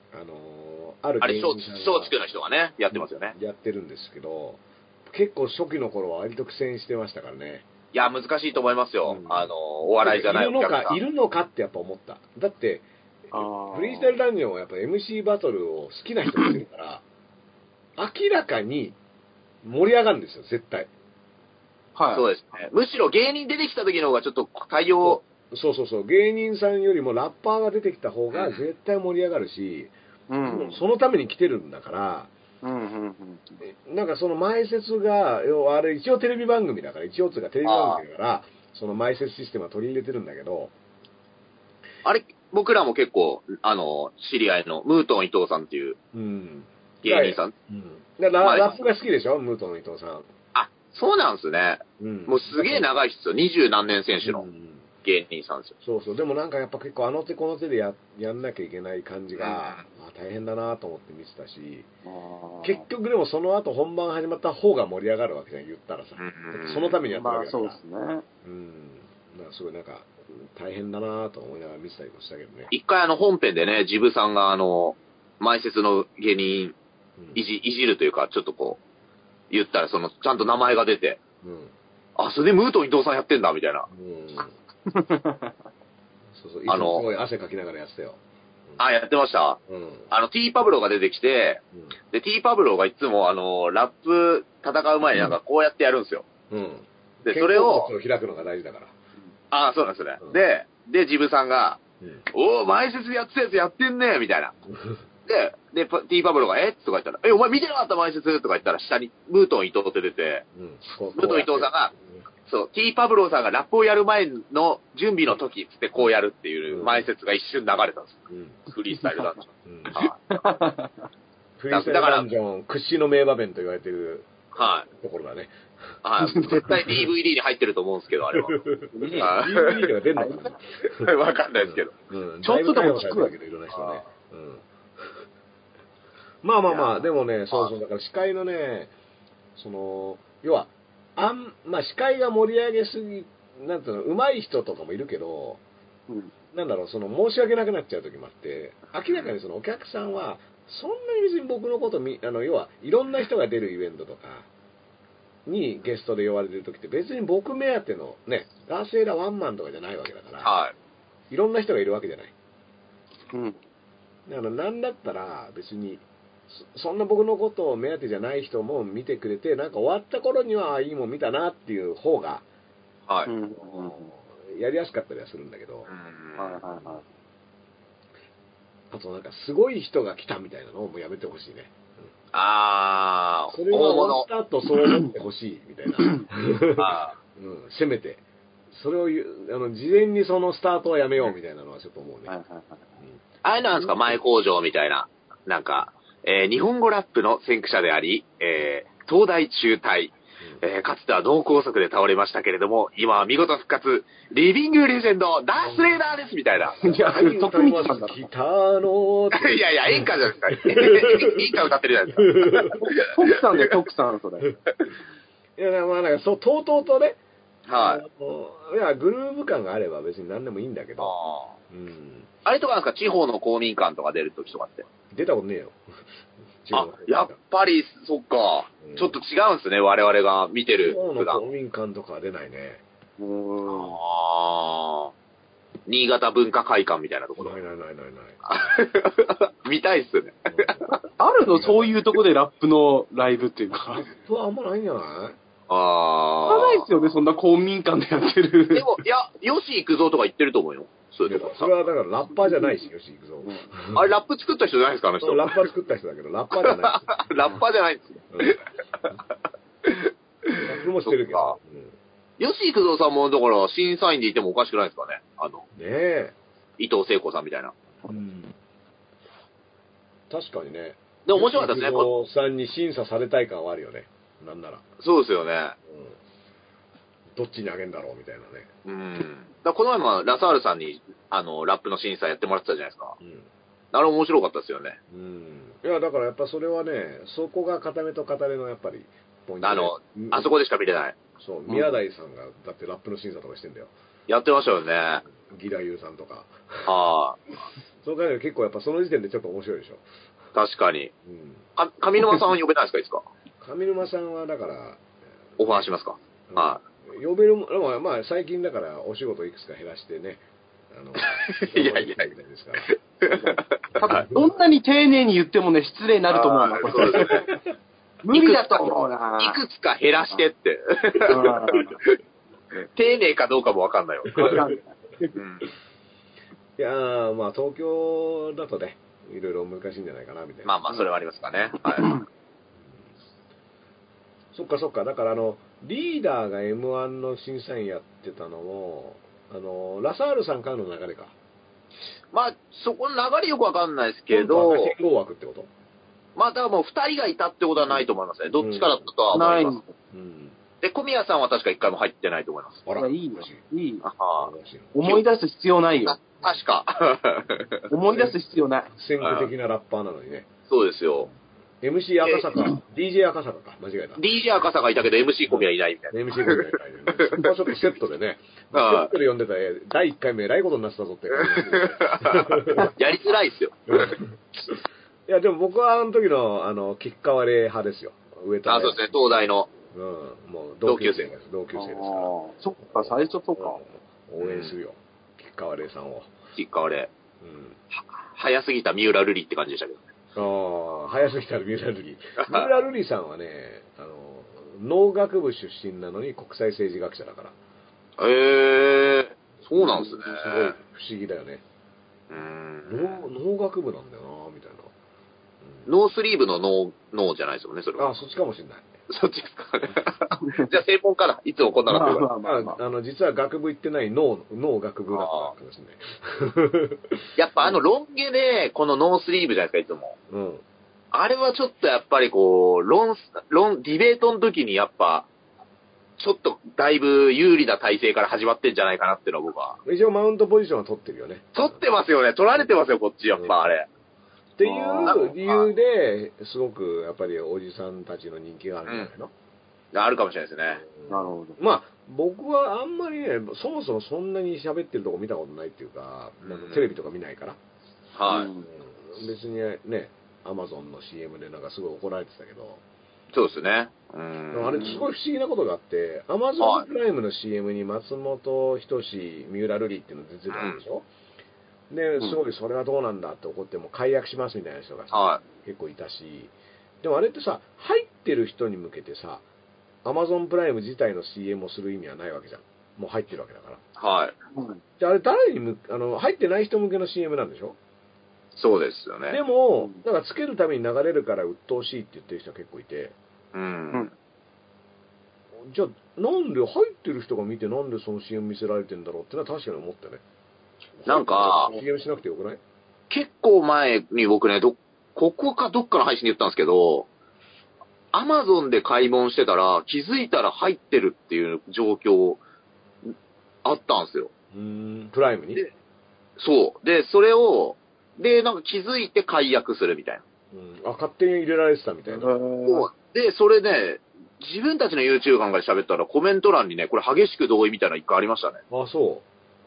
S2: ある芸人さんが
S4: 松竹の人がね、やってますよね。
S2: やってるんですけど、結構初期の頃は割と苦戦してましたからね。
S4: いや、難しいと思いますよ。お笑いじゃないお客さん。
S2: いるのかってやっぱ思った。だって、フリースタイルダンジョンはやっぱ MC バトルを好きな人がいるから、明らかに盛り上がるんですよ、絶対。
S4: はい。そうですね。むしろ芸人出てきた時の方がちょっと対応。
S2: そう。芸人さんよりもラッパーが出てきた方が絶対盛り上がるし、そのために来てるんだから、なんかその前説が、あれ一応テレビ番組だから、一応つうかテレビ番組だから、その前説システムは取り入れてるんだけど、
S4: あれ、僕らも結構、知り合いのムートン伊藤さんっていう芸人さん。
S2: ラップが好きでしょ、ムートン伊藤さん。
S4: あ、そうなんですね。もうすげえ長いっすよ。20何年選手の芸人さんですよ。
S2: そう。でもなんかやっぱ結構あの手この手でやんなきゃいけない感じが、大変だなと思って見てたし、結局でもその後本番始まった方が盛り上がるわけじゃん、言ったらさ。そのためにやってるわけだから。
S3: そうですね。
S2: すごいなんか、大変だなと思いながら見てたりもしたけどね。
S4: 一回本編でね、ジブさんが前説の芸人いじるというか、ちょっとこう、言ったらちゃんと名前が出て、あ、それでムートン伊藤さんやってんだ、みたいな。
S2: そう。いつもすごい汗かきながらやってたよ。
S4: やってました。ティーパブロが出てきて、で、ティーパブロがいつもラップ戦う前になんかこうやってやるんですよ。
S2: で、それを開くのが大事だから。
S4: そうなんですね。で、ジブさんが、おー、前説やってたやつやってんねみたいな。で、ティーパブロが、とか言ったら、お前見てなかった前説とか言ったら、下にムートン伊藤って出て、ムートン伊藤さんが、そう、ティーパブロさんがラップをやる前の準備の時っつってこうやるっていう前説が一瞬流れたんですよ。フリースタイルダンジョン。
S2: フリースタイルダンジョン屈指の名場面と言われてるところだね。
S4: 絶対 DVD に入ってると思うんですけど、あれは。
S2: DVD が出んのかな
S4: わかんないですけど。
S3: ちょっとでも聞くわ
S2: けど、いろんな人ね。まあ、でもね、そう、だから司会のね、要は、司会が盛り上げすぎ、なんていうの、上手い人とかもいるけど、なんだろう、申し訳なくなっちゃう時もあって、明らかにお客さんは、そんなに別に僕のこと要は、いろんな人が出るイベントとかにゲストで呼ばれてる時って別に僕目当てのね、ラーセーラワンマンとかじゃないわけだから、いろんな人がいるわけじゃない。だからなんだったら別に、そんな僕のことを目当てじゃない人も見てくれて、なんか終わった頃には、いいもん見たなっていう方が、やりやすかったりはするんだけど、あとなんかすごい人が来たみたいなのをもうやめてほしいね。それは終わった後そう思ってほしいみたいな。せめて。それを事前にそのスタートはやめようみたいなのはちょっと思うね。あ
S4: あいうのなんですか、前工場みたいな。なんか、日本語ラップの先駆者であり、東大中退、かつては脳梗塞で倒れましたけれども、今は見事復活、リビングレジェンド、ダースレーダーですみたいな。
S2: いや、特に来たの
S4: いやいや、演歌じゃないですか。演歌歌ってるじゃないですか。
S3: 徳さんで徳さん、それ。
S2: いや、まあなんかとうとうとね、
S4: い
S2: や、グルーヴ感があれば別に何でもいいんだけど、
S4: あれとかなんですか、地方の公民館とか出るときとかって。
S2: 出たことねえよ。
S4: やっぱり、そっか。ちょっと違うんですね、我々が見てる。
S2: 地方の公民館とかは出ないね。
S4: 新潟文化会館みたいなところ。
S2: ない。
S4: 見たいっすね。
S3: あるの、そういうとこでラップのライブっていうか。
S2: ラップはあんまないんじゃない？
S3: ないっすよね、そんな公民館でやってる。
S4: でも、いや、吉幾三とか言ってると思うよ。
S2: それはだからラッパーじゃないし、吉幾三。
S4: あれ、ラップ作った人じゃないですか、あの人。
S2: ラッパー作った人だけど、ラッパーじゃない。
S4: ラッパーじゃないんですよ。
S2: ラップもしてるけど。
S4: 吉幾三さんも、だから、審査員でいてもおかしくないですかね。
S2: ね
S4: 伊藤聖子さんみたいな。
S2: 確かにね。
S4: でも面白かったですね。
S2: 吉幾三さんに審査されたい感はあるよね。なんなら。
S4: そうですよね。
S2: どっちにあげんだろうみたいなね。
S4: この前もラサールさんに、ラップの審査やってもらってたじゃないですか。あれ面白かったですよね。
S2: いや、だからやっぱそれはね、そこが片目と片目のやっぱりポイントで。
S4: あそこでしか見れない。
S2: そう、宮台さんが、だってラップの審査とかしてんだよ。
S4: やってましたよね。
S2: 義太夫さんとか。 そう考えると結構やっぱその時点でちょっと面白いでしょ。
S4: 確かに。
S2: うん。
S4: 上沼さんは呼べないですか、いつか。
S2: 上沼さんはだから、
S4: オファーしますか。はい。
S2: 呼べるも、まあ最近だからお仕事いくつか減らしてね、
S4: いやいや、
S2: ですから。
S3: 多分どんなに丁寧に言ってもね、失礼になると思うな、これ。
S4: そうですね。
S3: 無理だと思うな。
S4: いくつか減らしてって。丁寧かどうかもわかんないわ。
S2: いやー、まあ東京だとね、いろいろ難しいんじゃないかな、みたいな。
S4: まあまあ、それはありますかね。はい。
S2: そっかそっか、だからリーダーが M1 の審査員やってたのも、ラサールさんからの流れか。
S4: まあ、そこの流れよくわかんないですけど、
S2: 変更枠ってこと？
S4: まあ、だからもう二人がいたってことはないと思いますね。どっちかだったとは思います。うん、で、小宮さんは確か一回も入ってないと思います。
S3: あら、いいの？いい。
S4: 思
S3: い出す必要ないよ。
S4: 確か。
S3: 思い出す必要ない。
S2: 先駆的なラッパーなのにね。
S4: そうですよ。
S2: MC 赤坂、DJ 赤坂か、間違えた。
S4: DJ 赤坂いたけど MC 小宮いないみたいな。
S2: MC 小宮いない、ね。そこはちょっとセットでね、セットで読んでた第1回目、えらいことになってたぞって。
S4: やりづらいっすよ。
S2: いや、でも僕はあの時の、吉川玲派ですよ。上田。
S4: そうですね、東大の。
S2: うん、もう同級生です。同級生ですから。
S3: そっか、最初そうか。
S2: 応援するよ。吉川玲さんを。
S4: 吉川玲。うん。早すぎた三浦瑠麗って感じでしたけどね。
S2: 早すぎたら三浦瑠麗。三浦瑠麗さんはね、農学部出身なのに国際政治学者だから。
S4: そうなんですね。
S2: すごい不思議だよね。農学部なんだよなみたいな。
S4: ノースリーブのノーじゃないですよね、それは。
S2: そっちかもしれない。
S4: そっちですかね。じゃあ専門家だ。いつもこんなの
S2: 実は学部行ってない農学部だったかもしれない。
S4: やっぱロン毛で、このノースリーブじゃないですか、いつも。うん。あれはちょっとやっぱりこう、ディベートの時にやっぱ、ちょっとだいぶ有利な体制から始まってんじゃないかなっていうのは僕は。
S2: 一応マウントポジションは取ってるよね。
S4: 取ってますよね。取られてますよ、こっち、やっぱあれ。
S2: っていう理由ですごくやっぱりおじさんたちの人気があるんじゃないの？
S4: あるかもしれないですね。
S3: なるほど。
S2: まあ僕はあんまりね、そもそもそんなに喋ってるとこ見たことないっていうか、テレビとか見ないから。
S4: はい。
S2: 別にね、アマゾンの CM でなんかすごい怒られてたけど。
S4: そうですね。
S2: あれすごい不思議なことがあって、アマゾンプライムの CM に松本人志、三浦瑠麗っていうの出てたんでしょ？で、すごいそれはどうなんだって怒っても解約しますみたいな人が結構いたし、でもあれってさ、入ってる人に向けてさ、アマゾンプライム自体の CM をする意味はないわけじゃん。もう入ってるわけだから。
S4: はい。
S2: じゃああれ誰に入ってない人向けの CM なんでしょ？
S4: そうですよね。
S2: でも、なんかつけるために流れるから鬱陶しいって言ってる人は結構いて。じゃあ、なんで入ってる人が見てなんでその CM 見せられてんだろうってのは確かに思ってね。
S4: なんか、
S2: CM しなくてよくない？
S4: 結構前に僕ね、ここかどっかの配信で言ったんですけど、アマゾンで買い物してたら、気づいたら入ってるっていう状況、あったんですよ。
S2: プライムに？
S4: そう。で、それを、なんか気づいて解約するみたい
S2: な。勝手に入れられてたみたいな。
S4: で、それね、自分たちの YouTube なんかで喋ったらコメント欄にね、これ激しく同意みたいなの一回ありましたね。
S2: そう。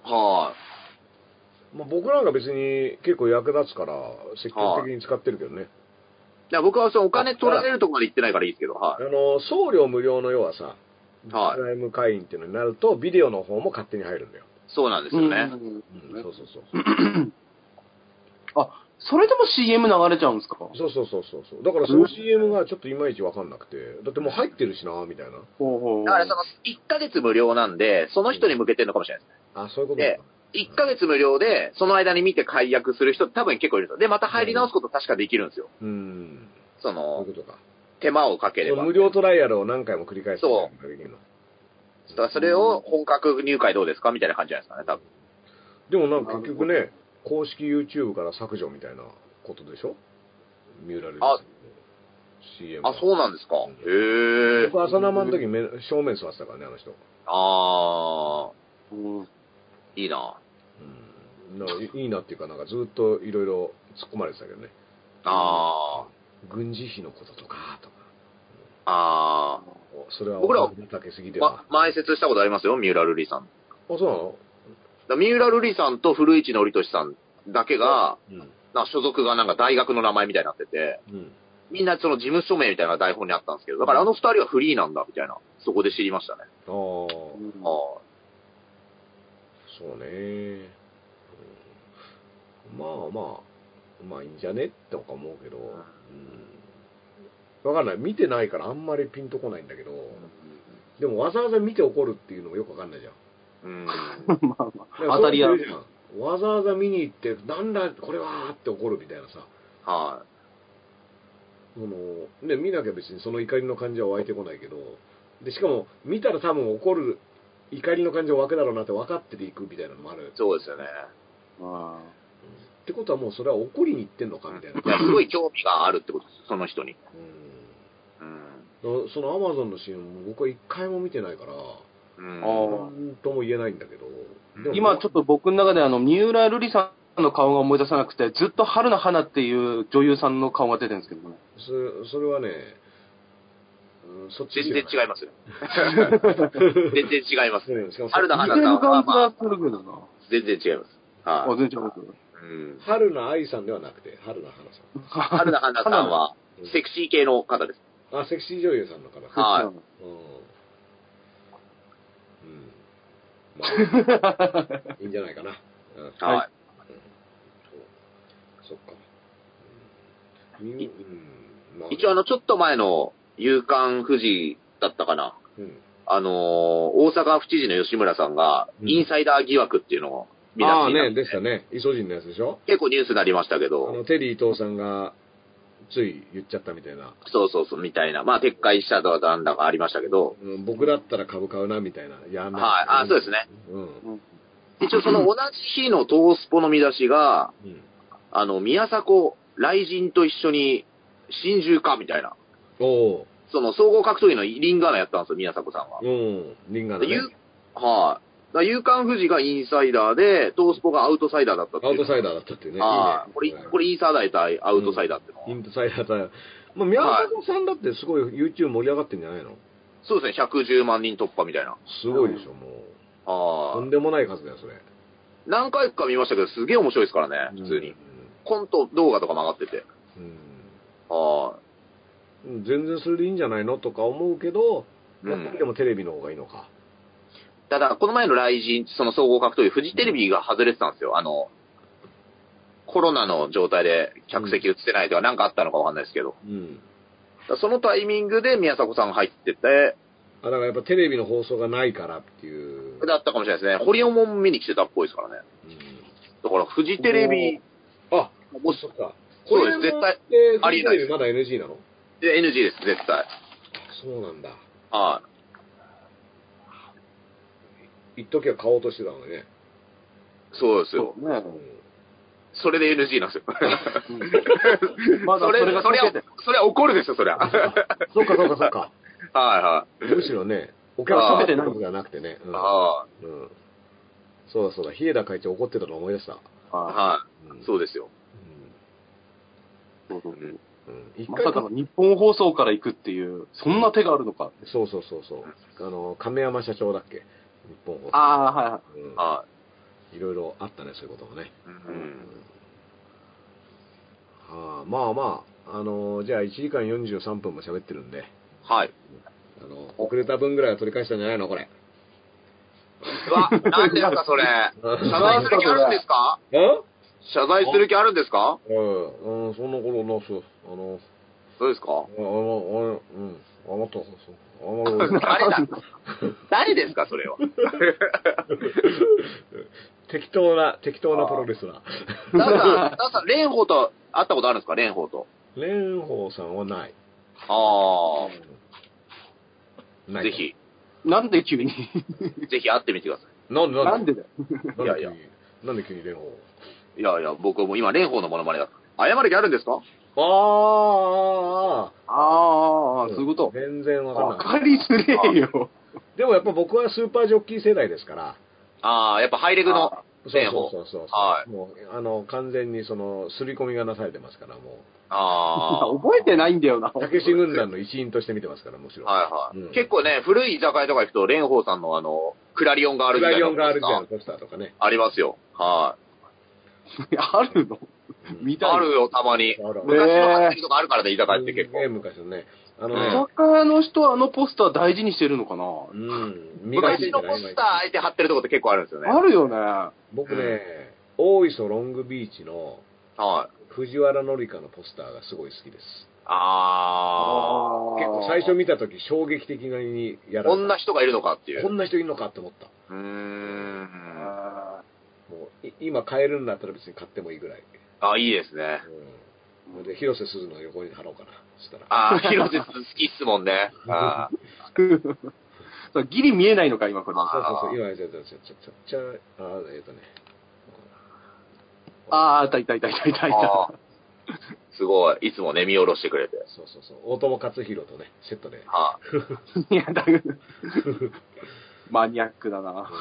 S4: はい。
S2: まあ、僕なんか別に結構役立つから積極的に使ってるけどね。
S4: いや僕はそのお金取られるとこまで行ってないからいいですけど、はい。
S2: 送料無料の要はさ、プライム会員っていうのになるとビデオの方も勝手に入るんだよ。
S4: そうなんですよね。
S2: そうそうそう。
S3: それでも CM 流れちゃうんですか？
S2: そう。だからその CM がちょっといまいちわかんなくて、だってもう入ってるしなみたいな。だ
S4: からその1ヶ月無料なんで、その人に向けてるのかもしれないです
S2: ね。そういうことで。
S4: 1ヶ月無料で、その間に見て解約する人多分結構いるんですよ。で、また入り直すこと確かできるんですよ。
S2: そういうことか。
S4: 手間をかければ。
S2: 無料トライアルを何回も繰り返すことができるの。
S4: だからそれを本格入会どうですかみたいな感じじゃないですかね、多分。
S2: でもなんか結局ね、公式 YouTube から削除みたいなことでしょ？三浦瑠麗さんの CM。
S4: そうなんですか。へ
S2: 僕朝生の時に正面座ってたからね、あの人。
S4: いいな。
S2: いいなっていうか、なんかずっといろいろ突っ込まれてたけどね。軍事費のこととか、それは
S4: 僕らは
S2: かけすぎでは。
S4: 前説したことありますよ、三浦瑠麗さん。
S2: そうなの？
S4: 三浦瑠麗さんと古市憲寿さんだけが、
S2: うん。
S4: なんか所属がなんか大学の名前みたいになってて、
S2: うん。
S4: みんなその事務所名みたいなのが台本にあったんですけど、だからあの二人はフリーなんだみたいな、そこで知りましたね。
S2: ああ、そうね。まあいいんじゃねって思うけど、わかんない。見てないからあんまりピンとこないんだけど、でもわざわざ見て怒るっていうのもよくわかんないじゃん。
S3: まあまあ、当たり屋。
S2: わざわざ見に行って、なんだこれはーって怒るみたいなさ。
S4: はい。
S2: ね、見なきゃ別にその怒りの感情は湧いてこないけど、で、しかも見たら多分怒る怒りの感情湧くだろうなって分かってていくみたいなのもある。
S4: そうですよね。
S2: ってことはもうそれは怒りに行ってんのかみたいな。
S4: いや、すごい興味があるってことです、その人に。
S2: そのアマゾンのシーン僕は一回も見てないから、なんとも言えないんだけど。
S3: 今ちょっと僕の中で三浦瑠麗さんの顔が思い出さなくて、ずっと春菜花っていう女優さんの顔が出てるんですけどね。
S2: それはね、そっち
S4: 全然違いますよ。全然違います。春菜花さんは、全然違います。
S3: 全然違います。
S2: 春菜愛さんではなくて、春菜花さん。
S4: 春菜花さんは、セクシー系の方です。
S2: あ、セクシー女優さんの方。
S4: はい。
S2: まあ、いいんじゃないかな。
S4: はい。
S2: そっか。
S4: 一応ちょっと前の夕刊富士だったかな。大阪府知事の吉村さんが、インサイダー疑惑っていうのを見出して。
S2: ああね、でしたね。イソジンのやつでしょ。
S4: 結構ニュースになりましたけど。
S2: テリー伊藤さんが、つい言っちゃったみたいな。
S4: そう、みたいな。まあ、撤回したとかなんだかありましたけど。
S2: 僕だったら株買うな、みたいな。
S4: はい、そうですね。一応その同じ日のトースポの見出しが、宮迫、雷神と一緒に心中か、みたいな。その総合格闘技のリンガーナやったんですよ、宮迫さんが。
S2: リンガーナね。
S4: はい。夕刊富士がインサイダーで、トースポがアウトサイダーだったっていう。
S2: アウトサイダーだったっていうね。
S4: これインサイダー対アウトサイダーっての。
S2: インサイダー対。まあ、宮迫さんだってすごい YouTube 盛り上がってんじゃないの？
S4: そうですね、110万人突破みたいな。
S2: すごいでしょ、もう。とんでもない数だよ、それ。
S4: 何回か見ましたけど、すげえ面白いですからね、普通に。コント動画とかも上がってて。
S2: 全然それでいいんじゃないのとか思うけど、やっぱりでもテレビの方がいいのか。
S4: ただ、この前の雷神、その総合格闘技、フジテレビが外れてたんですよ。コロナの状態で客席映ってないとか、なんかあったのかわかんないですけど。そのタイミングで宮迫さんが入ってて、
S2: だからやっぱテレビの放送がないからっていう。
S4: だったかもしれないですね。ホリエモンも見に来てたっぽいですからね。だからフジテレビ、
S2: もしそっか。
S4: そうです、絶対。
S2: ありえないです。まだ NG なの
S4: ？NG です、絶対。
S2: そうなんだ。
S4: はい。
S2: 一時は買おうとしてたのね。
S4: そうですよ。それで NG なんですよ。それは怒るでしょ、そりゃ。
S2: そっか。
S4: はいはい。
S2: むしろね、お客様ってことではなくてね。そうだ、日枝会長怒ってたの思い出した。
S4: はい。そうですよ。
S3: まさかの日本放送から行くっていう、そんな手があるのか。
S2: そう。亀山社長だっけ？日本放送。
S3: はい。
S2: いろいろあったね、そういうこともね。まあ、じゃあ1時間43分も喋ってるんで。
S4: はい。
S2: 遅れた分ぐらいは取り返したんじゃないのこれ。
S4: うわ、なんですかそれ。謝罪する気あるんですか？謝罪する気あるんですか？
S2: そんなことなす。
S4: どうですか？誰ですかそれは。
S2: 適当なプロレスラー。
S4: ダンさん、蓮舫と会ったことあるんですか？蓮舫と。
S2: 蓮舫さんはない。
S4: ぜひ。
S3: なんで急に
S4: ぜひ会ってみてください。
S3: なんでだよ。
S2: なんで急に蓮舫？
S4: いや、僕はもう今蓮舫のモノマネだ。謝る気あるんですか？
S3: そういうこと。
S2: 全然わかんない。
S3: わかりづれえよ。
S2: でもやっぱ僕はスーパージョッキー世代ですから。
S4: やっぱハイレグの
S2: 蓮舫。そう。もう、完全に刷り込みがなされてますから、も
S3: う。覚えてないんだよな。
S2: たけし軍団の一員として見てますから、むしろ。
S4: 結構ね、古い居酒屋とか行くと、蓮舫さんのクラリオンガール時代の
S2: ポスターとかね。
S4: ありますよ。
S3: あるの見たい。
S4: あるよ、たまに。昔の祭りとかあるからね、居酒屋って結構。
S2: 昔のね。
S3: 居酒屋の人はポスター大事にしてるのかな。
S4: 昔のポスターあえて貼ってるとこって結構あるんですよね。
S3: あるよね。
S2: 僕ね、大磯ロングビーチの、藤原紀香のポスターがすごい好きです。
S4: 結
S2: 構最初見たとき衝撃的にやられた。
S4: こんな人がいるのかっていう。
S2: こんな人いるのかって思った。もう今買えるんだったら別に買ってもいいぐらい。
S4: いいですね。
S2: で、広瀬すずの横に貼ろうかな。そしたら。
S4: 広瀬すず好きっすもんね。
S3: ギリ見えないのか、今これ。
S2: そう、今、い
S4: た。すごい。いつもね、見下ろしてくれて。
S2: そう。大友克洋とね、セットで。
S3: いや、マニアックだな。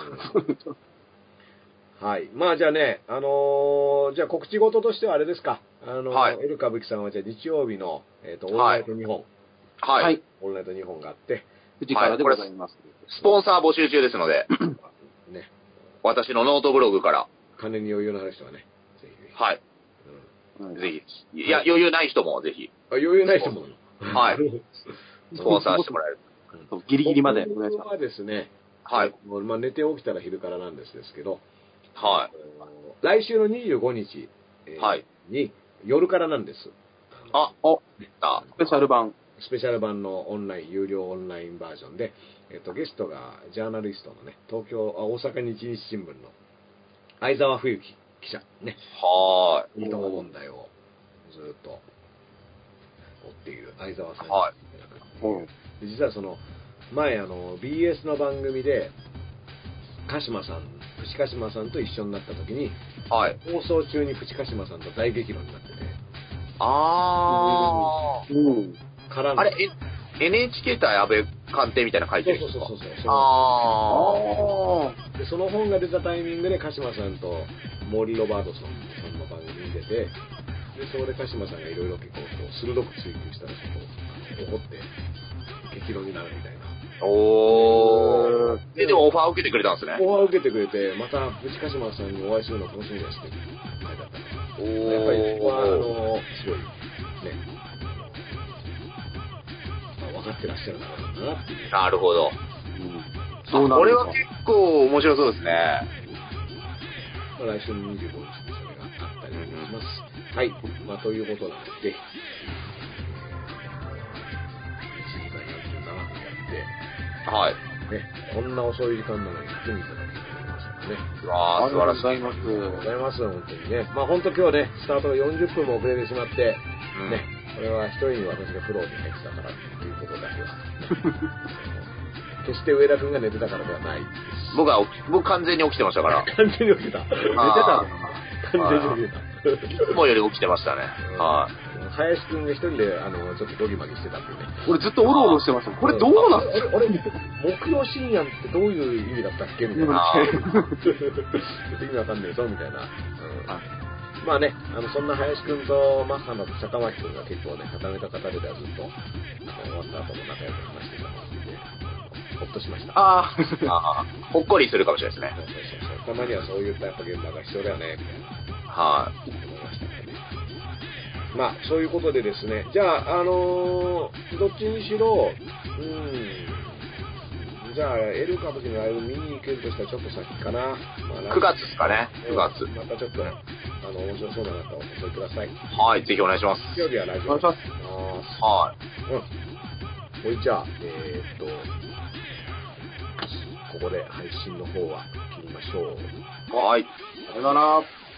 S2: はい。まあじゃあね、じゃあ告知事としてはあれですか。エル歌舞伎さんはじゃあ日曜日の、オールナイト日本。
S4: はい。
S2: オールナイト日本があって、
S3: 9時からでございます。
S4: スポンサー募集中ですので、ね。私のノートブログから。
S2: 金に余裕のある人はね、ぜひ。
S4: はい。ぜひ。いや、余裕ない人もぜひ。
S2: 余裕ない人も
S4: はい。スポンサーしてもらえる。
S3: ギリギリまでお願いします。
S2: 僕はですね、
S4: はい。
S2: まあ寝て起きたら昼からなんですけど、
S4: はい。
S2: 来週の25日に夜からなんです。
S3: スペシャル版。
S2: スペシャル版の有料オンラインバージョンで、ゲストがジャーナリストのね、大阪日日新聞の相沢冬樹記者ね。いいとも問題をずっと追っている相沢さんにいただく。実はその前BS の番組でプチ鹿島さんと一緒になった時に、放送中にプチ鹿島さんと大激論になってて。
S4: あれ、NHK 対安倍官邸みたいなの書いてるんですか？
S2: そう。で、その本が出たタイミングで鹿島さんとモーリー・ロバートソンさんの番組に出て、で、そこで鹿島さんがいろいろ結構鋭く追求したら、怒って激論になるみたいな。
S4: でもオファーを受けてくれたんですね。
S2: オファーを受けてくれて、またプチ鹿島さんにお会いするの楽しみですって書いてあったから。やっぱりそこはすごいね、分かってらっしゃるんだろうなっていう。
S4: なるほど。これは結構面白そうですね。
S2: 来週の25日にそれがあったりします。はい。ということなので、1時間47分やって、
S4: はい。
S2: ね、こんな遅い時間なのに100人いただきましたね。
S3: 素晴らしい。ありがとう
S2: ございます。本当にね。本当今日ね、スタートが40分も遅れてしまって、ね、これは一人に私がフローに入ってたからっていうことだけは。決して上田君が寝てたからではないです。
S4: 僕完全に起きてましたから。
S2: 完全に起きてた。寝てた。完全に起きてた。
S4: いつもより起きてましたね。
S2: 林くんが一人で、ちょっとドギマギしてたっていうね。
S3: 俺ずっとおろおろしてました。これどうなんですか？
S2: 俺、木曜深夜ってどういう意味だったっけみたいな。意味わかんねえぞ、みたいな。まあね、そんな林くんとマッハの坂巻くんが結構ね、固めた方ではずっと、終わった後も仲良く話してたので、ほっとしました。
S4: ほっこりするかもしれないですね。
S2: そう。たまにはそういったやっぱ現場が必要だよね、みたいな。思いましたね。そういうことでですね、じゃあ、どっちにしろ、じゃあ、エル歌舞伎のライブ見に行けるとしたらちょっと先かな。
S4: 9月ですかね。9月。
S2: またちょっと、面白そうだなとお誘いください。
S4: はい、ぜひお願いします。
S2: 日曜日はライブ
S3: お願いします。
S2: はい。じゃあ、ここで配信の方は切りましょう。
S4: はい。
S3: さよなら。